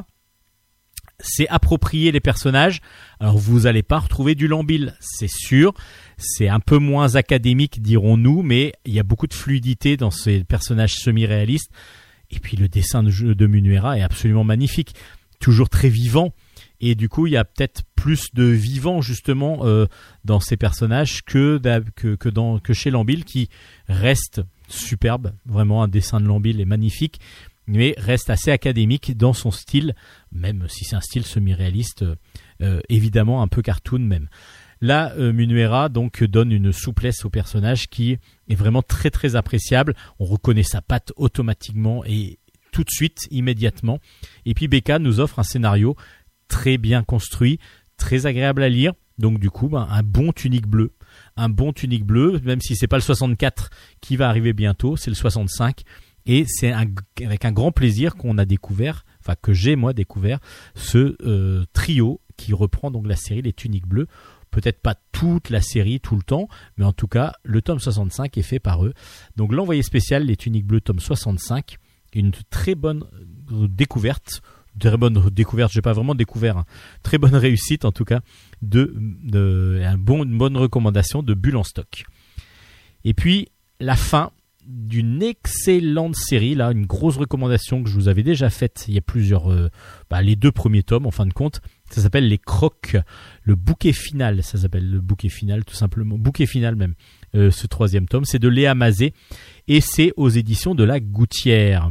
Speaker 1: s'est approprié les personnages. Alors vous allez pas retrouver du Lambil, c'est sûr. C'est un peu moins académique, dirons-nous, mais il y a beaucoup de fluidité dans ces personnages semi-réalistes. Et puis le dessin de, jeu de Meuniera est absolument magnifique, toujours très vivant. Et du coup, il y a peut-être plus de vivant justement euh, dans ces personnages que, que, que, dans, que chez Lambil, qui reste superbe. Vraiment, un dessin de Lambil est magnifique, mais reste assez académique dans son style, même si c'est un style semi-réaliste, euh, évidemment un peu cartoon même. Là, euh, Meuniera donc donne une souplesse au personnage qui est vraiment très très appréciable. On reconnaît sa patte automatiquement et tout de suite, immédiatement. Et puis Becca nous offre un scénario très bien construit, très agréable à lire. Donc du coup, ben, un bon Tunique Bleue, un bon Tunique Bleue, même si c'est pas le soixante-quatre qui va arriver bientôt, c'est le soixante-cinq. Et c'est un, avec un grand plaisir qu'on a découvert, enfin que j'ai moi découvert, ce euh, trio qui reprend donc la série Les Tuniques Bleues. Peut-être pas toute la série tout le temps, mais en tout cas le tome soixante-cinq est fait par eux. Donc l'envoyé spécial Les Tuniques Bleues tome soixante-cinq, une très bonne découverte, très bonne découverte, j'ai pas vraiment découvert, hein. Très bonne réussite en tout cas, de, de un bon, une bonne recommandation de Bulle en stock. Et puis la fin d'une excellente série, là, une grosse recommandation que je vous avais déjà faite il y a plusieurs, euh, bah, les deux premiers tomes en fin de compte. Ça s'appelle Les Crocs, le bouquet final, ça s'appelle le bouquet final tout simplement, bouquet final même, euh, ce troisième tome, c'est de Léa Mazet et c'est aux éditions de La Gouttière.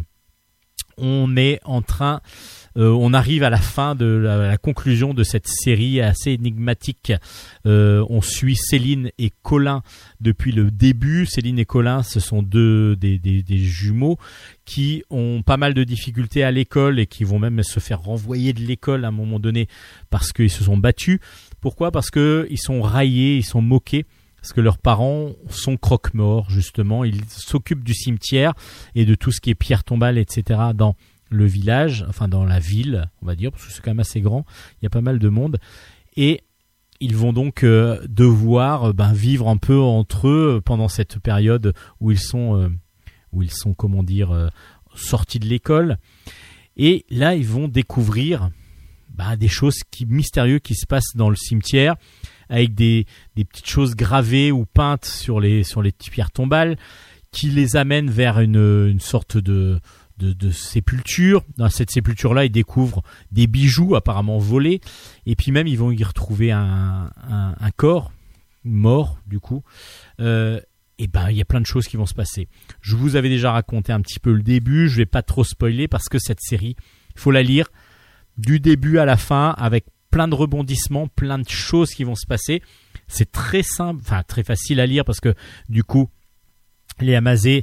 Speaker 1: On est en train, euh, on arrive à la fin de la, la conclusion de cette série assez énigmatique. Euh, on suit Céline et Colin depuis le début. Céline et Colin, ce sont deux des, des, des jumeaux qui ont pas mal de difficultés à l'école et qui vont même se faire renvoyer de l'école à un moment donné parce qu'ils se sont battus. Pourquoi ? Parce que ils sont raillés, ils sont moqués. Parce que leurs parents sont croque-morts, justement. Ils s'occupent du cimetière et de tout ce qui est pierre tombale, et cetera dans le village, enfin dans la ville, on va dire, parce que c'est quand même assez grand. Il y a pas mal de monde. Et ils vont donc euh, devoir ben, vivre un peu entre eux pendant cette période où ils sont, euh, où ils sont, comment dire, euh, sortis de l'école. Et là, ils vont découvrir ben, des choses qui, mystérieuses qui se passent dans le cimetière, avec des, des petites choses gravées ou peintes sur les, sur les pierres tombales, qui les amènent vers une, une sorte de, de, de sépulture. Dans cette sépulture-là, ils découvrent des bijoux apparemment volés, et puis même ils vont y retrouver un, un, un corps mort, du coup. Euh, et ben, il y a plein de choses qui vont se passer. Je vous avais déjà raconté un petit peu le début, je vais pas trop spoiler, parce que cette série, il faut la lire du début à la fin, avec plein de rebondissements, plein de choses qui vont se passer. C'est très simple, enfin très facile à lire parce que du coup, Léa Mazet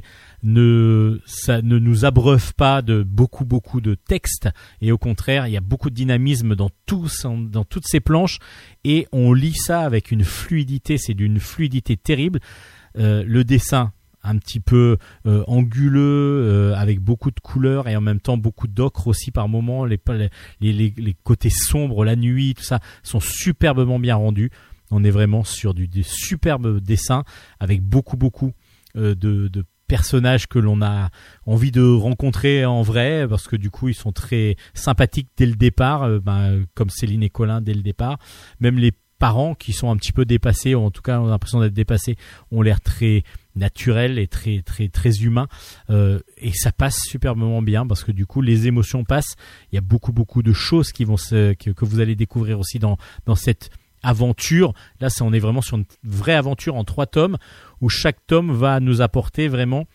Speaker 1: ne, ça ne nous abreuve pas de beaucoup beaucoup de textes et au contraire, il y a beaucoup de dynamisme dans tous, dans toutes ces planches et on lit ça avec une fluidité, c'est d'une fluidité terrible. Euh, le dessin, un petit peu euh, anguleux, euh, avec beaucoup de couleurs et en même temps beaucoup d'ocre aussi par moments. Les, les, les, les côtés sombres, la nuit, tout ça sont superbement bien rendus. On est vraiment sur du, du superbe dessin avec beaucoup beaucoup euh, de, de personnages que l'on a envie de rencontrer en vrai parce que du coup ils sont très sympathiques dès le départ, euh, ben, comme Céline et Colin dès le départ. Même les parents qui sont un petit peu dépassés, ou en tout cas ont l'impression d'être dépassés, ont l'air très naturel et très très très humain euh, et ça passe superbement bien parce que du coup les émotions passent. Il y a beaucoup beaucoup de choses qui vont se, que, que vous allez découvrir aussi dans dans cette aventure. Là, ça, on est vraiment sur une vraie aventure en trois tomes où chaque tome va nous apporter vraiment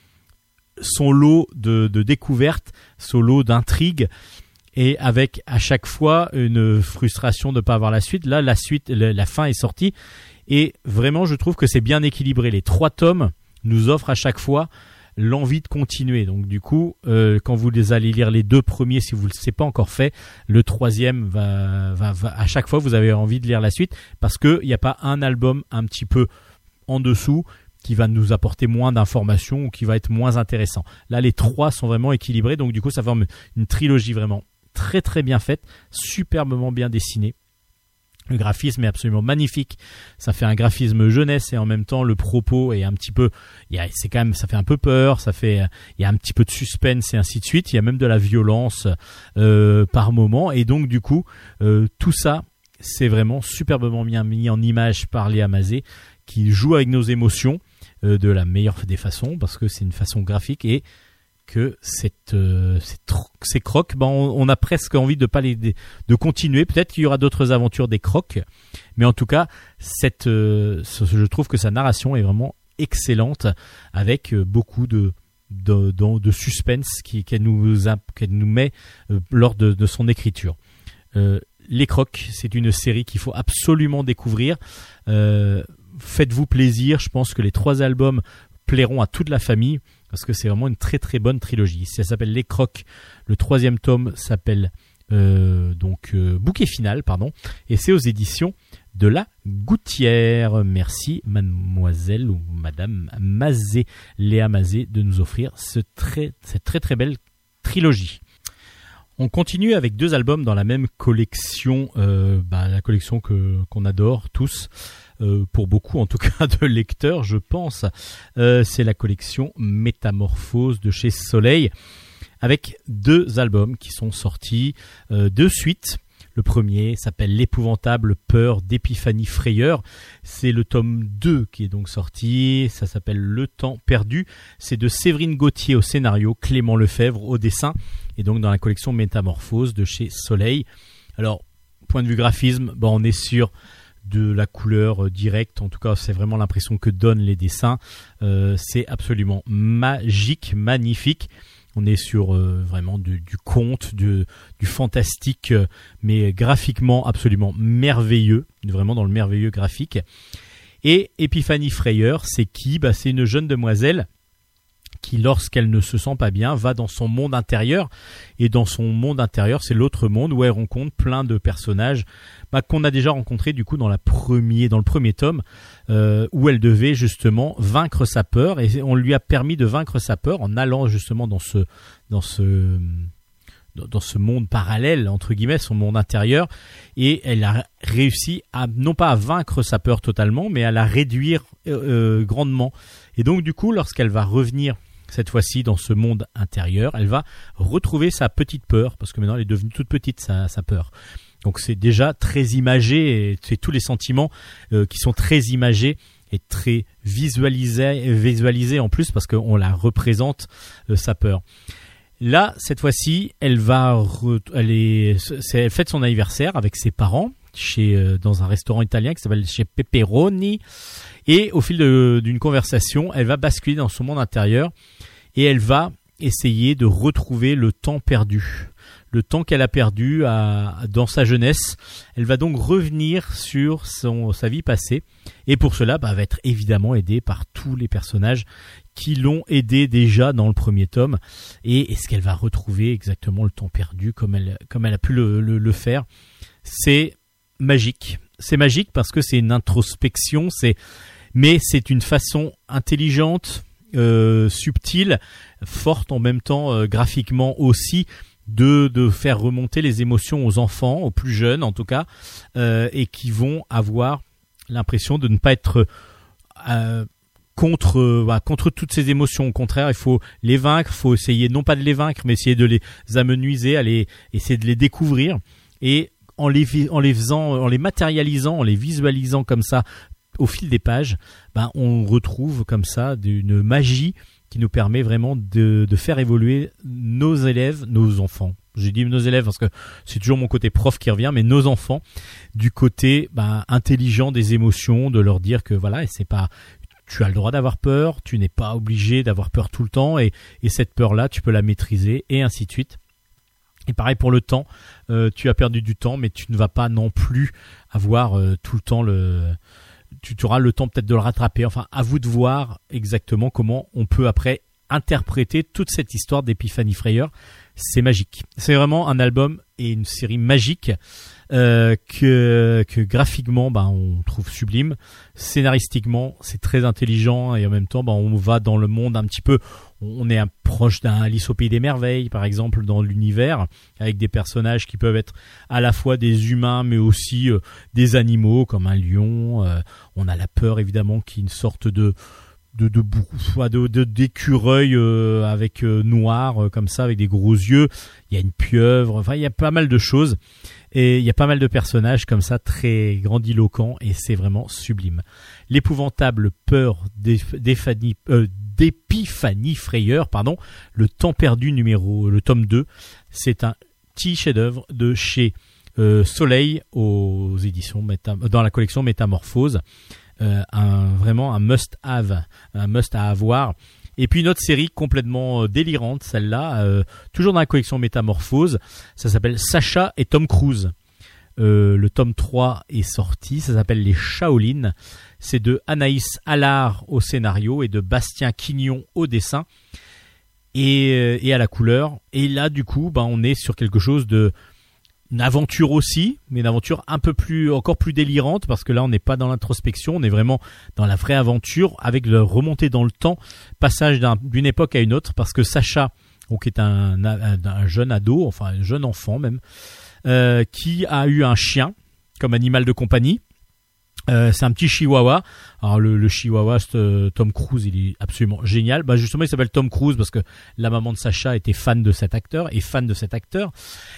Speaker 1: son lot de, de découvertes, son lot d'intrigues. Et avec à chaque fois une frustration de ne pas avoir la suite. Là, la suite, la fin est sortie. Et vraiment, je trouve que c'est bien équilibré. Les trois tomes nous offrent à chaque fois l'envie de continuer. Donc du coup, euh, quand vous les allez lire les deux premiers, si vous ne l'avez pas encore fait, le troisième va, va, va, à chaque fois, vous avez envie de lire la suite parce qu'il n'y a pas un album un petit peu en dessous qui va nous apporter moins d'informations ou qui va être moins intéressant. Là, les trois sont vraiment équilibrés, donc du coup, ça forme une trilogie vraiment très très bien faite, superbement bien dessinée. Le graphisme est absolument magnifique. Ça fait un graphisme jeunesse et en même temps le propos est un petit peu, il y a, c'est quand même, ça fait un peu peur. Ça fait, il y a un petit peu de suspense et ainsi de suite. Il y a même de la violence euh, par moment et donc du coup euh, tout ça c'est vraiment superbement bien mis en image par Léa Mazet qui joue avec nos émotions euh, de la meilleure des façons parce que c'est une façon graphique et que cette, euh, ces, tro- ces crocs, ben on, on a presque envie de pas les de, de continuer. Peut-être qu'il y aura d'autres aventures des crocs, mais en tout cas, cette, euh, ce, je trouve que sa narration est vraiment excellente, avec euh, beaucoup de de, de, de suspense qui, qu'elle nous a, qu'elle nous met euh, lors de, de son écriture. Euh, les crocs, c'est une série qu'il faut absolument découvrir. Euh, faites-vous plaisir. Je pense que les trois albums plairont à toute la famille. Parce que c'est vraiment une très très bonne trilogie. Ça s'appelle Les Crocs. Le troisième tome s'appelle euh, donc euh, Bouquet Final, pardon. Et c'est aux éditions de La Gouttière. Merci mademoiselle ou madame Mazet, Léa Mazet, de nous offrir ce très, cette très très belle trilogie. On continue avec deux albums dans la même collection, euh, bah, la collection que, qu'on adore tous. Euh, pour beaucoup en tout cas de lecteurs je pense, euh, c'est la collection Métamorphose de chez Soleil avec deux albums qui sont sortis euh, de suite. Le premier s'appelle L'épouvantable peur d'Épiphanie Frayeur, c'est le tome deux qui est donc sorti, ça s'appelle Le temps perdu, c'est de Séverine Gauthier au scénario, Clément Lefebvre au dessin et donc dans la collection Métamorphose de chez Soleil. Alors point de vue graphisme, bon, on est sur de la couleur euh, directe, en tout cas c'est vraiment l'impression que donnent les dessins, euh, c'est absolument magique, magnifique. On est sur euh, vraiment du, du conte, du, du fantastique, euh, mais graphiquement absolument merveilleux, vraiment dans le merveilleux graphique. Et Épiphanie Frayeur, c'est qui ? Bah, c'est une jeune demoiselle qui, lorsqu'elle ne se sent pas bien, va dans son monde intérieur. Et dans son monde intérieur, c'est l'autre monde où elle rencontre plein de personnages bah, qu'on a déjà rencontrés du coup dans, la premier, dans le premier tome, euh, où elle devait justement vaincre sa peur. Et on lui a permis de vaincre sa peur en allant justement dans ce, dans ce, dans ce monde parallèle, entre guillemets, son monde intérieur. Et elle a réussi à, non pas à vaincre sa peur totalement, mais à la réduire euh, grandement. Et donc du coup, lorsqu'elle va revenir cette fois-ci dans ce monde intérieur, elle va retrouver sa petite peur, parce que maintenant elle est devenue toute petite, sa, sa peur. Donc c'est déjà très imagé, et c'est tous les sentiments euh, qui sont très imagés et très visualisés, visualisés en plus, parce qu'on la représente, euh, sa peur. Là, cette fois-ci, elle va, re, elle est, c'est, elle fête son anniversaire avec ses parents, chez, euh, dans un restaurant italien qui s'appelle chez Pepperoni. Et au fil de, d'une conversation, elle va basculer dans son monde intérieur et elle va essayer de retrouver le temps perdu. Le temps qu'elle a perdu à, dans sa jeunesse. Elle va donc revenir sur son, sa vie passée. Et pour cela, bah, elle va être évidemment aidée par tous les personnages qui l'ont aidée déjà dans le premier tome. Et est-ce qu'elle va retrouver exactement le temps perdu comme elle, comme elle a pu le, le, le faire ? C'est magique. C'est magique parce que c'est une introspection, c'est... mais c'est une façon intelligente, euh, subtile, forte en même temps, euh, graphiquement aussi, de, de faire remonter les émotions aux enfants, aux plus jeunes en tout cas, euh, et qui vont avoir l'impression de ne pas être euh, contre, euh, bah, contre toutes ces émotions. Au contraire, il faut les vaincre, il faut essayer non pas de les vaincre, mais essayer de les amenuiser, à les, essayer de les découvrir, et en les, en les faisant, en les matérialisant, en les visualisant comme ça, au fil des pages, ben, on retrouve comme ça une magie qui nous permet vraiment de, de faire évoluer nos élèves, nos enfants. J'ai dit nos élèves parce que c'est toujours mon côté prof qui revient, mais nos enfants, du côté ben, intelligent des émotions, de leur dire que voilà, c'est pas, tu as le droit d'avoir peur, tu n'es pas obligé d'avoir peur tout le temps, et, et cette peur-là, tu peux la maîtriser, et ainsi de suite. Et pareil pour le temps, euh, tu as perdu du temps, mais tu ne vas pas non plus avoir euh, tout le temps le... Tu, tu auras le temps peut-être de le rattraper. Enfin, à vous de voir exactement comment on peut après interpréter toute cette histoire d'Épiphanie Frayeur. C'est magique. C'est vraiment un album et une série magique. euh, que, que graphiquement, bah, on trouve sublime. Scénaristiquement, c'est très intelligent et en même temps, bah, on va dans le monde un petit peu. On est un, proche d'un Alice au Pays des Merveilles, par exemple, dans l'univers, avec des personnages qui peuvent être à la fois des humains, mais aussi euh, des animaux, comme un lion. Euh, on a la peur, évidemment, qui est une sorte de de de, de, de d'écureuil euh, avec euh, noir, euh, comme ça, avec des gros yeux. Il y a une pieuvre. Enfin, il y a pas mal de choses. Et il y a pas mal de personnages comme ça, très grandiloquents, et c'est vraiment sublime. L'épouvantable peur d'Épiphanie, euh, d'Épiphanie Frayeur, pardon, le temps perdu numéro, le tome deux, c'est un petit chef-d'œuvre de chez euh, Soleil aux éditions Méta, dans la collection Métamorphose, euh, un vraiment un must-have, un must à avoir. Et puis une autre série complètement délirante, celle-là, euh, toujours dans la collection Métamorphose, ça s'appelle Sacha et Tom Cruise. Euh, le tome trois est sorti, ça s'appelle Les Shaolin. C'est de Anaïs Allard au scénario et de Bastien Quignon au dessin et, et à la couleur. Et là, du coup, bah, on est sur quelque chose de... une aventure aussi, mais une aventure un peu plus, encore plus délirante, parce que là, on n'est pas dans l'introspection, on est vraiment dans la vraie aventure, avec le remontée dans le temps, passage d'un, d'une époque à une autre, parce que Sacha, donc, est un, un, un jeune ado, enfin un jeune enfant même, euh, qui a eu un chien comme animal de compagnie. Euh, c'est un petit chihuahua. Alors le, le chihuahua, euh, Tom Cruise, il est absolument génial. Bah justement, il s'appelle Tom Cruise parce que la maman de Sacha était fan de cet acteur et fan de cet acteur.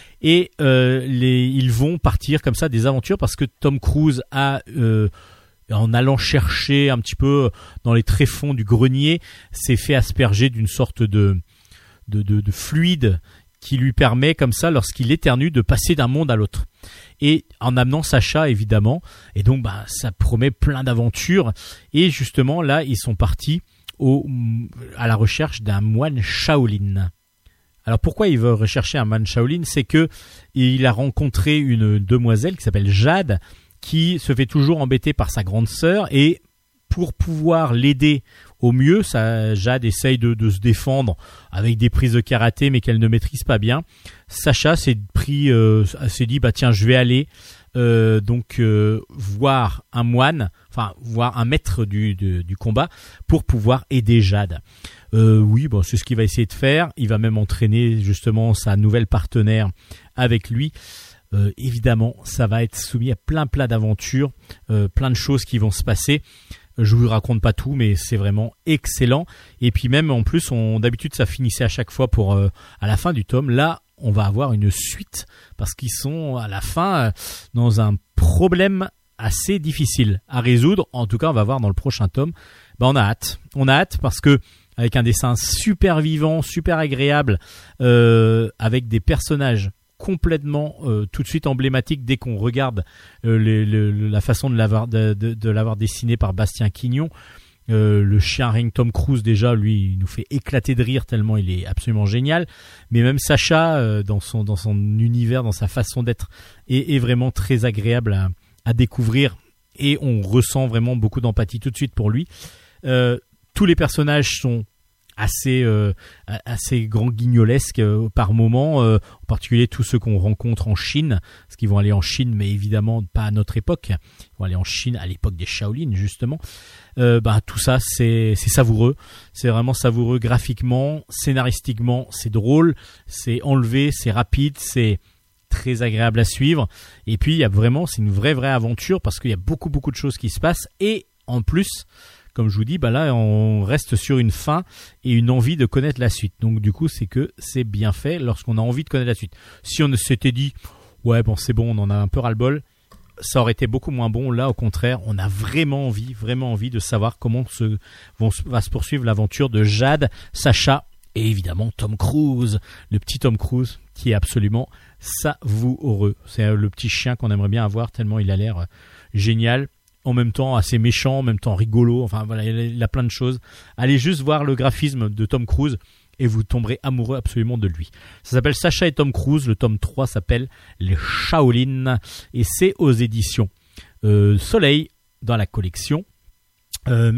Speaker 1: Et euh, les, ils vont partir comme ça des aventures parce que Tom Cruise a, euh, en allant chercher un petit peu dans les tréfonds du grenier, s'est fait asperger d'une sorte de, de, de, de fluide qui lui permet comme ça, lorsqu'il éternue, de passer d'un monde à l'autre. Et en amenant Sacha, évidemment, et donc bah, ça promet plein d'aventures. Et justement, là, ils sont partis au, à la recherche d'un moine Shaolin. Alors pourquoi il veut rechercher un moine Shaolin? C'est que il a rencontré une demoiselle qui s'appelle Jade, qui se fait toujours embêter par sa grande sœur, et pour pouvoir l'aider au mieux, ça, Jade essaye de, de se défendre avec des prises de karaté, mais qu'elle ne maîtrise pas bien. Sacha s'est pris, euh, s'est dit bah tiens, je vais aller euh, donc euh, voir un moine, enfin voir un maître du, du, du combat pour pouvoir aider Jade. Euh, oui, bon, c'est ce qu'il va essayer de faire. Il va même entraîner justement sa nouvelle partenaire avec lui. Euh, évidemment, ça va être soumis à plein plein d'aventures, euh, plein de choses qui vont se passer. Je vous raconte pas tout, mais c'est vraiment excellent. Et puis même en plus, on, d'habitude ça finissait à chaque fois pour euh, à la fin du tome. Là, on va avoir une suite parce qu'ils sont à la fin euh, dans un problème assez difficile à résoudre. En tout cas, on va voir dans le prochain tome. Ben, on a hâte. On a hâte parce que avec un dessin super vivant, super agréable, euh, avec des personnages complètement euh, tout de suite emblématique dès qu'on regarde euh, les, le, la façon de l'avoir, de, de, de l'avoir dessiné par Bastien Quignon. Euh, le chien ring Tom Cruise, déjà, lui, il nous fait éclater de rire tellement il est absolument génial. Mais même Sacha, euh, dans son dans son univers, dans sa façon d'être, est, est vraiment très agréable à, à découvrir, et on ressent vraiment beaucoup d'empathie tout de suite pour lui. Euh, tous les personnages sont assez euh, assez grand guignolesque euh, par moment, euh, en particulier tous ceux qu'on rencontre en Chine, parce qu'ils vont aller en Chine, mais évidemment pas à notre époque, ils vont aller en Chine à l'époque des Shaolin justement. Euh, bah tout ça c'est c'est savoureux, c'est vraiment savoureux graphiquement, scénaristiquement, c'est drôle, c'est enlevé, c'est rapide, c'est très agréable à suivre, et puis il y a vraiment, c'est une vraie vraie aventure parce qu'il y a beaucoup beaucoup de choses qui se passent, et en plus, comme je vous dis, bah là, on reste sur une fin et une envie de connaître la suite. Donc, du coup, c'est que c'est bien fait lorsqu'on a envie de connaître la suite. Si on s'était dit, ouais, bon, c'est bon, on en a un peu ras-le-bol, ça aurait été beaucoup moins bon. Là, au contraire, on a vraiment envie, vraiment envie de savoir comment se, vont, va se poursuivre l'aventure de Jade, Sacha et évidemment Tom Cruise, le petit Tom Cruise qui est absolument savoureux. C'est le petit chien qu'on aimerait bien avoir tellement il a l'air génial. En même temps assez méchant, en même temps rigolo, enfin voilà, il a plein de choses. Allez juste voir le graphisme de Tom Cruise et vous tomberez amoureux absolument de lui. Ça s'appelle Sacha et Tom Cruise, le tome trois s'appelle Les Shaolin et c'est aux éditions euh, Soleil dans la collection euh,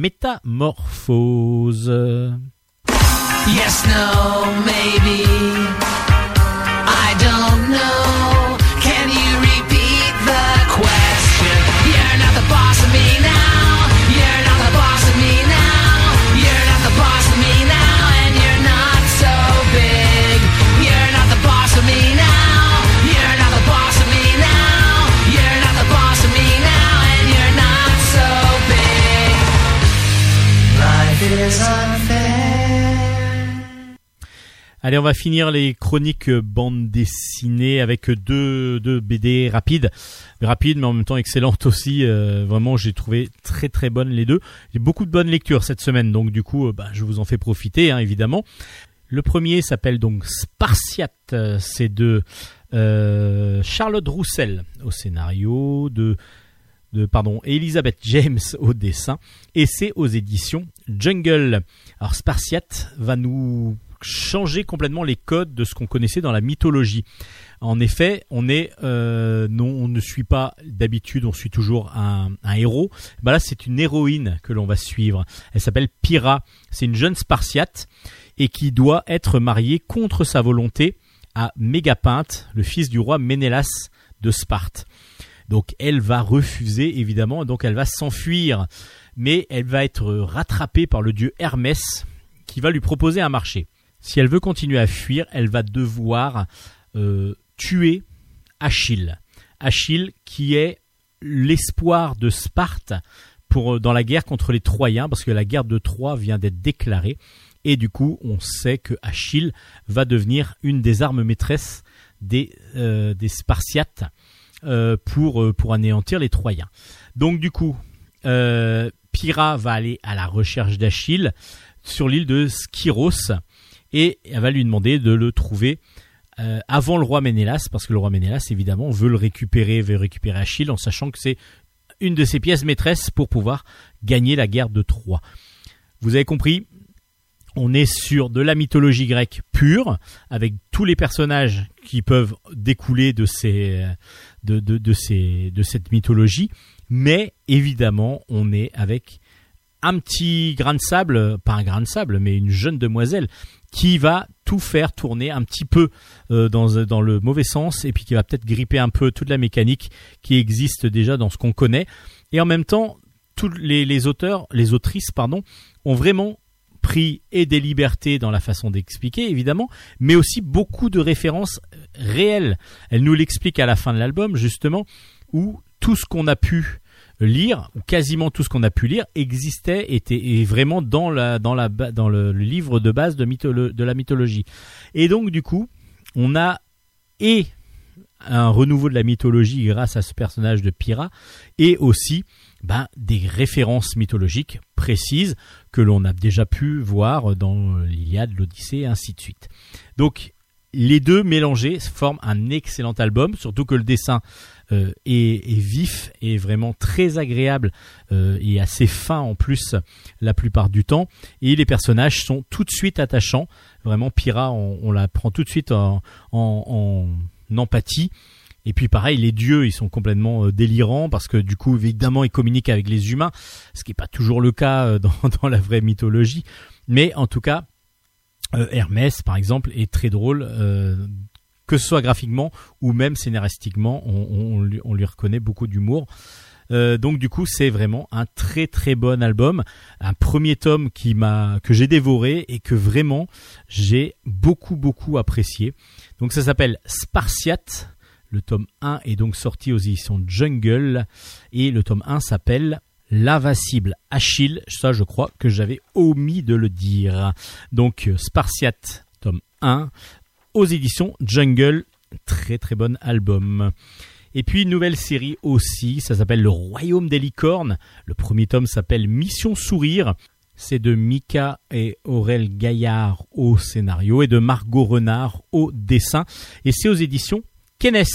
Speaker 1: Métamorphose.
Speaker 5: Yes, no, maybe I don't know. Can you repeat
Speaker 1: Allez, on va finir les chroniques bande dessinée avec deux, deux B D rapides. Rapides, mais en même temps excellentes aussi. Euh, vraiment, j'ai trouvé très très bonnes les deux. J'ai beaucoup de bonnes lectures cette semaine, donc du coup, euh, bah, je vous en fais profiter, hein, évidemment. Le premier s'appelle donc Spartiate. C'est de euh, Charlotte Roussel au scénario, de, de pardon, Elizabeth James au dessin, et c'est aux éditions Jungle. Alors Spartiate va nous changer complètement les codes de ce qu'on connaissait dans la mythologie. En effet, on est euh, non, on ne suit pas d'habitude, on suit toujours un, un héros. Ben là, c'est une héroïne que l'on va suivre. Elle s'appelle Pyrrha. C'est une jeune Spartiate et qui doit être mariée contre sa volonté à Mégapinte, le fils du roi Ménélas de Sparte. Donc, elle va refuser évidemment, donc elle va s'enfuir, mais elle va être rattrapée par le dieu Hermès qui va lui proposer un marché. Si elle veut continuer à fuir, elle va devoir euh, tuer Achille. Achille qui est l'espoir de Sparte pour, dans la guerre contre les Troyens, parce que la guerre de Troie vient d'être déclarée. Et du coup, on sait que Achille va devenir une des armes maîtresses des, euh, des Spartiates euh, pour, pour anéantir les Troyens. Donc du coup, euh, Pyrrha va aller à la recherche d'Achille sur l'île de Skyros. Et elle va lui demander de le trouver euh, avant le roi Ménélas, parce que le roi Ménélas, évidemment, veut le récupérer, veut récupérer Achille, en sachant que c'est une de ses pièces maîtresses pour pouvoir gagner la guerre de Troie. Vous avez compris, on est sur de la mythologie grecque pure, avec tous les personnages qui peuvent découler de, ces, de, de, de, ces, de cette mythologie, mais évidemment, on est avec un petit grain de sable, pas un grain de sable, mais une jeune demoiselle qui va tout faire tourner un petit peu euh, dans, dans le mauvais sens, et puis qui va peut-être gripper un peu toute la mécanique qui existe déjà dans ce qu'on connaît. Et en même temps, tous les, les auteurs, les autrices, pardon, ont vraiment pris et des libertés dans la façon d'expliquer, évidemment, mais aussi beaucoup de références réelles. Elle nous l'explique à la fin de l'album, justement, où tout ce qu'on a pu lire, ou quasiment tout ce qu'on a pu lire, existait, était est vraiment dans la dans la dans le, le livre de base de mytholo- de la mythologie. Et donc du coup, on a et un renouveau de la mythologie grâce à ce personnage de Pyrrha, et aussi ben, des références mythologiques précises que l'on a déjà pu voir dans l'Iliade, l'Odyssée, et ainsi de suite. Donc les deux mélangés forment un excellent album, surtout que le dessin euh, est, est vif et vraiment très agréable euh, et assez fin en plus la plupart du temps. Et les personnages sont tout de suite attachants. Vraiment, Pyrrha, on, on la prend tout de suite en, en, en empathie. Et puis pareil, les dieux, ils sont complètement euh, délirants parce que du coup, évidemment, ils communiquent avec les humains, ce qui n'est pas toujours le cas euh, dans, dans la vraie mythologie. Mais en tout cas, Euh, Hermès, par exemple, est très drôle, euh, que ce soit graphiquement ou même scénaristiquement, on, on, on, lui, on lui reconnaît beaucoup d'humour. Euh, donc du coup, c'est vraiment un très très bon album, un premier tome qui m'a que j'ai dévoré et que vraiment j'ai beaucoup beaucoup apprécié. Donc ça s'appelle Spartiate. Le tome un est donc sorti aux éditions Jungle et le tome un s'appelle L'invincible Achille, ça je crois que j'avais omis de le dire. Donc Spartiate, tome un, aux éditions Jungle, très très bon album. Et puis une nouvelle série aussi, ça s'appelle Le Royaume des Licornes. Le premier tome s'appelle Mission Sourire. C'est de Mika et Aurel Gaillard au scénario et de Margot Renard au dessin. Et c'est aux éditions Kenes.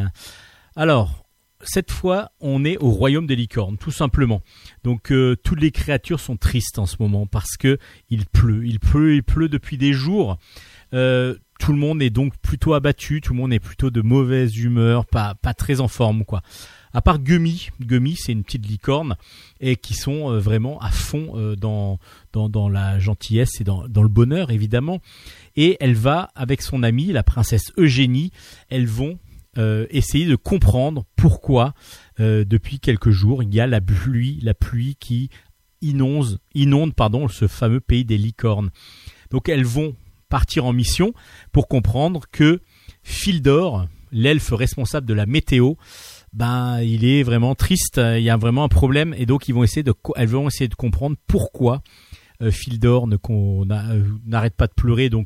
Speaker 1: Alors, cette fois, on est au royaume des licornes, tout simplement. Donc, euh, toutes les créatures sont tristes en ce moment parce que il pleut, il pleut, il pleut depuis des jours. Euh, tout le monde est donc plutôt abattu, tout le monde est plutôt de mauvaise humeur, pas pas très en forme, quoi. À part Gummy, Gummy, c'est une petite licorne et qui sont euh, vraiment à fond euh, dans dans dans la gentillesse et dans dans le bonheur évidemment. Et elle va avec son amie, la princesse Eugénie, elles vont Euh, essayer de comprendre pourquoi euh, depuis quelques jours il y a la pluie, la pluie qui inonde, inonde pardon, ce fameux pays des licornes. Donc elles vont partir en mission pour comprendre que Fildor, l'elfe responsable de la météo, ben il est vraiment triste, il y a vraiment un problème et donc ils vont essayer de, elles vont essayer de comprendre pourquoi euh, Fildor ne, qu'on, n'arrête pas de pleurer. Donc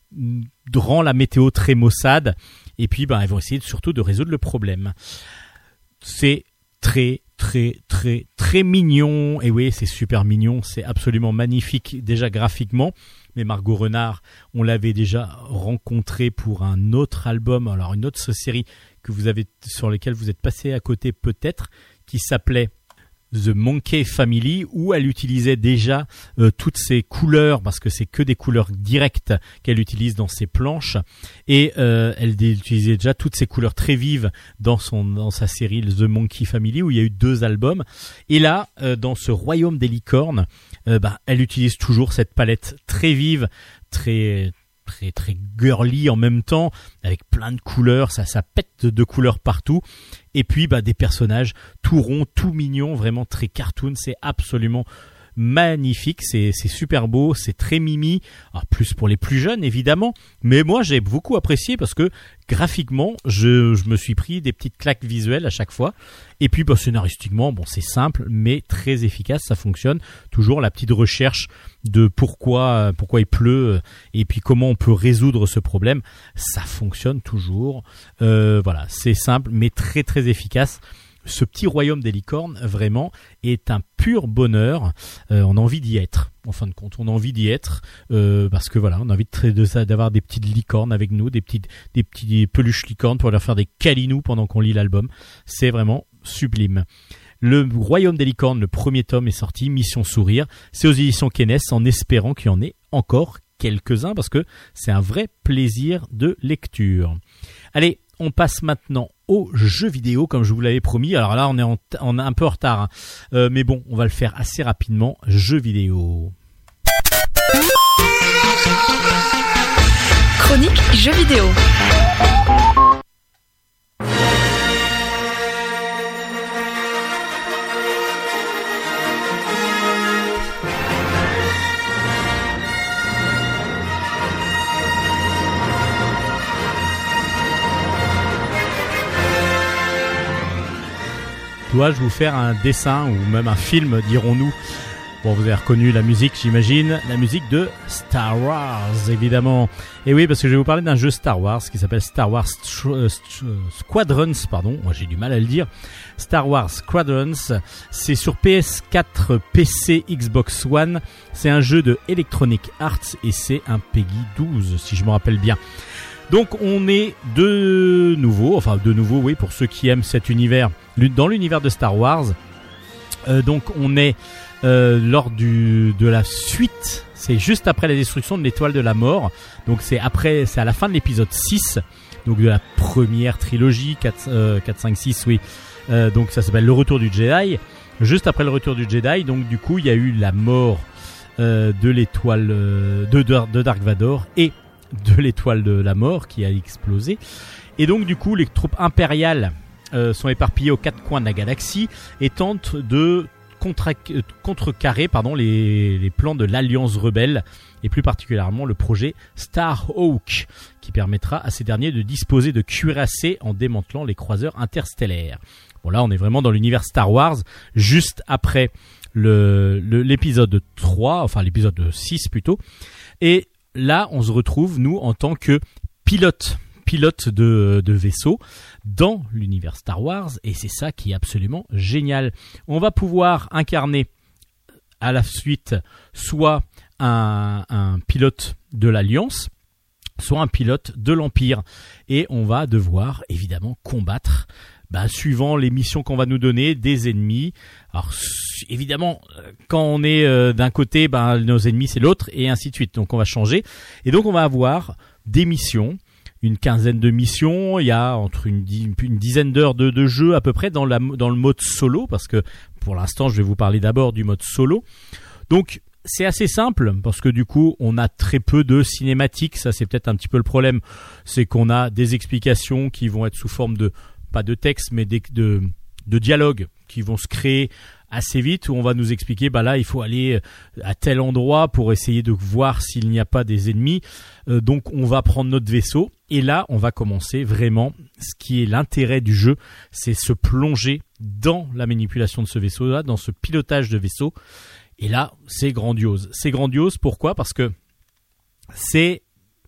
Speaker 1: rend la météo très maussade. Et puis, ben, elles vont essayer surtout de résoudre le problème. C'est très, très, très, très mignon. Et oui, c'est super mignon. C'est absolument magnifique, déjà graphiquement. Mais Margot Renard, on l'avait déjà rencontrée pour un autre album, alors une autre série que vous avez, sur lesquelles vous êtes passé à côté peut-être, qui s'appelait The Monkey Family, où elle utilisait déjà euh, toutes ces couleurs, parce que c'est que des couleurs directes qu'elle utilise dans ses planches, et euh, elle utilisait déjà toutes ces couleurs très vives dans son dans sa série The Monkey Family, où il y a eu deux albums. Et là, euh, dans ce royaume des licornes, euh, bah, elle utilise toujours cette palette très vive, très très très girly en même temps, avec plein de couleurs, ça ça pète de couleurs partout. Et puis bah des personnages tout ronds, tout mignons, vraiment très cartoon, c'est absolument magnifique, c'est c'est super beau, c'est très mimi. Alors plus pour les plus jeunes évidemment, mais moi j'ai beaucoup apprécié parce que graphiquement, je je me suis pris des petites claques visuelles à chaque fois. Et puis bah, scénaristiquement, bon c'est simple mais très efficace, ça fonctionne. Toujours la petite recherche de pourquoi pourquoi il pleut et puis comment on peut résoudre ce problème, ça fonctionne toujours. Euh, voilà, c'est simple mais très très efficace. Ce petit royaume des licornes, vraiment, est un pur bonheur. Euh, on a envie d'y être, en fin de compte. On a envie d'y être euh, parce que voilà, on a envie de, de, d'avoir des petites licornes avec nous, des petites, des petits peluches licornes pour leur faire des câlinous pendant qu'on lit l'album. C'est vraiment sublime. Le royaume des licornes, le premier tome est sorti, Mission Sourire. C'est aux éditions Kenes, en espérant qu'il y en ait encore quelques-uns parce que c'est un vrai plaisir de lecture. Allez, on passe maintenant aux jeux vidéo, comme je vous l'avais promis. Alors là, on est, en, on est un peu en retard, hein. euh, mais bon, on va le faire assez rapidement. Jeux vidéo.
Speaker 4: Chronique jeux vidéo.
Speaker 1: Dois-je vous faire un dessin ou même un film, dirons-nous? Bon, vous avez reconnu la musique, j'imagine, la musique de Star Wars, évidemment. Et oui, parce que je vais vous parler d'un jeu Star Wars qui s'appelle Star Wars St- St- Squadrons, pardon, moi j'ai du mal à le dire. Star Wars Squadrons, c'est sur P S quatre, P C, Xbox One. C'est un jeu de Electronic Arts et c'est un Peggy douze, si je me rappelle bien. Donc on est de nouveau, enfin de nouveau, oui, pour ceux qui aiment cet univers, dans l'univers de Star Wars. Euh, donc on est euh, lors du de la suite, c'est juste après la destruction de l'étoile de la mort. Donc c'est après, c'est à la fin de l'épisode six, donc de la première trilogie, quatre, cinq, six, oui. Euh, donc ça s'appelle Le Retour du Jedi. Juste après le Retour du Jedi, donc du coup il y a eu la mort euh, de l'étoile euh, de, de, de Dark Vador et de l'étoile de la mort qui a explosé. Et donc du coup les troupes impériales euh, sont éparpillées aux quatre coins de la galaxie et tentent de contra- euh, contrecarrer pardon, les, les plans de l'Alliance rebelle et plus particulièrement le projet Starhawk qui permettra à ces derniers de disposer de cuirassés en démantelant les croiseurs interstellaires. Bon là on est vraiment dans l'univers Star Wars juste après le, le, l'épisode trois, enfin l'épisode six plutôt. Et là, on se retrouve, nous, en tant que pilote, pilote de, de vaisseau dans l'univers Star Wars. Et c'est ça qui est absolument génial. On va pouvoir incarner à la suite soit un, un pilote de l'Alliance, soit un pilote de l'Empire. Et on va devoir, évidemment, combattre, bah, suivant les missions qu'on va nous donner, des ennemis. Alors évidemment, quand on est euh, d'un côté, bah, nos ennemis c'est l'autre et ainsi de suite. Donc on va changer et donc on va avoir des missions, une quinzaine de missions. Il y a entre une, une dizaine d'heures de, de jeu à peu près dans, la, dans le mode solo parce que pour l'instant je vais vous parler d'abord du mode solo. Donc c'est assez simple parce que du coup on a très peu de cinématiques. Ça c'est peut-être un petit peu le problème, c'est qu'on a des explications qui vont être sous forme de pas de texte mais de, de, de dialogues qui vont se créer assez vite où on va nous expliquer bah là il faut aller à tel endroit pour essayer de voir s'il n'y a pas des ennemis, euh, donc on va prendre notre vaisseau et là on va commencer vraiment ce qui est l'intérêt du jeu, c'est se plonger dans la manipulation de ce vaisseau là, dans ce pilotage de vaisseau et là c'est grandiose, c'est grandiose pourquoi? Parce que c'est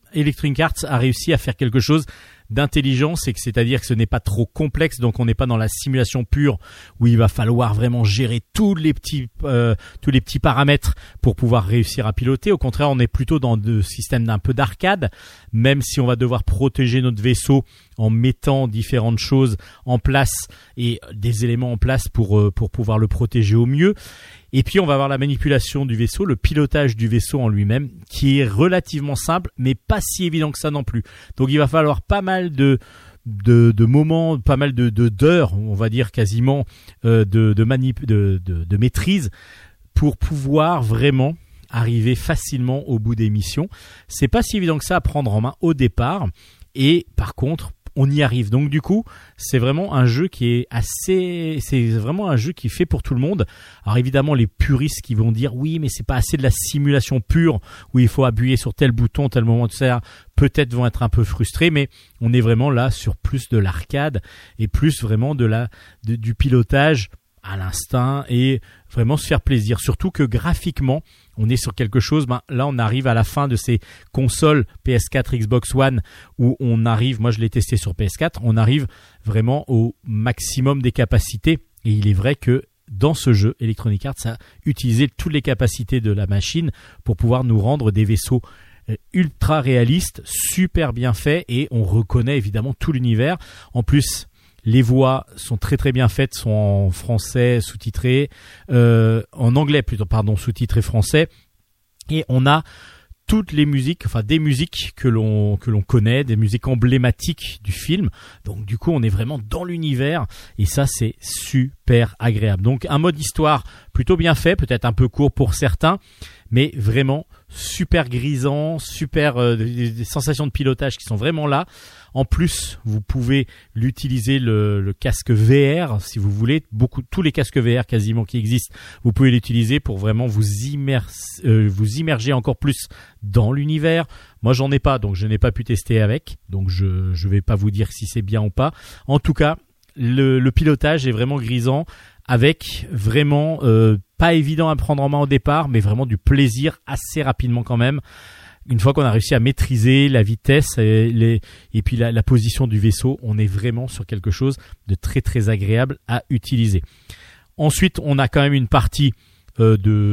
Speaker 1: Electronic Arts a réussi à faire quelque chose d'intelligent, c'est que c'est-à-dire que ce n'est pas trop complexe, donc on n'est pas dans la simulation pure où il va falloir vraiment gérer tous les petits euh, tous les petits paramètres pour pouvoir réussir à piloter. Au contraire, on est plutôt dans le système d'un peu d'arcade, même si on va devoir protéger notre vaisseau en mettant différentes choses en place et des éléments en place pour euh, pour pouvoir le protéger au mieux. Et puis on va avoir la manipulation du vaisseau, le pilotage du vaisseau en lui-même, qui est relativement simple, mais pas si évident que ça non plus. Donc il va falloir pas mal de de, de moments, pas mal de, de d'heures, on va dire quasiment euh, de de, manip, de de de maîtrise pour pouvoir vraiment arriver facilement au bout des missions. C'est pas si évident que ça à prendre en main au départ. Et par contre, on y arrive. Donc du coup, c'est vraiment un jeu qui est assez, c'est vraiment un jeu qui est fait pour tout le monde. Alors évidemment, les puristes qui vont dire oui, mais c'est pas assez de la simulation pure où il faut appuyer sur tel bouton, tel moment de serre, peut-être vont être un peu frustrés, mais on est vraiment là sur plus de l'arcade et plus vraiment de la, de, du pilotage à l'instinct et vraiment se faire plaisir. Surtout que graphiquement, on est sur quelque chose, ben là on arrive à la fin de ces consoles P S quatre, Xbox One où on arrive, moi je l'ai testé sur P S quatre, on arrive vraiment au maximum des capacités et il est vrai que dans ce jeu, Electronic Arts a utilisé toutes les capacités de la machine pour pouvoir nous rendre des vaisseaux ultra réalistes, super bien faits et on reconnaît évidemment tout l'univers. En plus, les voix sont très très bien faites, sont en français sous-titré, euh, en anglais plutôt, pardon, sous-titré français. Et on a toutes les musiques, enfin des musiques que l'on que l'on connaît, des musiques emblématiques du film. Donc du coup, on est vraiment dans l'univers et ça c'est super agréable. Donc un mode histoire plutôt bien fait, peut-être un peu court pour certains, mais vraiment super grisant, super euh, des, des sensations de pilotage qui sont vraiment là. En plus, vous pouvez l'utiliser le, le casque V R si vous voulez. Beaucoup, tous les casques V R quasiment qui existent, vous pouvez l'utiliser pour vraiment vous immerser, euh, vous immerger encore plus dans l'univers. Moi, j'en ai pas, donc je n'ai pas pu tester avec. Donc je je vais pas vous dire si c'est bien ou pas. En tout cas, le, le pilotage est vraiment grisant, avec vraiment euh, pas évident à prendre en main au départ, mais vraiment du plaisir assez rapidement quand même. Une fois qu'on a réussi à maîtriser la vitesse et, les, et puis la, la position du vaisseau, on est vraiment sur quelque chose de très très agréable à utiliser. Ensuite, on a quand même une partie euh,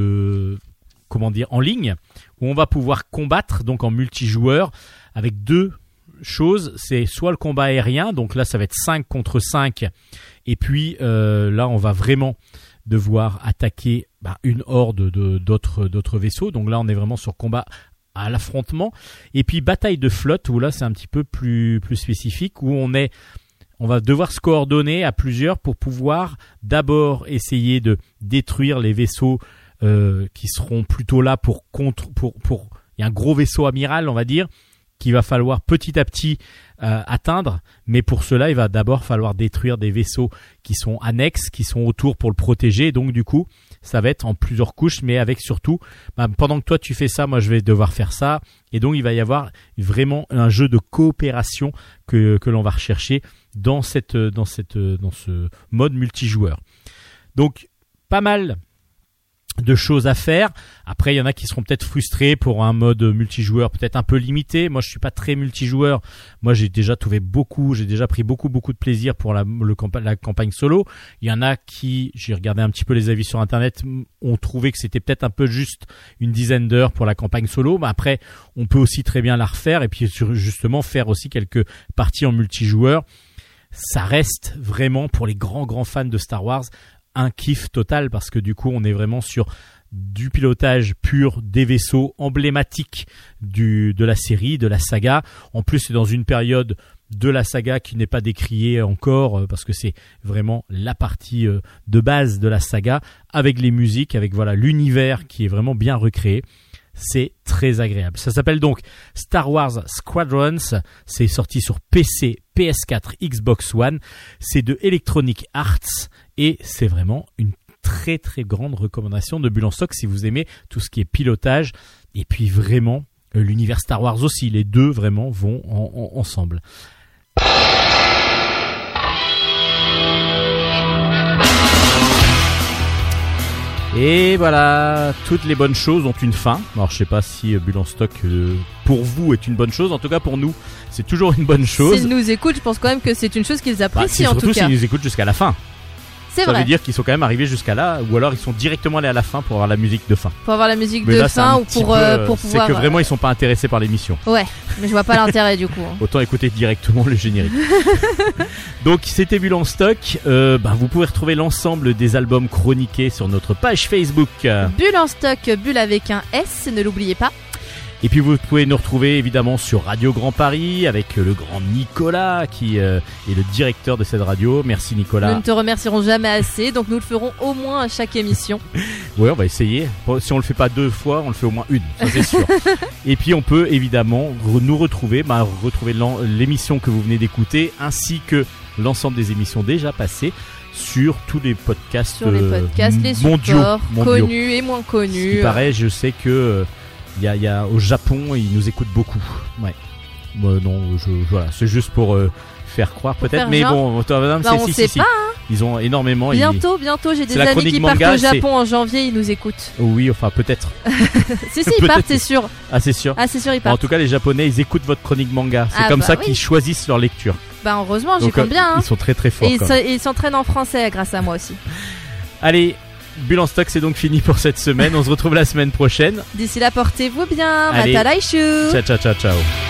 Speaker 1: de comment dire en ligne où on va pouvoir combattre donc en multijoueur avec deux choses. C'est soit le combat aérien, donc là ça va être cinq contre cinq, et puis euh, là on va vraiment devoir attaquer bah, une horde de, d'autres, d'autres vaisseaux. Donc là on est vraiment sur combat à l'affrontement, et puis bataille de flotte où là c'est un petit peu plus plus spécifique où on est on va devoir se coordonner à plusieurs pour pouvoir d'abord essayer de détruire les vaisseaux euh, qui seront plutôt là pour contre pour pour il y a un gros vaisseau amiral on va dire qu'il va falloir petit à petit euh, atteindre, mais pour cela il va d'abord falloir détruire des vaisseaux qui sont annexes, qui sont autour pour le protéger. Donc du coup ça va être en plusieurs couches, mais avec surtout bah, pendant que toi tu fais ça, moi je vais devoir faire ça, et donc il va y avoir vraiment un jeu de coopération que que l'on va rechercher dans cette dans cette dans ce mode multijoueur. Donc pas mal de choses à faire. Après, il y en a qui seront peut-être frustrés pour un mode multijoueur peut-être un peu limité. Moi, je suis pas très multijoueur. Moi, j'ai déjà trouvé beaucoup, j'ai déjà pris beaucoup, beaucoup de plaisir pour la, le, la campagne solo. Il y en a qui, j'ai regardé un petit peu les avis sur Internet, ont trouvé que c'était peut-être un peu juste une dizaine d'heures pour la campagne solo. Mais après, on peut aussi très bien la refaire et puis justement faire aussi quelques parties en multijoueur. Ça reste vraiment pour les grands, grands fans de Star Wars un kiff total, parce que du coup on est vraiment sur du pilotage pur des vaisseaux emblématiques du, de la série, de la saga. En plus c'est dans une période de la saga qui n'est pas décriée encore, parce que c'est vraiment la partie de base de la saga, avec les musiques, avec voilà l'univers qui est vraiment bien recréé. C'est très agréable. Ça s'appelle donc Star Wars Squadrons. C'est sorti sur P C, P S quatre, Xbox One. C'est de Electronic Arts et c'est vraiment une très très grande recommandation de Bulle en Stock si vous aimez tout ce qui est pilotage et puis vraiment euh, l'univers Star Wars aussi. Les deux vraiment vont en, en, ensemble. Et voilà, toutes les bonnes choses ont une fin. Alors je sais pas si euh, Bulle en stock euh, pour vous est une bonne chose. En tout cas pour nous, c'est toujours une bonne chose.
Speaker 2: S'ils nous écoutent, je pense quand même que c'est une chose qu'ils
Speaker 1: Bah,
Speaker 2: apprécient
Speaker 1: c'est
Speaker 2: en
Speaker 1: surtout
Speaker 2: tout cas.
Speaker 1: s'ils nous écoutent jusqu'à la fin.
Speaker 2: C'est
Speaker 1: Ça
Speaker 2: vrai.
Speaker 1: veut dire qu'ils sont quand même arrivés jusqu'à là, ou alors ils sont directement allés à la fin pour avoir la musique de fin.
Speaker 2: Pour avoir la musique
Speaker 1: Mais
Speaker 2: de
Speaker 1: là, c'est
Speaker 2: fin
Speaker 1: un
Speaker 2: ou
Speaker 1: petit
Speaker 2: pour,
Speaker 1: peu,
Speaker 2: euh, pour
Speaker 1: c'est
Speaker 2: pouvoir.
Speaker 1: que vraiment ils sont pas intéressés par l'émission.
Speaker 2: euh, Ouais, mais je vois pas l'intérêt du coup.
Speaker 1: Autant écouter directement le générique. Donc c'était Bulle en stock. Euh, bah, vous pouvez retrouver l'ensemble des albums chroniqués sur notre page Facebook.
Speaker 2: Bulle en stock, bulle avec un S, ne l'oubliez pas.
Speaker 1: Et puis vous pouvez nous retrouver évidemment sur Radio Grand Paris avec le grand Nicolas qui euh, est le directeur de cette radio. Merci
Speaker 2: Nous
Speaker 1: Nicolas.
Speaker 2: ne te remercierons jamais assez, donc nous le ferons au moins à chaque émission.
Speaker 1: Ouais, on va essayer. Bon, si on le fait pas deux fois, on le fait au moins une, ça c'est sûr. Et puis on peut évidemment re- nous retrouver, bah, retrouver l'en- l'émission que vous venez d'écouter ainsi que l'ensemble des émissions déjà passées sur tous les podcasts,
Speaker 2: Sur les
Speaker 1: euh,
Speaker 2: podcasts, les
Speaker 1: mondiaux,
Speaker 2: supports,
Speaker 1: mondiaux.
Speaker 2: connus et moins
Speaker 1: Ce
Speaker 2: connus.
Speaker 1: qui paraît, je sais que euh, il y a, il y a au Japon, ils nous écoutent beaucoup. Ouais. Moi, non, je, voilà, c'est juste pour euh, faire croire
Speaker 2: Pour
Speaker 1: peut-être,
Speaker 2: faire
Speaker 1: mais
Speaker 2: genre.
Speaker 1: bon, toi, madame,
Speaker 2: Bah,
Speaker 1: c'est
Speaker 2: on
Speaker 1: si,
Speaker 2: sait
Speaker 1: si, si.
Speaker 2: pas,
Speaker 1: Ils ont énormément. ils-
Speaker 2: Bientôt, bientôt, j'ai des
Speaker 1: C'est la
Speaker 2: amis
Speaker 1: chronique
Speaker 2: qui
Speaker 1: manga,
Speaker 2: partent au
Speaker 1: c'est-
Speaker 2: Japon en janvier, ils nous écoutent.
Speaker 1: Oui, enfin peut-être.
Speaker 2: Si, si, ils
Speaker 1: Peut-être
Speaker 2: partent,
Speaker 1: que-
Speaker 2: c'est sûr.
Speaker 1: Ah, c'est sûr.
Speaker 2: Ah, c'est sûr, ils
Speaker 1: En
Speaker 2: partent.
Speaker 1: tout cas, les Japonais, ils écoutent votre chronique manga. C'est
Speaker 2: Ah,
Speaker 1: comme
Speaker 2: bah
Speaker 1: ça
Speaker 2: oui.
Speaker 1: qu'ils choisissent leur lecture.
Speaker 2: Bah, heureusement, j'y
Speaker 1: Donc, euh,
Speaker 2: compte bien. Hein.
Speaker 1: ils sont très très forts.
Speaker 2: Et ils
Speaker 1: quoi.
Speaker 2: s- ils s'entraînent en français grâce à moi aussi.
Speaker 1: Allez, Bulle en stock, c'est donc fini pour cette semaine. On se retrouve la semaine prochaine.
Speaker 2: D'ici là, portez-vous bien.
Speaker 1: Allez.
Speaker 2: Mata laishu.
Speaker 1: Ciao, ciao, ciao, ciao.